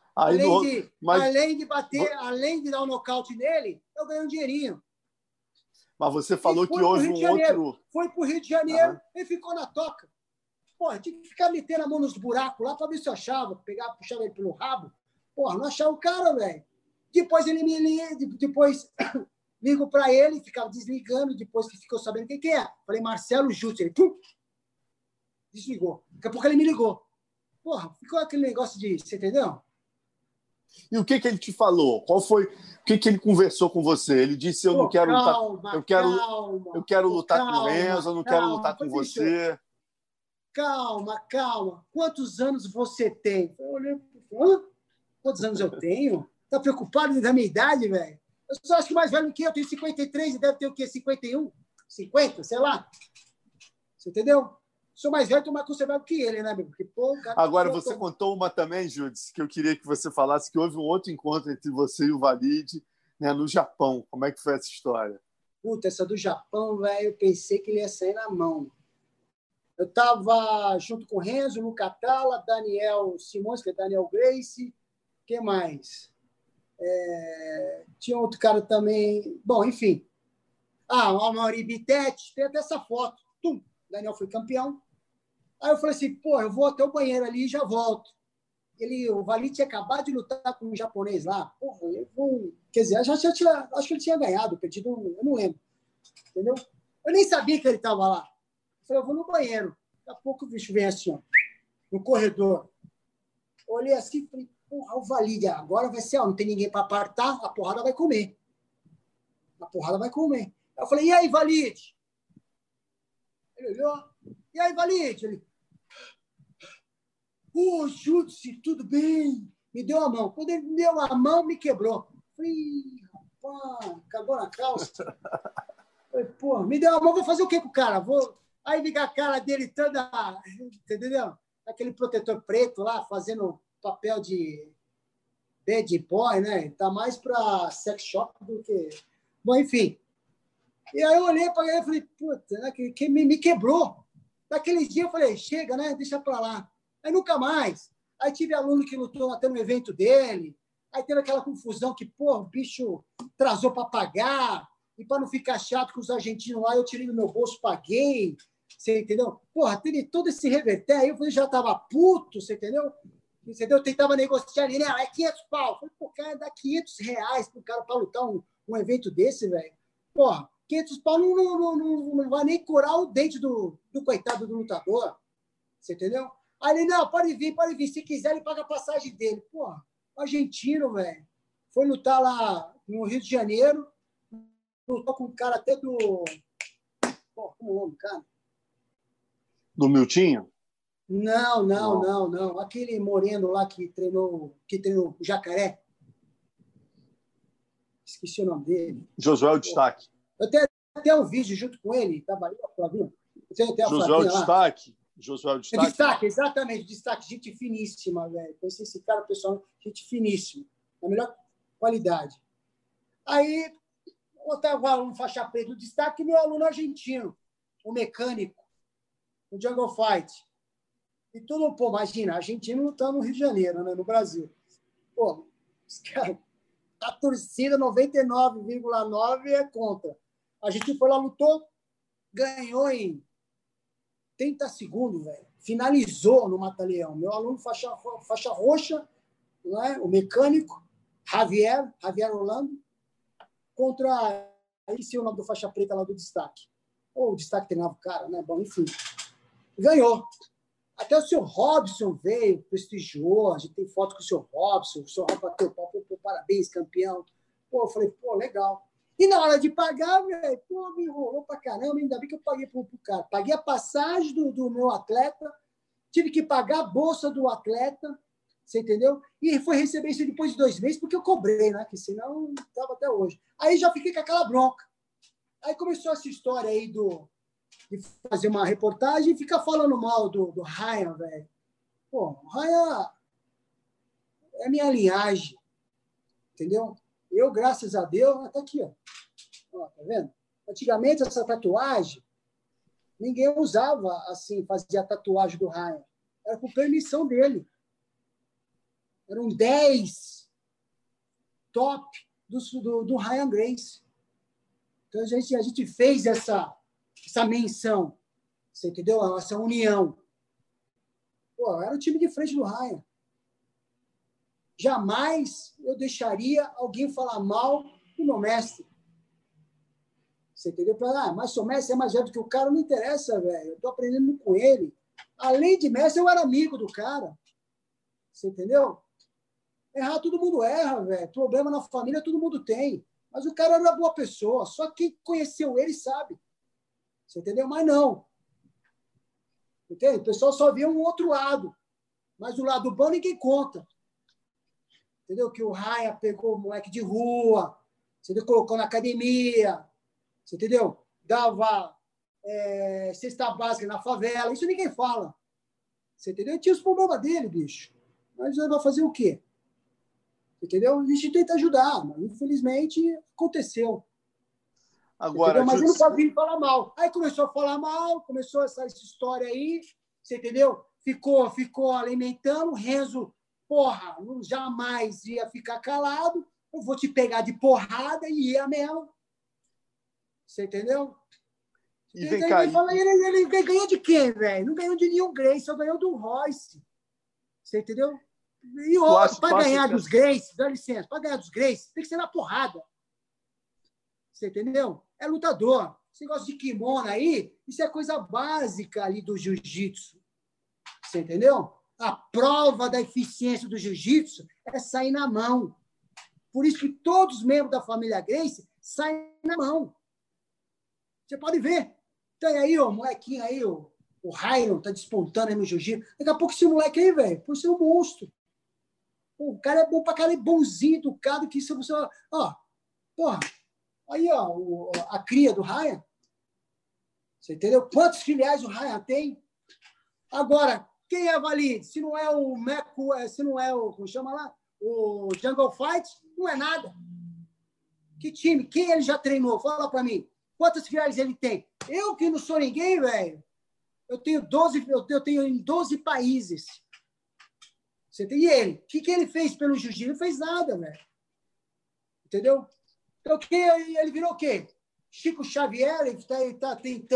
Além de bater, além de dar um nocaute nele, eu ganhei um dinheirinho. Mas você falou que houve um outro... Foi pro Rio de Janeiro e ficou na toca. Tinha que ficar metendo a mão nos buracos lá para ver se eu achava, puxava ele pelo rabo. Não achava o cara, velho. Depois ele me liga, depois ligo para ele, ficava desligando, depois que ficou sabendo quem é. Falei, Marcelo Justo. Ele, desligou. Daqui a pouco ele me ligou. Ficou aquele negócio de... Você entendeu? E o que ele te falou? Qual foi... O que ele conversou com você? Ele disse, eu não quero lutar... Eu quero lutar com o Renzo, eu não quero lutar com você. Calma. Quantos anos você tem? Eu olhei... Quantos anos eu tenho? Tá preocupado da minha idade, velho? Eu só acho que mais velho que eu. Tenho 53 e deve ter o quê? 51? 50? Sei lá. Você entendeu? Sou mais velho, estou mais conservado que ele, né, meu? Porque, cara, agora, você contou uma também, Judice, que eu queria que você falasse, que houve um outro encontro entre você e o Valide, né, no Japão. Como é que foi essa história? Puta, essa do Japão, velho, eu pensei que ele ia sair na mão. Eu estava junto com o Renzo, Luca Tala, Daniel Simões, que é Daniel Grace, quem mais? Tinha outro cara também... Bom, enfim. O Amaury Bittetti, tem até essa foto. Daniel foi campeão. Aí eu falei assim, eu vou até o banheiro ali e já volto. O Valide tinha acabado de lutar com um japonês lá. Quer dizer, acho que ele tinha ganhado, perdido, eu não lembro. Entendeu? Eu nem sabia que ele estava lá. Eu falei, eu vou no banheiro. Daqui a pouco o bicho vem assim, ó, no corredor. Eu olhei assim e falei, o Valide, agora vai ser, não tem ninguém para apartar, a porrada vai comer. Aí eu falei, e aí, Valide? Ele olhou. E aí, Valide? Ele... Judice, tudo bem? Me deu a mão. Quando ele me deu a mão, me quebrou. Falei, rapaz, cagou na calça. Falei, me deu a mão, vou fazer o quê com o cara? Aí ligar a cara dele toda, entendeu? Aquele protetor preto lá, fazendo papel de bad boy, né? Tá mais para sex shop do que... Bom, enfim. E aí eu olhei para ele e falei, puta, né, que me quebrou. Naquele dia eu falei, chega, né? Deixa para lá. Aí nunca mais. Aí tive aluno que lutou até no evento dele. Aí teve aquela confusão que, o bicho atrasou para pagar. E para não ficar chato com os argentinos lá, eu tirei do meu bolso, paguei. Você entendeu? Teve todo esse reverter. Aí eu já tava puto, você entendeu? Eu tentava negociar ali, né? É 500 pau. Eu falei, cara, dá 500 reais pro cara para lutar um evento desse, velho. 500 pau não vai nem curar o dente do coitado do lutador. Você entendeu? Aí ele, não, pode vir. Se quiser, ele paga a passagem dele. Argentino, velho. foi lutar lá no Rio de Janeiro, lutou com um cara até do... Pô, como é o nome, cara? Do Miltinho? Não. Aquele moreno lá que treinou o Jacaré. Esqueci o nome dele. Josué Destaque. Eu tenho até um vídeo junto com ele. Estava ali, Flavinho. Josué Destaque. Josué Destaque. Destaque, exatamente. Destaque. Gente finíssima, velho. Conheci esse cara, pessoal. Gente finíssima. A melhor qualidade. Aí, eu estava um faixa preta do Destaque e meu aluno argentino, o mecânico, o Jungle Fight. E tudo, pô, imagina, argentino lutando no Rio de Janeiro, né, no Brasil. Pô, os caras, a torcida 99,9% é contra. A gente foi lá, lutou, ganhou em 30 segundos, velho. Finalizou no Mata-Leão. Meu aluno, faixa roxa, não é? O mecânico, Javier Orlando, contra, aí sim o nome do faixa preta lá do Destaque. Ou o Destaque treinava o cara, né? Bom, enfim. Ganhou. Até o senhor Robson veio, prestigiou, a gente tem foto com o senhor Robson bateu o pau, pô, parabéns, campeão. Pô, eu falei, pô, legal. E na hora de pagar, velho, pô, me enrolou pra caramba, ainda bem que eu paguei pro cara. Paguei a passagem do meu atleta, tive que pagar a bolsa do atleta, você entendeu? E foi receber isso depois de 2 meses, porque eu cobrei, né? Que senão estava até hoje. Aí já fiquei com aquela bronca. Aí começou essa história aí de fazer uma reportagem e ficar falando mal do Ryan, velho. Pô, o Ryan é minha linhagem, entendeu? Eu, graças a Deus, tá aqui, ó, tá vendo? Antigamente, essa tatuagem, ninguém usava assim, fazia a tatuagem do Ryan. Era por permissão dele. Eram 10 top do Ryan Gracie. Então, a gente fez essa menção, você entendeu? Essa união. Pô, era o time de frente do Ryan. Jamais eu deixaria alguém falar mal do meu mestre. Você entendeu? Mas seu mestre é mais velho do que o cara, não interessa, velho. Eu estou aprendendo com ele. Além de mestre, eu era amigo do cara. Você entendeu? Errar, todo mundo erra, velho. Problema na família, todo mundo tem. Mas o cara era uma boa pessoa. Só quem conheceu ele sabe. Você entendeu? Mas não. Entende? O pessoal só vê um outro lado. Mas o lado bom ninguém conta. Entendeu? Que o Raya pegou o moleque de rua, entendeu? Colocou na academia, você entendeu? Dava cesta básica na favela. Isso ninguém fala. Você entendeu? Tinha os problemas dele, bicho. Mas vai fazer o quê? Entendeu? A gente tenta ajudar, mas infelizmente aconteceu. Agora, mas ele não pode vir falar mal. Aí começou a falar mal, começou essa história aí, você entendeu? Ficou alimentando, o Renzo, porra, jamais ia ficar calado, eu vou te pegar de porrada e ia mesmo. Você entendeu? E vem cá. Ele ganhou de quem, velho? Não ganhou de nenhum Gracie, só ganhou do Royce. Você entendeu? E para ganhar dos Gracie, dá licença, para ganhar dos Gracie, tem que ser na porrada. Você entendeu? É lutador. Esse negócio de kimono aí, isso é coisa básica ali do jiu-jitsu. Você entendeu? A prova da eficiência do jiu-jitsu é sair na mão. Por isso que todos os membros da família Gracie saem na mão. Você pode ver. Tem aí, o molequinho aí, o Ryan tá despontando aí no jiu-jitsu. Daqui a pouco esse moleque aí, velho, pode ser um monstro. O cara é bom pra cara, é bonzinho, educado, que isso você... Ó, porra, aí, ó, a cria do Ryan. Você entendeu? Quantos filiais o Ryan tem? Agora, quem avalia? Se não é o Meco, se não é o, como chama lá? O Jungle Fight, não é nada. Que time? Quem ele já treinou? Fala pra mim. Quantas filiais ele tem? Eu que não sou ninguém, velho. Eu tenho em 12 países. Você tem? E ele? O que ele fez pelo jiu-jitsu? Não fez nada, velho. Entendeu? Então, ele virou o quê? Chico Xavier, ele tá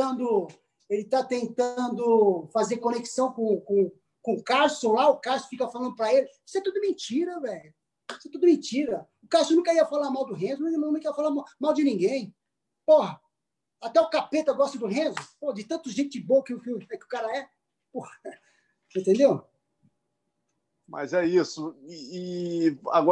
tentando fazer conexão com o Carson lá, o Carson fica falando para ele. Isso é tudo mentira, velho. Isso é tudo mentira. O Carson nunca ia falar mal do Renzo, nunca ia falar mal de ninguém. Porra, até o Capeta gosta do Renzo. Pô, de tanto gente boa que o cara é. Porra, entendeu? Mas é isso. E agora,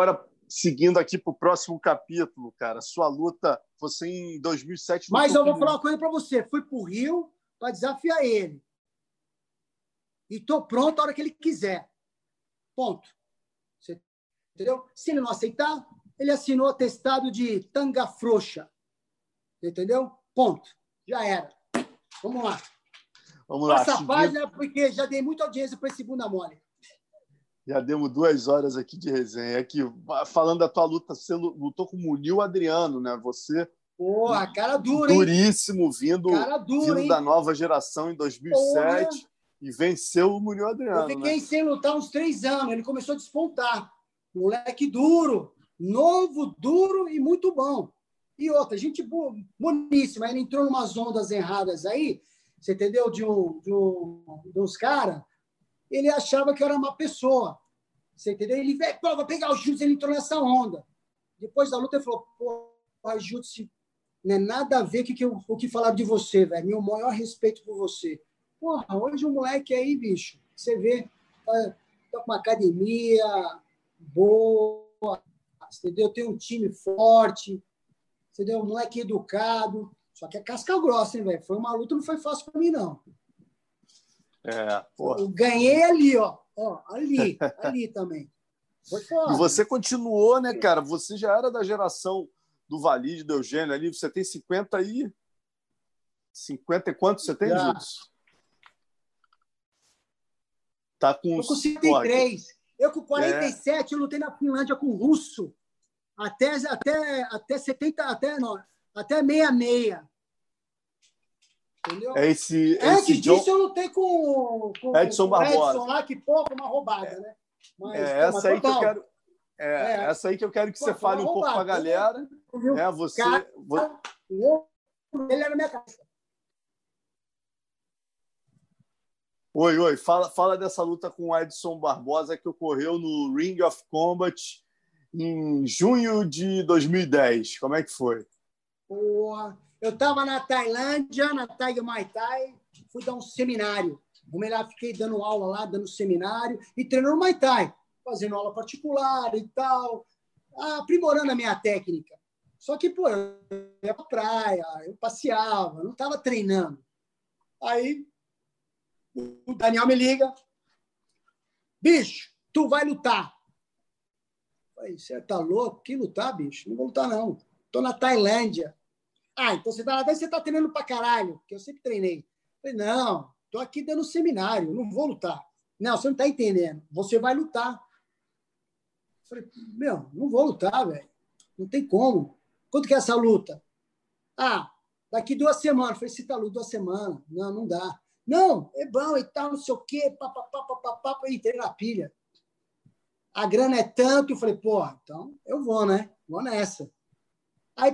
seguindo aqui para o próximo capítulo, cara, sua luta, você em 2007... Mas eu vou falar uma coisa para você. Fui para o Rio para desafiar ele. E estou pronto a hora que ele quiser. Ponto. Você entendeu? Se ele não aceitar, ele assinou atestado de tanga frouxa. Entendeu? Ponto. Já era. Vamos lá. Vamos lá. Passa a página, porque já dei muita audiência para esse bunda mole. Já demos 2 horas aqui de resenha. Aqui, falando da tua luta, você lutou com o Munil Adriano, né? Você... Porra, cara duro, hein? Duríssimo, vindo da nova geração em 2007. Porra. E venceu o Munil Adriano. Eu fiquei sem lutar uns 3 anos. Ele começou a despontar. Moleque duro, novo, duro e muito bom. E outra, gente boníssima. Ele entrou em umas ondas erradas aí, você entendeu? De uns caras. Ele achava que eu era uma pessoa. Você entendeu? Ele veio, pô, vou pegar o jiu-jitsu, ele entrou nessa onda. Depois da luta, ele falou, pô, o jiu-jitsu não é nada a ver com o que falaram de você, velho. Meu maior respeito por você. Porra, hoje o moleque aí, bicho, você vê, tá com uma academia boa, entendeu? Tem um time forte, entendeu? Um moleque educado. Só que é casca grossa, hein, velho? Foi uma luta, não foi fácil para mim, não. Porra. Eu ganhei ali, ó. Ali também. Foi foda. E você continuou, né, cara? Você já era da geração do Valide, do Eugênio ali. Você tem 50 e... 50 e quanto você tem, Júlio? Tá com... Eu com 53. Eu com 47, eu lutei na Finlândia com o russo. Até 70, até 66. Entendeu? Antes disso, eu lutei com Edson Barbosa. Edson lá, que pouco, uma roubada, né? Mas, essa aí que eu quero... essa aí que eu quero que você fale um pouco para a galera. Você... Ele era na minha casa. Oi. Fala dessa luta com o Edson Barbosa que ocorreu no Ring of Combat em junho de 2010. Como é que foi? Eu estava na Tailândia, na Tiger Muay Thai, fui dar um seminário. Fiquei dando aula lá, dando seminário e treinando Muay Thai, fazendo aula particular e tal, aprimorando a minha técnica. Só que, pô, eu ia pra praia, eu passeava, não estava treinando. Aí o Daniel me liga. Bicho, tu vai lutar. Eu falei, você tá louco? Que lutar, bicho? Não vou lutar, não. Tô na Tailândia. Então você tá lá, daí você tá treinando pra caralho, porque eu sempre treinei. Eu falei, não, tô aqui dando seminário, não vou lutar. Não, você não tá entendendo. Você vai lutar. Eu falei, não vou lutar, velho. Não tem como. Quanto que é essa luta? Daqui 2 semanas. Eu falei, você tá luta 2 semanas. Não dá. Não, é bom e tal, não sei o quê, papapá, entrei na pilha. A grana é tanto, eu falei, porra, então eu vou, né? Vou nessa. Aí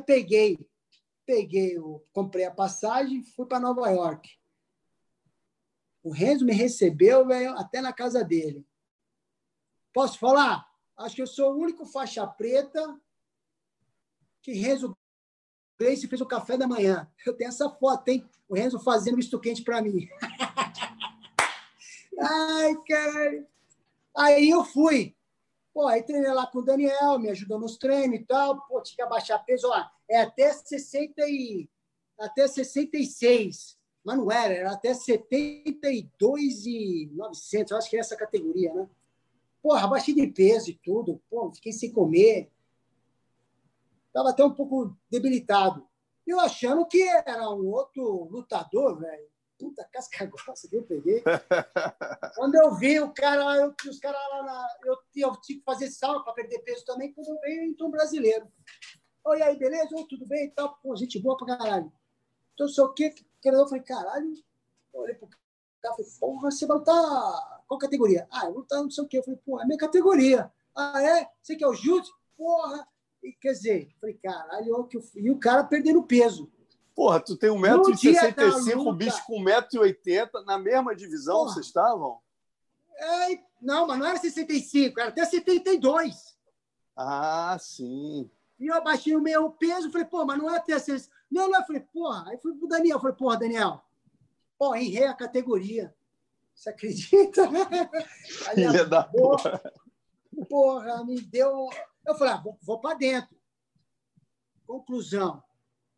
comprei a passagem, fui para Nova York. O Renzo me recebeu, velho, até na casa dele. Posso falar? Acho que eu sou o único faixa preta que Renzo Gracie fez o café da manhã. Eu tenho essa foto, hein? O Renzo fazendo misto quente para mim. Ai, cara. Aí eu fui. Pô, aí treinei lá com o Daniel, me ajudou nos treinos e tal. Pô, tinha que abaixar peso. Até 66. Mas não era até 72.900. Eu acho que é essa categoria, né? Porra, abaixei de peso e tudo. Pô, fiquei sem comer. Estava até um pouco debilitado. Eu achando que era um outro lutador, velho. Puta casca grossa que eu peguei. Quando eu vi os caras lá, eu tinha que fazer salto para perder peso também. Quando eu veio, entrou um brasileiro. Oi, aí, beleza? Tudo bem e tal? Pô, gente boa pra caralho. Então, sei o quê? Eu falei, caralho. Eu olhei pro cara e falei, porra, você vai lutar qual categoria? Eu vou lutar não sei o quê. Eu falei, pô, é minha categoria. É? Você quer o jiu-jitsu? Porra. E, quer dizer, falei, caralho, e o cara perdendo peso. Porra, tu tem 1,65m, o bicho com 1,80m, na mesma divisão. Porra. Vocês estavam? Não, mas não era 65, era até 72. Sim. E eu abaixei o meu peso, falei, pô, mas não é até 65. Não, eu falei, porra. Aí fui pro Daniel, falei, porra, Daniel, pô, errei a categoria. Você acredita? Filha da porra. porra, me deu... Eu falei, vou para dentro. Conclusão.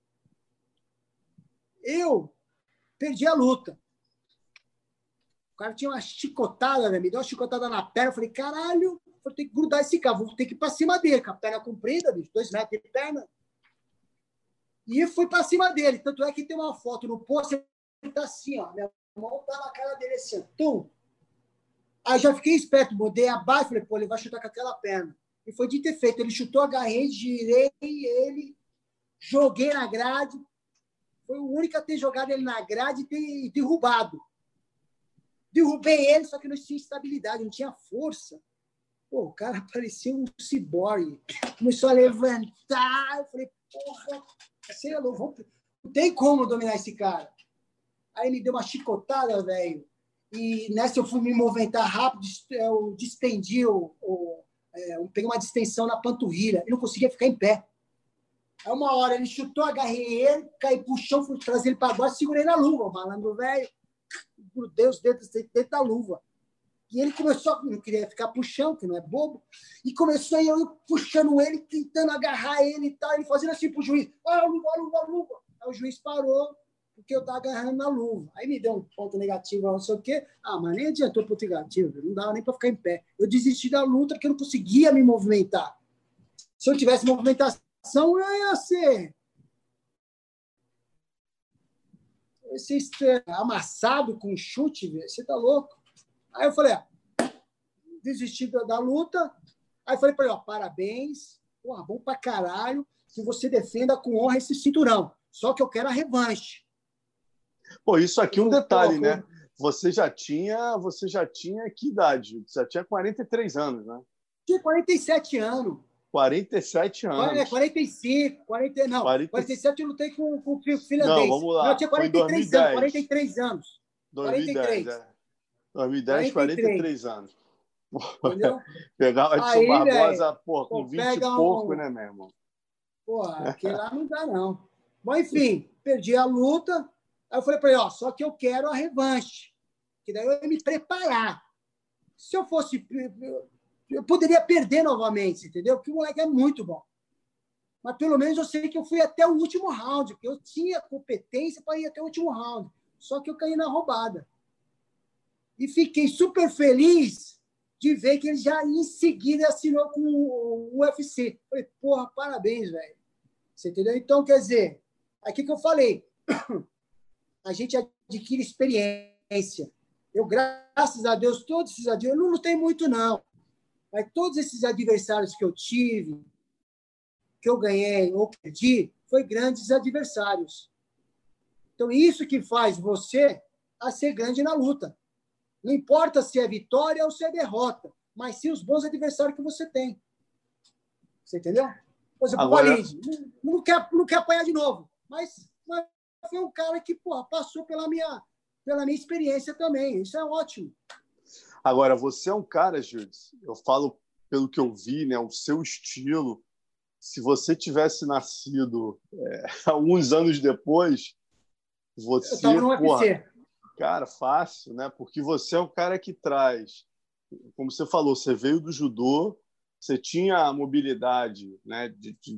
Eu perdi a luta. O cara tinha uma chicotada, né? Me deu uma chicotada na perna. Eu falei, caralho, vou ter que grudar esse cara, vou ter que ir para cima dele, com a perna comprida, bicho, 2 metros de perna. E fui para cima dele. Tanto é que tem uma foto no post, ele tá assim, ó. Minha mão tá na cara dele assim, tum. Aí já fiquei esperto, mudei abaixo, falei, pô, ele vai chutar com aquela perna. E foi de ter feito. Ele chutou, agarrei, girei ele, joguei na grade. Foi o único a ter jogado ele na grade e ter derrubado. Derrubei ele, só que não tinha estabilidade, não tinha força. Pô, o cara parecia um ciborgue. Começou a levantar. Eu falei, porra, você é louco, não tem como dominar esse cara. Aí ele deu uma chicotada, velho. E nessa eu fui me movimentar rápido, eu distendi, eu peguei uma distensão na panturrilha. Ele não conseguia ficar em pé. Aí uma hora ele chutou, agarrei ele, caí pro chão, fui trazer ele para baixo, segurei na luva, o malandro velho. Grudei os dedos dentro da luva. E ele começou, não queria ficar pro chão, que não é bobo, e começou eu puxando ele, tentando agarrar ele e tal, ele fazendo assim pro juiz, a luva. Aí o juiz parou, porque eu estava agarrando na luva. Aí me deu um ponto negativo, não sei o quê. Mas nem adiantou ponto negativo, não dava nem para ficar em pé. Eu desisti da luta porque eu não conseguia me movimentar. Se eu tivesse movimentação, eu ia ser amassado com chute, velho. Você tá louco? Aí eu falei, desisti da luta. Aí eu falei para ele, parabéns, porra, bom pra caralho, que você defenda com honra esse cinturão. Só que eu quero a revanche. Pô, isso aqui é um detalhe, né? Você já tinha que idade? Já tinha 43 anos, né? Tinha 47 anos. 47 anos. 45, 40, não. 47 eu lutei com o finlandês. Não, vamos lá. Eu tinha 43 anos. 43 anos. 2010, 2010, 43 anos. Entendeu? Pegar o Edson Barbosa, pô, com 20 e pouco, né, meu irmão? Pô, aquele lá não dá, não. Bom, enfim, perdi a luta. Aí eu falei para ele, só que eu quero a revanche. Que daí eu ia me preparar. Se eu fosse... Eu poderia perder novamente, entendeu? Porque o moleque é muito bom. Mas pelo menos eu sei que eu fui até o último round, porque eu tinha competência para ir até o último round. Só que eu caí na roubada. E fiquei super feliz de ver que ele já em seguida assinou com o UFC. Falei, porra, parabéns, velho. Você entendeu? Então, quer dizer, aqui que eu falei, a gente adquire experiência. Eu, graças a Deus, todos esses adversários, eu não lutei muito, não, mas todos esses adversários que eu tive, que eu ganhei ou perdi, foi grandes adversários. Então, isso que faz você a ser grande na luta. Não importa se é vitória ou se é derrota, mas sim os bons adversários que você tem. Você entendeu? Por exemplo, o Walid não quer apanhar de novo, mas foi um cara que, porra, passou pela minha experiência também. Isso é ótimo. Agora, você é um cara, Júlio, eu falo pelo que eu vi, né, o seu estilo, se você tivesse nascido alguns anos depois, você... Eu estava no UFC. Cara, fácil, né? Porque você é um cara que traz, como você falou, você veio do judô, você tinha a mobilidade, né,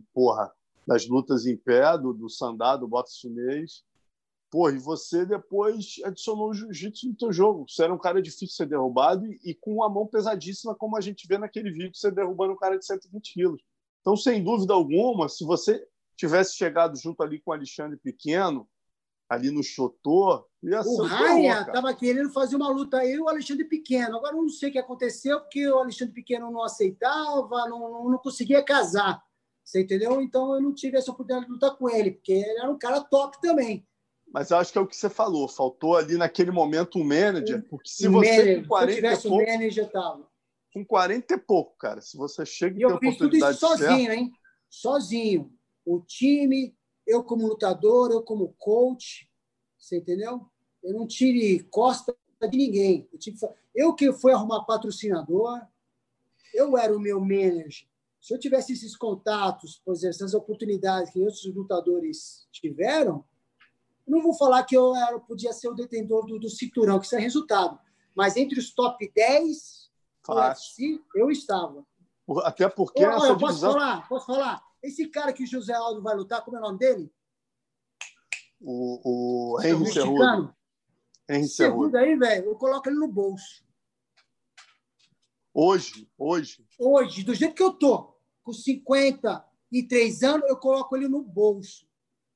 das lutas em pé, do sandá, do boxe chinês. E você depois adicionou o jiu-jitsu no teu jogo. Você era um cara difícil de ser derrubado e com uma mão pesadíssima, como a gente vê naquele vídeo, você derrubando um cara de 120 quilos. Então, sem dúvida alguma, se você tivesse chegado junto ali com o Alexandre Pequeno, ali no Chotô, ia ser o Raia estava querendo fazer uma luta aí, o Alexandre Pequeno. Agora, eu não sei o que aconteceu, porque o Alexandre Pequeno não aceitava, não conseguia casar. Você entendeu? Então, eu não tive essa oportunidade de lutar com ele, porque ele era um cara top também. Mas eu acho que é o que você falou. Faltou ali naquele momento um manager, porque se você com 40 se eu tivesse um manager, tava. Com 40 e pouco, cara. Se você chega e tem a oportunidade. Eu fiz tudo isso sozinho, hein? Sozinho. O time, eu como lutador, eu como coach, você entendeu? Eu não tirei costa de ninguém. Eu que fui arrumar patrocinador, eu era o meu manager. Se eu tivesse esses contatos, por exemplo, essas oportunidades que outros lutadores tiveram, não vou falar que eu podia ser o detentor do cinturão, que isso é resultado. Mas entre os top 10, eu estava. Até porque essa eu divisão... Posso falar? Esse cara que o José Aldo vai lutar, como é o nome dele? O Henry Cejudo. Henry Cejudo aí, velho, eu coloco ele no bolso. Hoje, do jeito que eu tô, com 53 anos, eu coloco ele no bolso.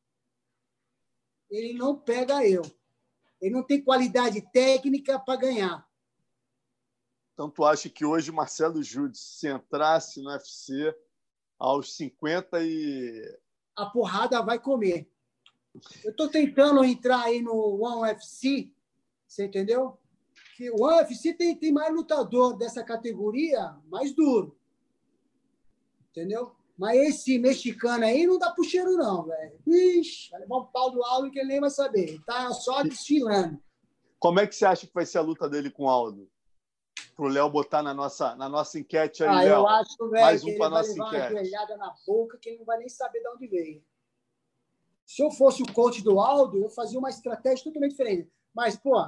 Ele não pega eu. Ele não tem qualidade técnica para ganhar. Então, tu acha que hoje Marcelo Júdice, se entrasse no UFC aos 50 e... A porrada vai comer. Eu estou tentando entrar aí no One UFC, você entendeu? Que o One UFC tem mais lutador dessa categoria, mais duro. Entendeu? Mas esse mexicano aí não dá pro cheiro, não, velho. Ixi, vai levar um pau do Aldo que ele nem vai saber. Ele tá só desfilando. Como é que você acha que vai ser a luta dele com o Aldo? Pro Léo botar na nossa enquete aí, Léo. Eu acho, velho, mais que um ele para vai nossa levar enquete. uma joelhada na boca que ele não vai nem saber de onde veio. Se eu fosse o coach do Aldo, eu fazia uma estratégia totalmente diferente. Mas, pô,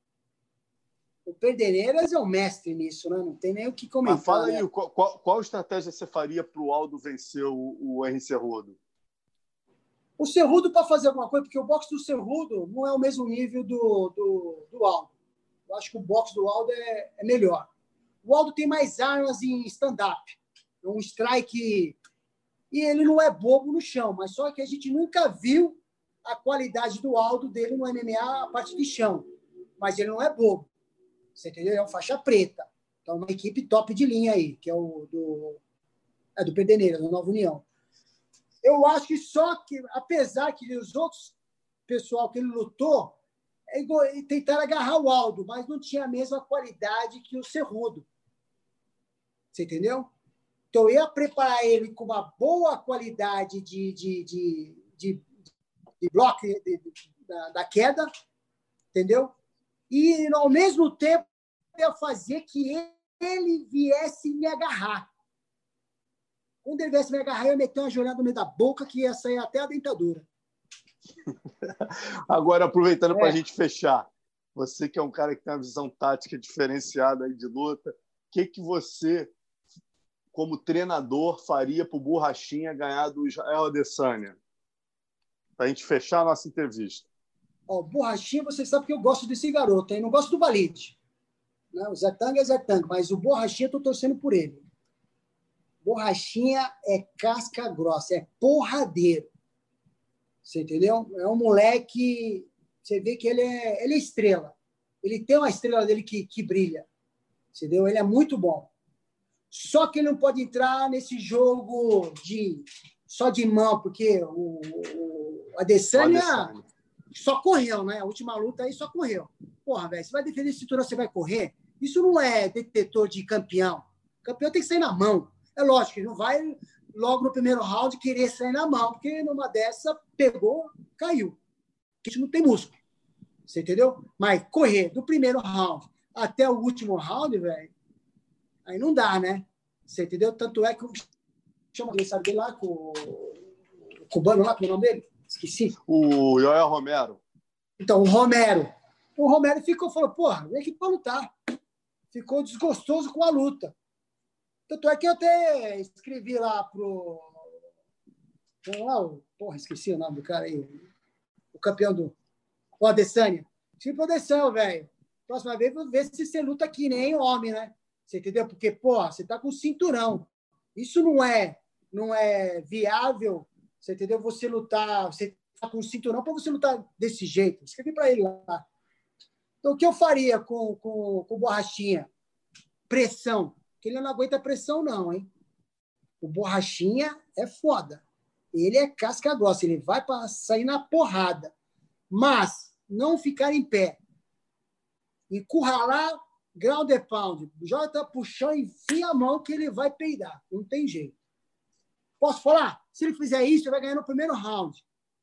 o Pederneiras é o mestre nisso, né? Não tem nem o que comentar. Mas fala aí, né? qual estratégia você faria para o Aldo vencer o Henry Cejudo? O Cejudo, para fazer alguma coisa, porque o boxe do Cejudo não é o mesmo nível do Aldo. Eu acho que o boxe do Aldo é melhor. O Aldo tem mais armas em stand-up. É um strike... E ele não é bobo no chão, mas só que a gente nunca viu a qualidade do Aldo dele no MMA, a parte de chão. Mas ele não é bobo. Você entendeu? É um faixa preta. Então, uma equipe top de linha aí, que é do Pederneiras, da Nova União. Eu acho que só que, apesar que os outros pessoal que ele lutou, tentaram agarrar o Aldo, mas não tinha a mesma qualidade que o Cejudo. Você entendeu? Então, eu ia preparar ele com uma boa qualidade de bloco da queda, entendeu? E, ao mesmo tempo, eu ia fazer que ele viesse me agarrar. Quando ele viesse me agarrar, eu ia meter uma joelhada no meio da boca que ia sair até a dentadura. Agora, aproveitando para a gente fechar, você que é um cara que tem uma visão tática diferenciada aí de luta, o que você, como treinador, faria para o Borrachinha ganhar do Israel Adesanya? Para a gente fechar a nossa entrevista. Borrachinha, você sabe que eu gosto desse garoto, hein? Não gosto do Valide. Né? O Zetang é Zetang, mas o Borrachinha eu estou torcendo por ele. Borrachinha é casca grossa, é porradeiro. Você entendeu? É um moleque, você vê que ele é estrela. Ele tem uma estrela dele que brilha. Entendeu? Ele é muito bom. Só que ele não pode entrar nesse jogo só de mão, porque o Adesanya só correu, né? A última luta aí só correu. Porra, velho, você vai defender esse cinturão, você vai correr? Isso não é detetor de campeão. O campeão tem que sair na mão. É lógico, ele não vai logo no primeiro round querer sair na mão, porque numa dessa pegou, caiu. Isso não tem músculo. Você entendeu? Mas correr do primeiro round até o último round, velho, aí não dá, né? Você entendeu? Tanto é que chama ele, sabe dele lá, com o cubano lá, como é o nome dele? Esqueci. O Yoel Romero. Então, o Romero. O Romero falou, porra, vem aqui pra lutar. Ficou desgostoso com a luta. Tanto é que eu até escrevi lá pro... Porra, esqueci o nome do cara aí. O campeão o Adesanya. Escrevi pro Adesanya, velho. Próxima vez, vou ver se você luta que nem homem, né? Você entendeu? Porque, porra, você tá com cinturão. Isso não é viável, você entendeu? Você lutar, você tá com cinturão para você lutar desse jeito. Escrevi para ele lá. Então, o que eu faria com o Borrachinha? Pressão. Porque ele não aguenta pressão, não, hein? O Borrachinha é foda. Ele é casca grossa, ele vai para sair na porrada. Mas não ficar em pé. Encurralar, ground and pound. Joga pro chão e enfia a mão que ele vai peidar. Não tem jeito. Posso falar? Se ele fizer isso, ele vai ganhar no primeiro round.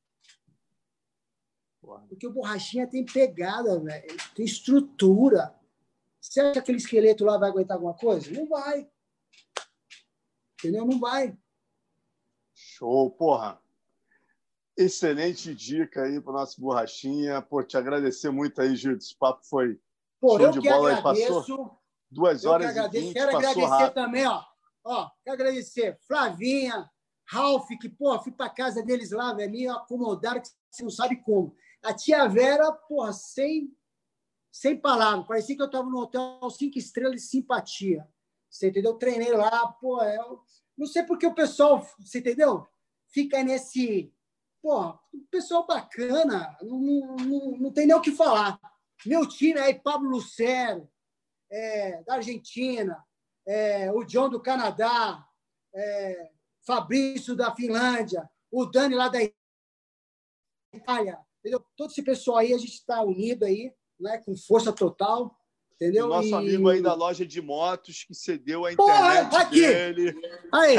Porque o Borrachinha tem pegada, velho. Tem estrutura. Você acha que aquele esqueleto lá vai aguentar alguma coisa? Não vai. Entendeu? Não vai. Show, porra. Excelente dica aí para o nosso Borrachinha. Pô, te agradecer muito aí, Gildo. Esse papo foi show de bola. Aí passou 2 horas e 20. Quero agradecer rápido. também, ó. Ó, quero agradecer. Flavinha, Ralph, que, porra, fui para casa deles lá, velho, me acomodaram que você não sabe como. A tia Vera, porra, sem palavras. Parecia que eu estava no hotel 5 estrelas de simpatia. Você entendeu? Treinei lá, pô, não sei porque o pessoal, você entendeu? Fica nesse... Pô, o pessoal bacana, não tem nem o que falar. Meu time aí, Pablo Lucero, da Argentina, o John do Canadá, Fabrício da Finlândia, o Dani lá da Itália, entendeu? Todo esse pessoal aí, a gente está unido aí, né, com força total, entendeu? O nosso amigo aí da loja de motos que cedeu a internet aqui. dele. Aí.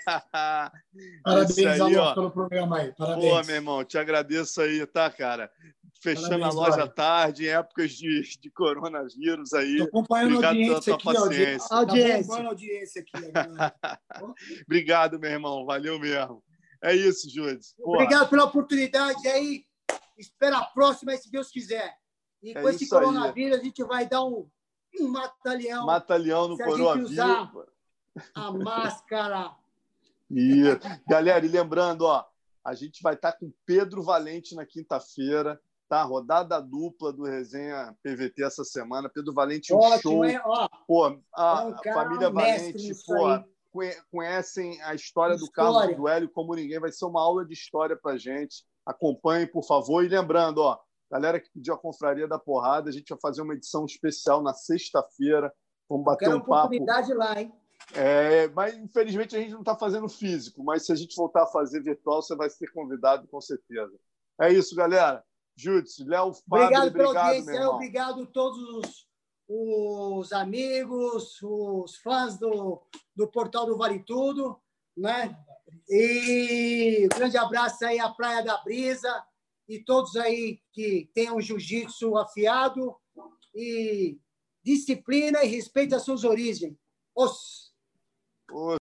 Parabéns, Alonso, pelo programa aí. Parabéns. Pô, meu irmão, te agradeço aí, tá, cara? Fechando parabéns, a loja à tarde, em épocas de coronavírus aí. Estou acompanhando a audiência aqui. Acompanhando a audiência aqui. Obrigado, meu irmão. Valeu mesmo. É isso, Júlio. Obrigado pela oportunidade aí. Espero a próxima, se Deus quiser. E com esse coronavírus, a gente vai dar um mata-leão. Mata-leão no coronavírus. Usar a máscara. Isso. Galera, e lembrando, ó, a gente vai estar com Pedro Valente na quinta-feira, tá? Rodada dupla do Resenha PVT essa semana. Pedro Valente, show. Pô, a família Valente, conhecem a história do Carlos do Hélio como ninguém. Vai ser uma aula de história pra gente. Acompanhem, por favor. E lembrando, ó, galera que pediu a Confraria da Porrada, a gente vai fazer uma edição especial na sexta-feira. Vamos bater um papo. Oportunidade lá, hein? Mas, infelizmente, a gente não está fazendo físico, mas se a gente voltar a fazer virtual, você vai ser convidado, com certeza. É isso, galera. Júdice, Léo, Fábio, obrigado pela audiência, obrigado a todos os amigos, os fãs do Portal do Vale Tudo, né? E um grande abraço aí à Praia da Brisa e todos aí que tenham jiu-jitsu afiado e disciplina e respeito às suas origens.